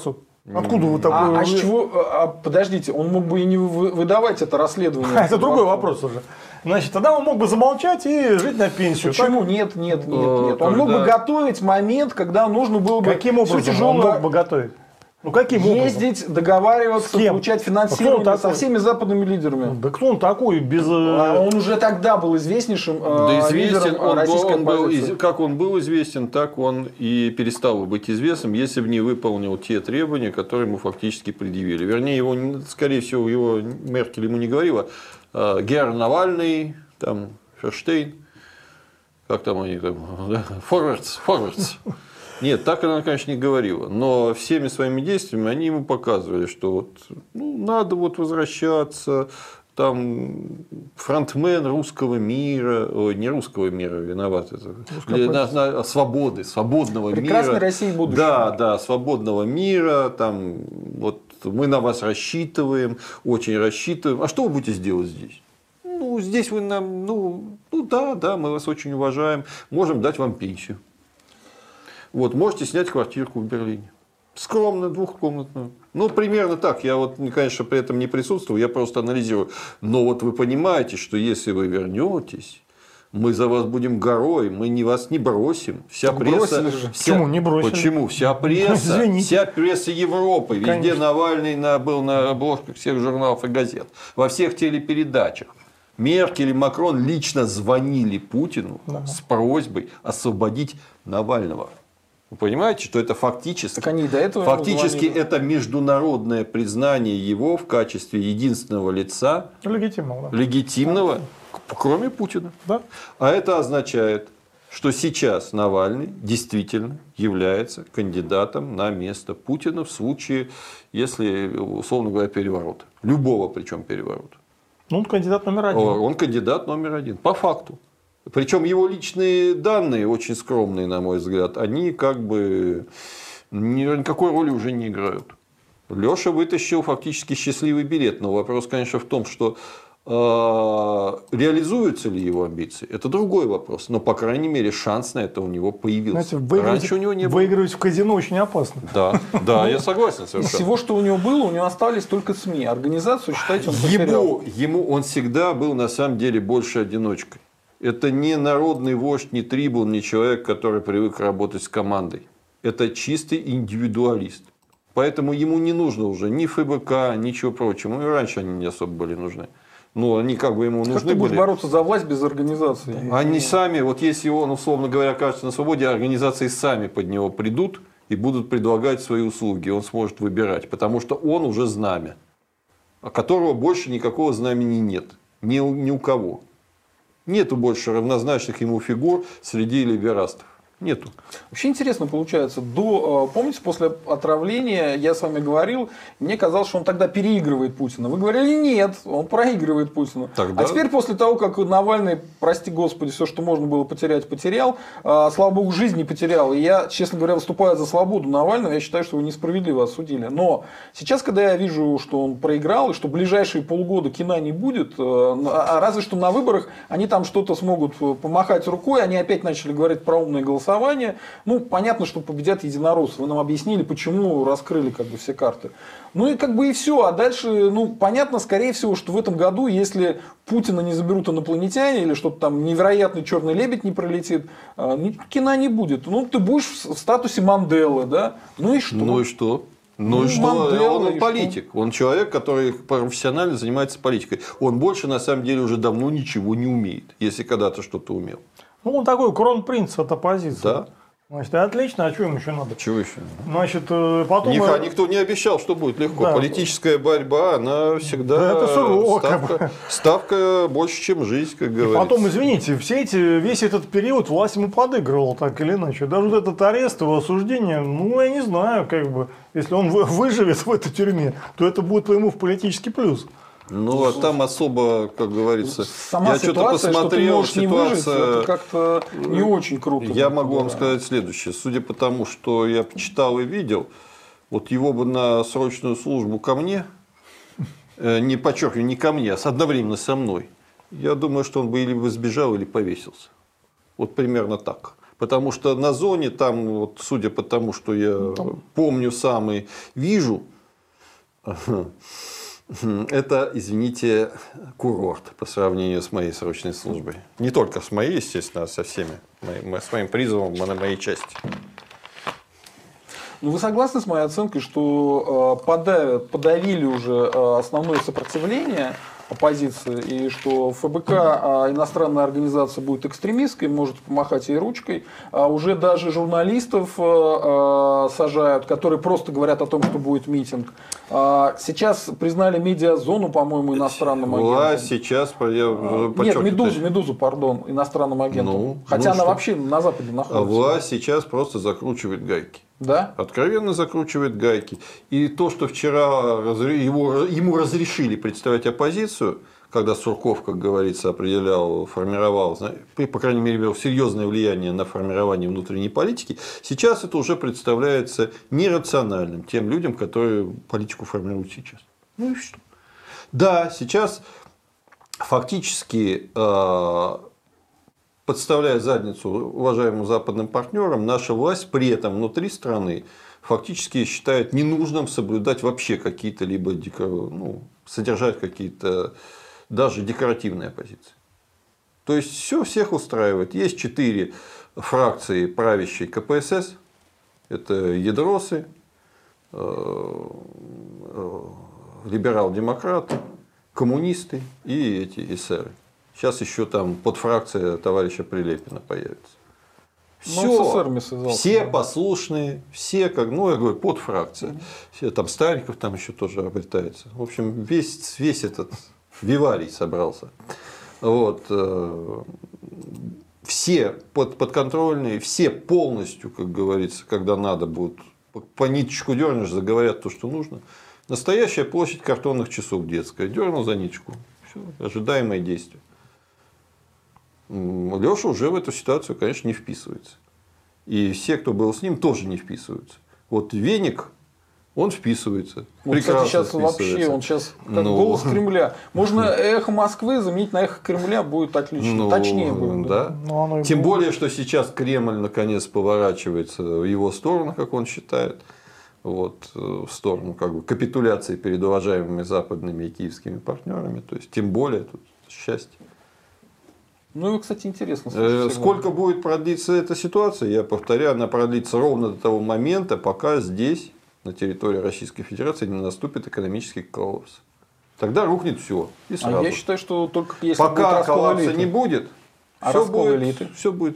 Откуда вы такое... А, а с чего... А, подождите, он мог бы и не выдавать это расследование. А, это другой вопрос уже. Значит, тогда он мог бы замолчать и жить на пенсию. Почему? Так? Нет, нет, нет, О, нет. Он когда... мог бы готовить момент, когда нужно было бы... Каким образом тяжелое... он мог бы готовить? Ну, каким Ездить, образом? договариваться, получать финансирование а со всеми западными лидерами. Да кто он такой без... А он уже тогда был известнейшим да э, известен, лидером он, российской он был, оппозиции. как он был известен, так он и перестал быть известным, если бы не выполнил те требования, которые ему фактически предъявили. Вернее, его, скорее всего, его Меркель ему не говорила. А, Герр Навальный, там, Ферштейн, как там они там, форвардс, форвардс. Нет, так она, конечно, не говорила. Но всеми своими действиями они ему показывали, что вот, ну, надо вот возвращаться, там фронтмен русского мира, ой, не русского мира, виноват, это, на, на, свободы, свободного Прекрасной мира. России будущего. Да, да, свободного мира, там, вот мы на вас рассчитываем, очень рассчитываем. А что вы будете делать здесь? Ну, здесь вы нам, ну, ну да, да, мы вас очень уважаем, можем дать вам пенсию. Вот, можете снять квартирку в Берлине. Скромно, двухкомнатную. Ну, примерно так. Я вот, конечно, при этом не присутствовал, я просто анализирую. Но вот вы понимаете, что если вы вернетесь, мы за вас будем горой, мы не вас не бросим. Вся Так пресса. вся... Почему не бросили? Почему? Вся пресса, Извините. вся пресса Европы, везде Конечно. Навальный на, был на обложках всех журналов и газет, во всех телепередачах. Меркель и Макрон лично звонили Путину Да. с просьбой освободить Навального. Вы понимаете, что это фактически, Так они и до этого фактически звонили. это международное признание его в качестве единственного лица, Легитимно, да. легитимного, кроме Путина. Да. А это означает, что сейчас Навальный действительно является кандидатом на место Путина в случае, если, условно говоря, переворота. Любого причем переворота. Ну, он кандидат номер один. Он кандидат номер один. По факту. Причем его личные данные, очень скромные, на мой взгляд, они как бы никакой роли уже не играют. Леша вытащил фактически счастливый билет. Но вопрос, конечно, в том, что э, реализуются ли его амбиции. Это другой вопрос. Но, по крайней мере, шанс на это у него появился. Знаете, Раньше у него не было. Выигрывать в казино очень опасно. Да, да, я согласен Из совершенно. всего, что у него было, у него остались только СМИ. Организацию, считайте, он потерял. Ему, ему он всегда был на самом деле больше одиночкой. Это не народный вождь, не трибун, не человек, который привык работать с командой. Это чистый индивидуалист. Поэтому ему не нужно уже ни ФБК, ничего прочего. Ну и раньше они не особо были нужны. Но они как бы ему Как нужны ты будешь были. бороться за власть без организации? Они сами, вот если он, условно говоря, окажется на свободе, организации сами под него придут и будут предлагать свои услуги. Он сможет выбирать, потому что он уже знамя, которого больше никакого знамени нет. Ни у, ни у кого. Нету больше равнозначных ему фигур среди либерастов. Нету. Вообще интересно получается. До, помните, после отравления я с вами говорил, мне казалось, что он тогда переигрывает Путина. Вы говорили, нет, он проигрывает Путину. Тогда... А теперь после того, как Навальный, прости господи, все, что можно было потерять, потерял, слава богу, жизнь не потерял. И я, честно говоря, выступая за свободу Навального, я считаю, что его несправедливо осудили. Но сейчас, когда я вижу, что он проиграл, и что в ближайшие полгода кино не будет, а разве что на выборах они там что-то смогут помахать рукой, они опять начали говорить про умные голосования. Ну, понятно, что победят единороссы. Вы нам объяснили, почему раскрыли как бы все карты. Ну и как бы и все. А дальше, ну, понятно, скорее всего, что в этом году, если Путина не заберут инопланетяне или что-то там невероятный черный лебедь не пролетит, кино не будет. Ну, ты будешь в статусе Манделы, да? Ну и что? Ну и что? Ну, Ну, и что? Мандела, Он и политик. что? Он человек, который профессионально занимается политикой. Он больше, на самом деле, уже давно ничего не умеет, если когда-то что-то умел. Ну, он такой кронпринц от оппозиции. Да. Значит, отлично, а что им еще надо? Чего еще? Значит, потом... Никто, никто не обещал, что будет легко. Да. Политическая борьба, она всегда... Да, это сурово, ставка, как бы. ставка больше, чем жизнь, как говорится. Потом, извините, все эти, весь этот период власть ему подыгрывала так или иначе. Даже вот этот арест, его осуждение, ну, я не знаю, как бы, если он выживет в этой тюрьме, то это будет ему в политический плюс. Ну, а там особо, как говорится, Сама я что-то ситуация, что ты посмотрел, можешь не выжить, ситуация... это как-то не очень круто. Я могу вам Да. сказать следующее. Судя по тому, что я читал и видел, вот его бы на срочную службу ко мне, не подчеркиваю, не ко мне, а одновременно со мной, я думаю, что он бы или бы сбежал, или повесился. Вот примерно так. Потому что на зоне, там, вот, судя по тому, что я ну, там... помню сам и вижу, это, извините, курорт по сравнению с моей срочной службой. Не только с моей, естественно, а со всеми. С моим призывом на моей части. Ну, вы согласны с моей оценкой, что э, подавили уже основное сопротивление оппозиции, и что ФБК, иностранная организация, будет экстремистской, может помахать ей ручкой, а уже даже журналистов сажают, которые просто говорят о том, что будет митинг. Сейчас признали медиазону, по-моему, иностранным агентом. Власть сейчас... Я Нет, Медузу, Медузу, пардон, иностранным агентом. Ну, ну Хотя она что? вообще на Западе находится. Власть сейчас просто закручивает гайки. Да? Откровенно закручивает гайки. И то, что вчера его, ему разрешили представлять оппозицию, когда Сурков, как говорится, определял, формировал, по крайней мере, имел серьезное влияние на формирование внутренней политики, сейчас это уже представляется нерациональным тем людям, которые политику формируют сейчас. Ну и что? Да, сейчас фактически, подставляя задницу уважаемым западным партнерам, наша власть при этом внутри страны фактически считает ненужным соблюдать вообще какие-то либо ну, содержать какие-то даже декоративные позиции. То есть все всех устраивает. Есть четыре фракции правящей ка пэ эс эс. Это ядросы, либерал-демократы, коммунисты и эти эсеры. Сейчас еще там подфракция товарища Прилепина появится. Все, все послушные, все, как, ну, я говорю, подфракция. Все, там Стариков там еще тоже обретается. В общем, весь, весь этот виварий собрался. Вот. Все под, подконтрольные, все полностью, как говорится, когда надо будут, по ниточку дернешь, заговорят то, что нужно. Настоящая площадь картонных часов детская. Дернул за ниточку. Все, ожидаемое действие. Леша уже в эту ситуацию, конечно, не вписывается. И все, кто был с ним, тоже не вписываются. Вот Веник, он вписывается. Вот, кстати, сейчас вообще, он сейчас как ну, голос Кремля. Можно эхо Москвы заменить на эхо Кремля, будет отлично. Ну, точнее будет. Да. Да. Тем будет. Более, что сейчас Кремль наконец поворачивается в его сторону, как он считает. Вот, в сторону как бы, капитуляции перед уважаемыми западными и киевскими партнерами. То есть, тем более, тут счастье. Ну, и, кстати, интересно. Слушайте, сколько сегодня. Будет продлиться эта ситуация, я повторяю, она продлится ровно до того момента, пока здесь, на территории Российской Федерации, не наступит экономический коллапс. Тогда рухнет все. И сразу. А я считаю, что только если пока будет коллапса элиты. Не будет, а все будет, элиты. все будет.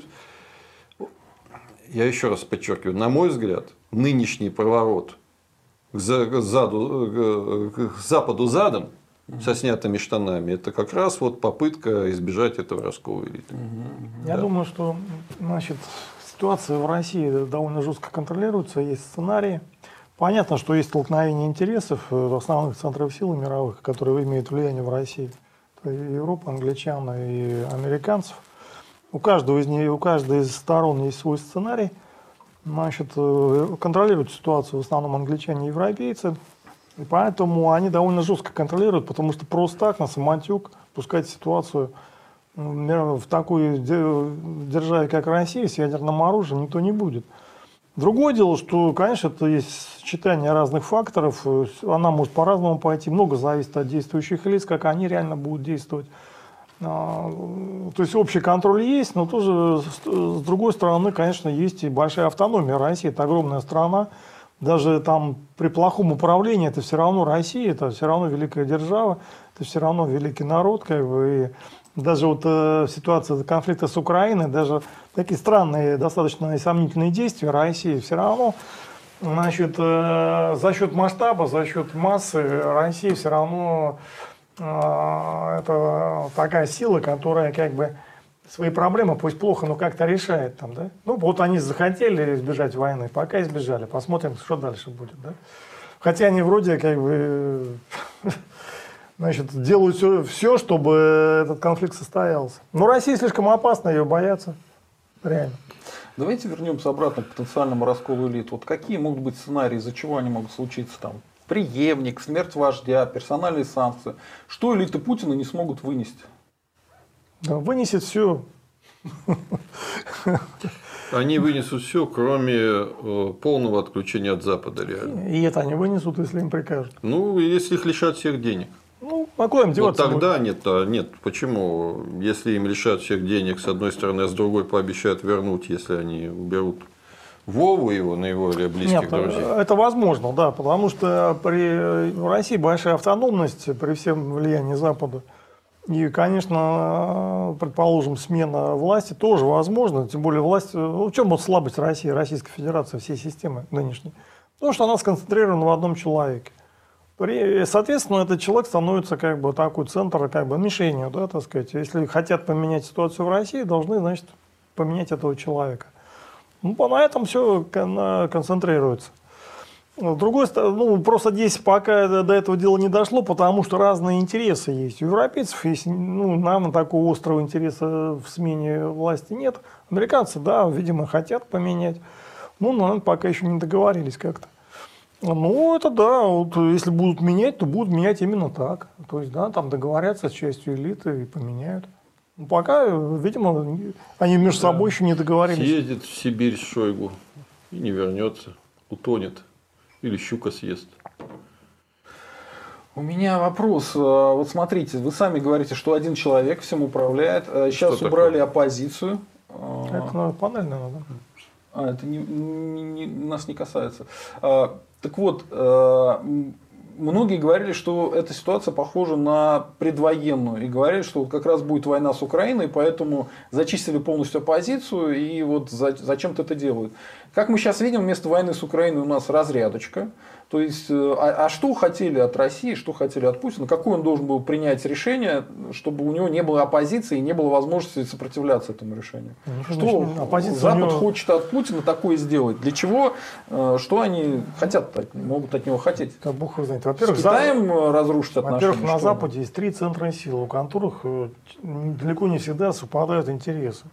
Я еще раз подчеркиваю, на мой взгляд, нынешний поворот к, заду, к западу задом, со снятыми штанами, это как раз вот попытка избежать этого раскола элиты. Я да. думаю, что значит, ситуация в России довольно жестко контролируется, есть сценарии. Понятно, что есть столкновение интересов основных центров силы мировых, которые имеют влияние в России. Это и Европа, англичан и американцев. У каждого из них, у каждой из сторон есть свой сценарий. Значит, контролируют ситуацию в основном англичане и европейцы. И поэтому они довольно жестко контролируют, потому что просто так на самотек пускать ситуацию в такой державе, как Россия, с ядерным оружием никто не будет. Другое дело, что, конечно, это есть сочетание разных факторов, она может по-разному пойти, много зависит от действующих лиц, как они реально будут действовать. То есть общий контроль есть, но тоже с другой стороны, конечно, есть и большая автономия. Россия – это огромная страна. Даже там при плохом управлении это все равно Россия, это все равно великая держава, это все равно великий народ. Как бы, и даже вот э, ситуация конфликта с Украиной, даже такие странные, достаточно сомнительные действия России все равно, значит, э, за счет масштаба, за счет массы России все равно э, это такая сила, которая как бы свои проблемы, пусть плохо, но как-то решает там, да? Ну, вот они захотели избежать войны, пока избежали, посмотрим, что дальше будет, да? Хотя они вроде как бы, значит, делают все, все, чтобы этот конфликт состоялся. Но Россия слишком опасна, ее боятся, реально. Давайте вернемся обратно к потенциальному расколу элит. Вот какие могут быть сценарии, из-за чего они могут случиться там? Преемник, смерть вождя, персональные санкции. Что элиты Путина не смогут вынести? Да, вынесет все. Они вынесут все, кроме полного отключения от Запада, реально. И это они вынесут, если им прикажут. Ну, если их лишат всех денег. Ну, а куда им деваться? Вот тогда нет, а нет. Почему? Если им лишат всех денег, с одной стороны, а с другой пообещают вернуть, если они уберут Вову его, на его или близких Нет, друзей. это возможно, да, потому что при в России большая автономность при всем влиянии Запада. И, конечно, предположим, смена власти тоже возможна, тем более власть, ну, в чем вот слабость России, Российской Федерации, всей системы нынешней? Потому что она сконцентрирована в одном человеке. При, соответственно, этот человек становится как бы такой центр, как бы мишенью, да, так сказать. Если хотят поменять ситуацию в России, должны, значит, поменять этого человека. Ну, на этом все концентрируется. С другой стороны, ну, просто здесь пока до этого дела не дошло, потому что разные интересы есть. У европейцев есть, ну, наверное, такого острого интереса в смене власти нет. Американцы, да, видимо, хотят поменять. Ну, наверное, пока еще не договорились как-то. Ну, это да, вот если будут менять, то будут менять именно так. То есть, да, там договорятся с частью элиты и поменяют. Ну, пока, видимо, они между да. собой еще не договорились. Съездит в Сибирь Шойгу и не вернется, утонет. Или щука съест. У меня вопрос. Вот смотрите, вы сами говорите, что один человек всем управляет. Сейчас что убрали такое? Оппозицию. Это надо панель, надо, да? А, это не, не, не, нас не касается. Так вот, многие говорили, что эта ситуация похожа на предвоенную. И говорили, что вот как раз будет война с Украиной, поэтому зачистили полностью оппозицию и вот зачем-то это делают. Как мы сейчас видим, вместо войны с Украиной у нас разрядочка. То есть, а, а что хотели от России, что хотели от Путина? Какое он должен был принять решение, чтобы у него не было оппозиции и не было возможности сопротивляться этому решению? Ну, что значит, Запад него... хочет от Путина такое сделать? Для чего? Что они хотят, могут от него хотеть? Да бог его знает. Во-первых, с Китаем за... разрушить отношения? Во-первых, на Западе есть три центра силы, у которых далеко не всегда совпадают интересы.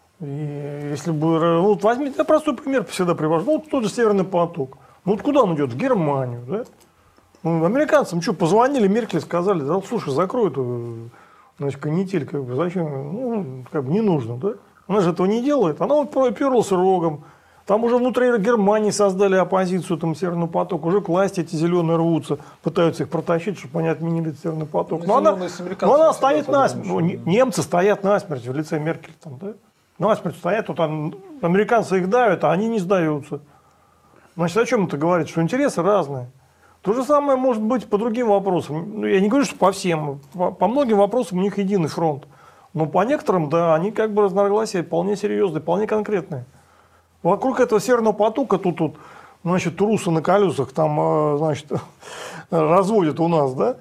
И если бы, ну, вот возьмите, я простой пример всегда привожу, ну, вот тот же Северный поток. Ну, вот куда он идет? В Германию, да? Ну, американцам что, позвонили, Меркель сказали, да, слушай, закрой эту, значит, канитель, как бы, зачем, ну, как бы не нужно, да? Она же этого не делает, она вот проперлась рогом. Там уже внутри Германии создали оппозицию этому Северному потоку, уже к власти эти зеленые рвутся, пытаются их протащить, чтобы они отменили этот Северный поток. Но, но она, но она стоит насмерть, ну, немцы стоят насмерть в лице Меркель, там, да? Насмерть стоят, вот там, американцы их давят, а они не сдаются. Значит, о чем это говорит? Что интересы разные. То же самое может быть по другим вопросам. Ну, я не говорю, что по всем. По, по многим вопросам у них единый фронт. Но по некоторым, да, они как бы разногласия вполне серьезные, вполне конкретные. Вокруг этого Северного потока тут, тут значит, трусы на колесах там, значит, разводят у нас, да?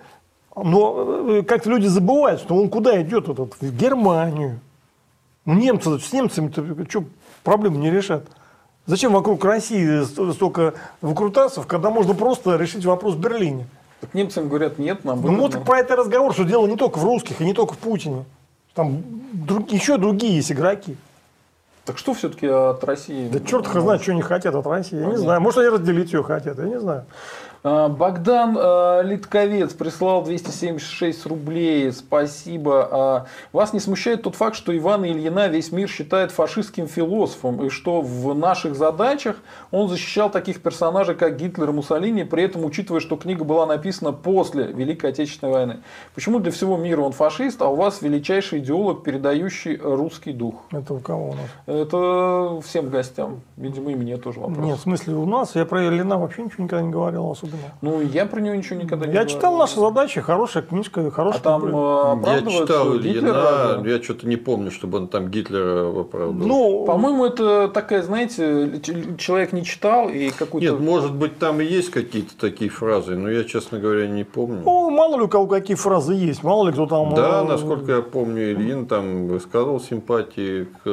Но как-то люди забывают, что он куда идет этот? В Германию. Ну, немцы, с немцами-то что, проблемы не решат? Зачем вокруг России столько выкрутасов, когда можно просто решить вопрос в Берлине? Так немцам говорят, нет, нам выгодно. Ну вот про это разговор, что дело не только в русских и не только в Путине. Там друг, еще другие есть игроки. Так что все-таки от России? Да черт их знает, что они хотят от России. Я не знаю. Может, они разделить ее хотят, я не знаю. Богдан Литковец прислал двести семьдесят шесть рублей. Спасибо. Вас не смущает тот факт, что Ивана Ильина весь мир считает фашистским философом, и что в наших задачах он защищал таких персонажей, как Гитлер и Муссолини, при этом учитывая, что книга была написана после Великой Отечественной войны. Почему для всего мира он фашист, а у вас величайший идеолог, передающий русский дух? Это у кого у нас? Это всем гостям. Видимо, и мне тоже вопрос. Нет, в смысле у нас. Я про Ильина вообще ничего никогда не говорил особо. Ну, я про него ничего никогда не Я говорил. читал «Наши задачи», хорошая книжка, хорошая. А там оправдывается Я читал Гитлера. Ильина, я что-то не помню, чтобы он там Гитлера оправдывал. Ну, по-моему, это такая, знаете, человек не читал и какой-то... Нет, может быть, там и есть какие-то такие фразы, но я, честно говоря, не помню. Ну, мало ли у кого какие фразы есть, мало ли кто там... Да, насколько я помню, Ильин там высказывал симпатии к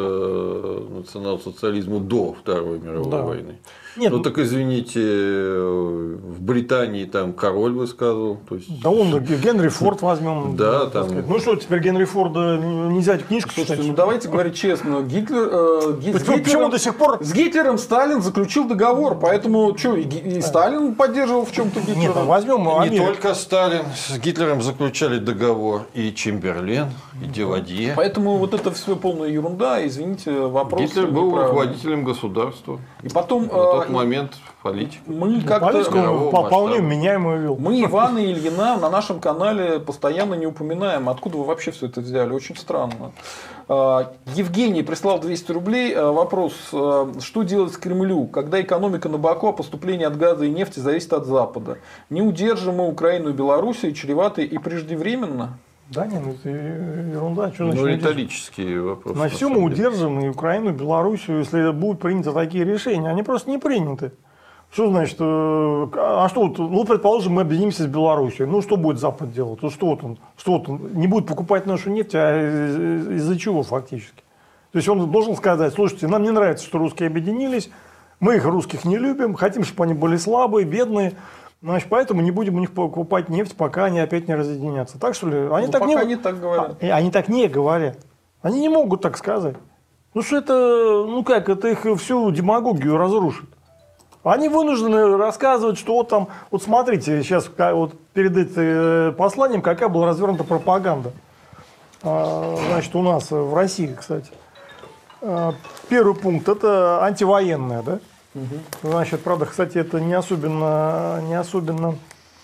национал-социализму до Второй мировой да. войны. Нет, ну так извините, в Британии там король высказывал. То есть... Да он Генри Форд возьмем. Да, там... Ну что, теперь Генри Форда нельзя книжку Слушайте, читать? ну давайте говорить честно. Гитлер, э, Ги- Почему, Гитлером, почему до сих пор... С Гитлером Сталин заключил договор, поэтому что, и, и Сталин поддерживал в чем-то Гитлера? Нет, возьмем Не Америку. только Сталин с Гитлером заключали договор, и Чемберлен, и Девадье. Поэтому вот это все полная ерунда, извините, вопрос. Гитлер был неправильный. руководителем государства. И потом На тот э, момент политик. мы Политику как-то... он вполне меняемую вел. Мы Ивана и Ильина на нашем канале постоянно не упоминаем. Откуда вы вообще все это взяли? Очень странно. Евгений прислал двести рублей. Вопрос. Что делать с Кремлю, когда экономика на боку, а поступление от газа и нефти зависит от Запада? Не удержим мы Украину и Белоруссию, чревато и преждевременно? Да нет, ну это ерунда. Что Ну, значит риторический вопрос. на все мы удержим и Украину, и Белоруссию, если будут приняты такие решения. Они просто не приняты. Что значит, э, а что, вот, ну, предположим, мы объединимся с Белоруссией, ну, что будет Запад делать? Ну, что вот он, что вот он не будет покупать нашу нефть, а из- из-за чего фактически? То есть он должен сказать, слушайте, нам не нравится, что русские объединились, мы их русских не любим, хотим, чтобы они были слабые, бедные, значит, поэтому не будем у них покупать нефть, пока они опять не разъединятся. Так что ли? Они, Ну, так, пока не... они так говорят. А, они так не говорят. Они не могут так сказать. Ну что это, ну как, это их всю демагогию разрушит. Они вынуждены рассказывать, что вот там, вот смотрите, сейчас вот перед этим посланием какая была развернута пропаганда. Значит, у нас в России, кстати. Первый пункт – это антивоенная, да? Угу. Значит, правда, кстати, это не особенно, не особенно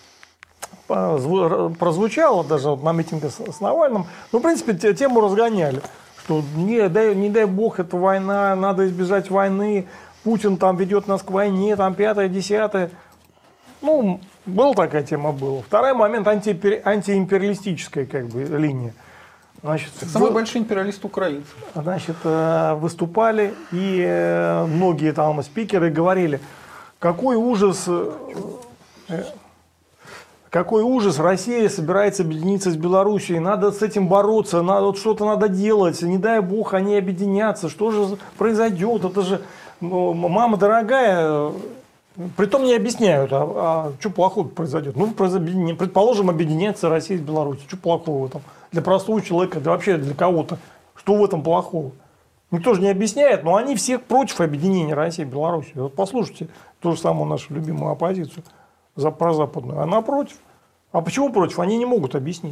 прозвучало даже вот на митинге с Навальным. Но, в принципе, тему разгоняли, что не дай, не дай бог, это война, надо избежать войны. Путин там ведет нас к войне, там пятое, десятое. Ну, была такая тема, была. Второй момент анти, антиимпериалистическая как бы линия. Значит, Самый вы, большой империалист украинцев. Значит, выступали, и многие там спикеры говорили, какой ужас, какой ужас, Россия собирается объединиться с Белоруссией, надо с этим бороться, надо, вот что-то надо делать, не дай бог они объединятся, что же произойдет, это же... Ну, мама дорогая, притом не объясняют, а, а что плохого произойдет. Ну, предположим, объединяется Россия с Беларусью. Что плохого там? Для простого человека, да вообще для кого-то. Что в этом плохого? Никто же не объясняет, но они все против объединения России и Беларуси. Вот послушайте ту же самую нашу любимую оппозицию за прозападную. Она против. А почему против? Они не могут объяснить.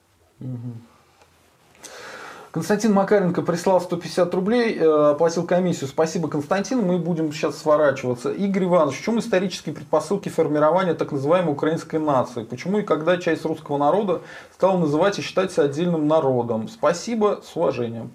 Константин Макаренко прислал сто пятьдесят рублей, оплатил комиссию. Спасибо, Константин. Мы будем сейчас сворачиваться. Игорь Иванович, в чем исторические предпосылки формирования так называемой украинской нации? Почему и когда часть русского народа стала называть и считать себя отдельным народом? Спасибо, с уважением.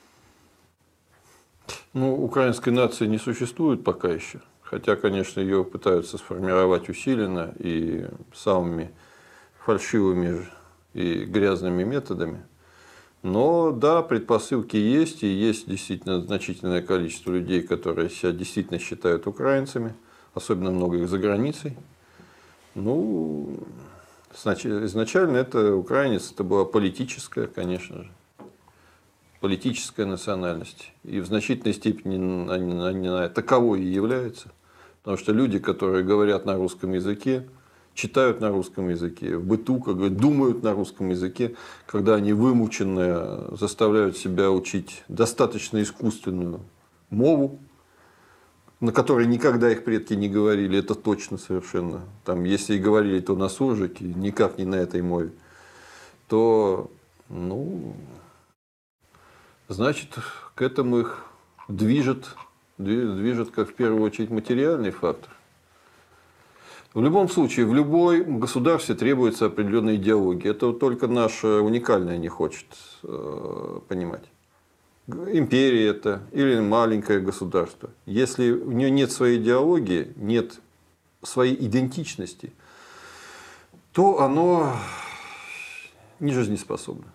Ну, украинской нации не существует пока еще. Хотя, конечно, ее пытаются сформировать усиленно и самыми фальшивыми и грязными методами. Но да, предпосылки есть, и есть действительно значительное количество людей, которые себя действительно считают украинцами, особенно много их за границей. Ну, изначально это украинец, это была политическая, конечно же, политическая национальность. И в значительной степени она, она таковой и является. Потому что люди, которые говорят на русском языке, читают на русском языке, в быту, как говорят, думают на русском языке, когда они вымученные заставляют себя учить достаточно искусственную мову, на которой никогда их предки не говорили, это точно совершенно. Там, если и говорили, то на суржике, никак не на этой мове, то, ну, значит, к этому их движет, движет как в первую очередь материальный фактор. В любом случае, в любом государстве требуется определенная идеология. Это вот только наше уникальное не хочет э, понимать. Империя это или маленькое государство. Если у нее нет своей идеологии, нет своей идентичности, то оно не жизнеспособно.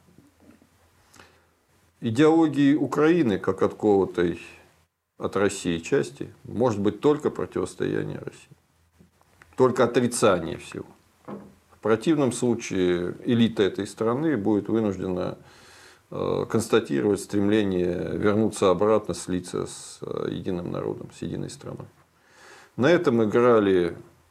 Идеологии Украины, как отколотой от России части, может быть только противостояние России. Только отрицание всего. В противном случае элита этой страны будет вынуждена констатировать стремление вернуться обратно, слиться с единым народом, с единой страной. На этом играли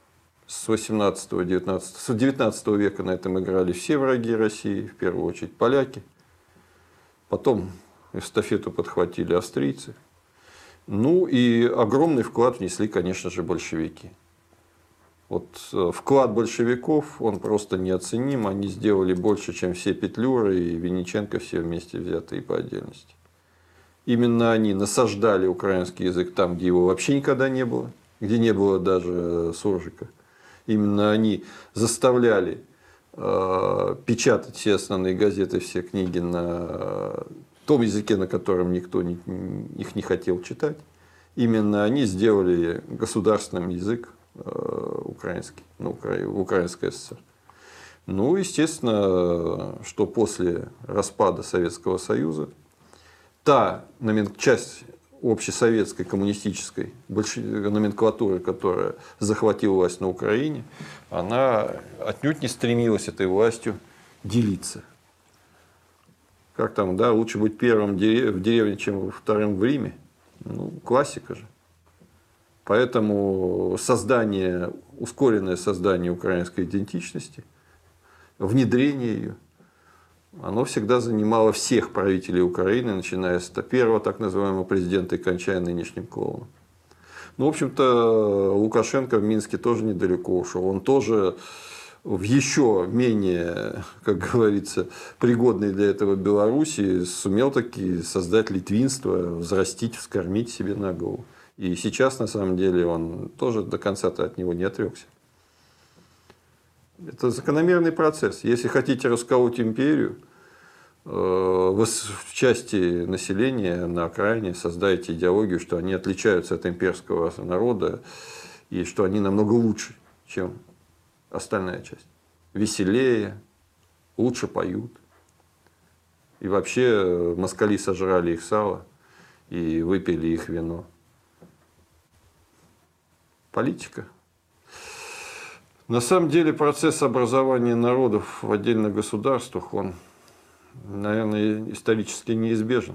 С восемнадцатого-девятнадцатого, с девятнадцатого века на этом играли все враги России, в первую очередь поляки. Потом эстафету подхватили австрийцы. Ну и огромный вклад внесли, конечно же, большевики. Вот вклад большевиков, он просто неоценим. Они сделали больше, чем все Петлюры и Винниченко все вместе взятые по отдельности. Именно они насаждали украинский язык там, где его вообще никогда не было, где не было даже суржика. Именно они заставляли э, печатать все основные газеты, все книги на том языке, на котором никто не, их не хотел читать. Именно они сделали государственным язык э, украинский, ну, Украинская ССР. Ну, естественно, что после распада Советского Союза та часть общесоветской коммунистической номенклатуры, которая захватила власть на Украине, она отнюдь не стремилась этой властью делиться. Как там, да, лучше быть первым в деревне, чем вторым в Риме. Ну, классика же. Поэтому создание, ускоренное создание украинской идентичности, внедрение ее, оно всегда занимало всех правителей Украины, начиная с первого так называемого президента и кончая нынешним клоуном. Ну, в общем-то, Лукашенко в Минске тоже недалеко ушел. Он тоже в еще менее, как говорится, пригодной для этого Белоруссии сумел таки создать литвинство, взрастить, вскормить себе на голову. И сейчас, на самом деле, он тоже до конца-то от него не отрекся. Это закономерный процесс. Если хотите расколоть империю, в части населения на окраине создаете идеологию, что они отличаются от имперского народа и что они намного лучше, чем остальная часть. Веселее, лучше поют. И вообще москали сожрали их сало и выпили их вино. Политика. На самом деле процесс образования народов в отдельных государствах, он, наверное, исторически неизбежен.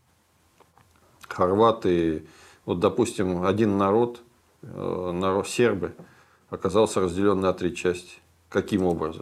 Хорваты, вот, допустим, один народ, народ сербы, оказался разделен на три части. Каким образом?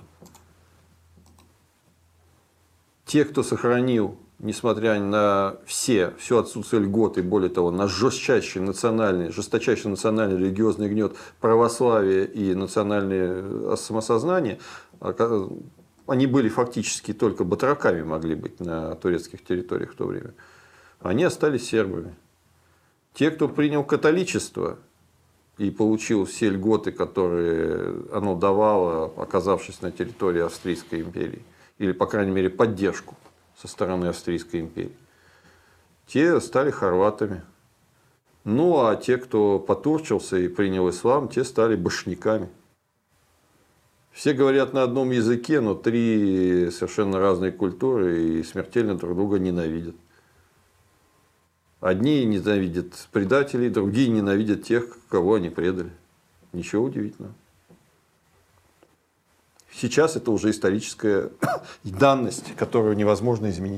Те, кто сохранил, несмотря на все, все отсутствие льгот и, более того, на жестчайший национальный, жесточайший национальный религиозный гнет православия и национальное самосознание, они были фактически только батраками могли быть на турецких территориях в то время. Они остались сербами. Те, кто принял католичество и получил все льготы, которые оно давало, оказавшись на территории Австрийской империи, или, по крайней мере, поддержку со стороны Австрийской империи, те стали хорватами. Ну, а те, кто потурчился и принял ислам, те стали башняками. Все говорят на одном языке, но три совершенно разные культуры и смертельно друг друга ненавидят. Одни ненавидят предателей, другие ненавидят тех, кого они предали. Ничего удивительного. Сейчас это уже историческая данность, которую невозможно изменить.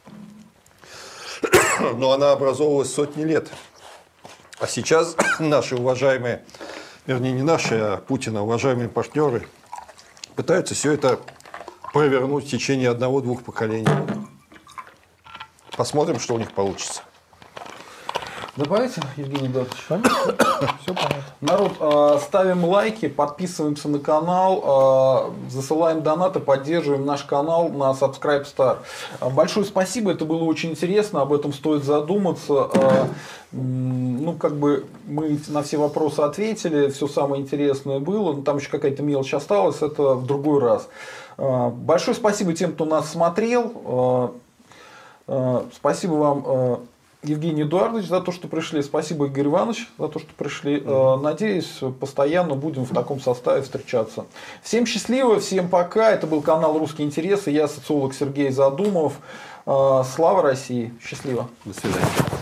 Но она образовывалась сотни лет. А сейчас наши уважаемые, вернее не наши, а Путина уважаемые партнеры пытаются все это провернуть в течение одного-двух поколений. Посмотрим, что у них получится. Добавите, Евгений Эдуардович? Все понятно. Народ, ставим лайки, подписываемся на канал, засылаем донаты, поддерживаем наш канал на Subscribe Star. Большое спасибо, это было очень интересно, об этом стоит задуматься. Ну, как бы мы на все вопросы ответили, все самое интересное было, но там еще какая-то мелочь осталась, это в другой раз. Большое спасибо тем, кто нас смотрел. Спасибо вам, Евгений Эдуардович, за то, что пришли. Спасибо, Игорь Иванович, за то, что пришли. Mm-hmm. Надеюсь, постоянно будем в таком составе встречаться. Всем счастливо, всем пока. Это был канал «Русские интересы». Я социолог Сергей Задумов. Слава России. Счастливо. До свидания.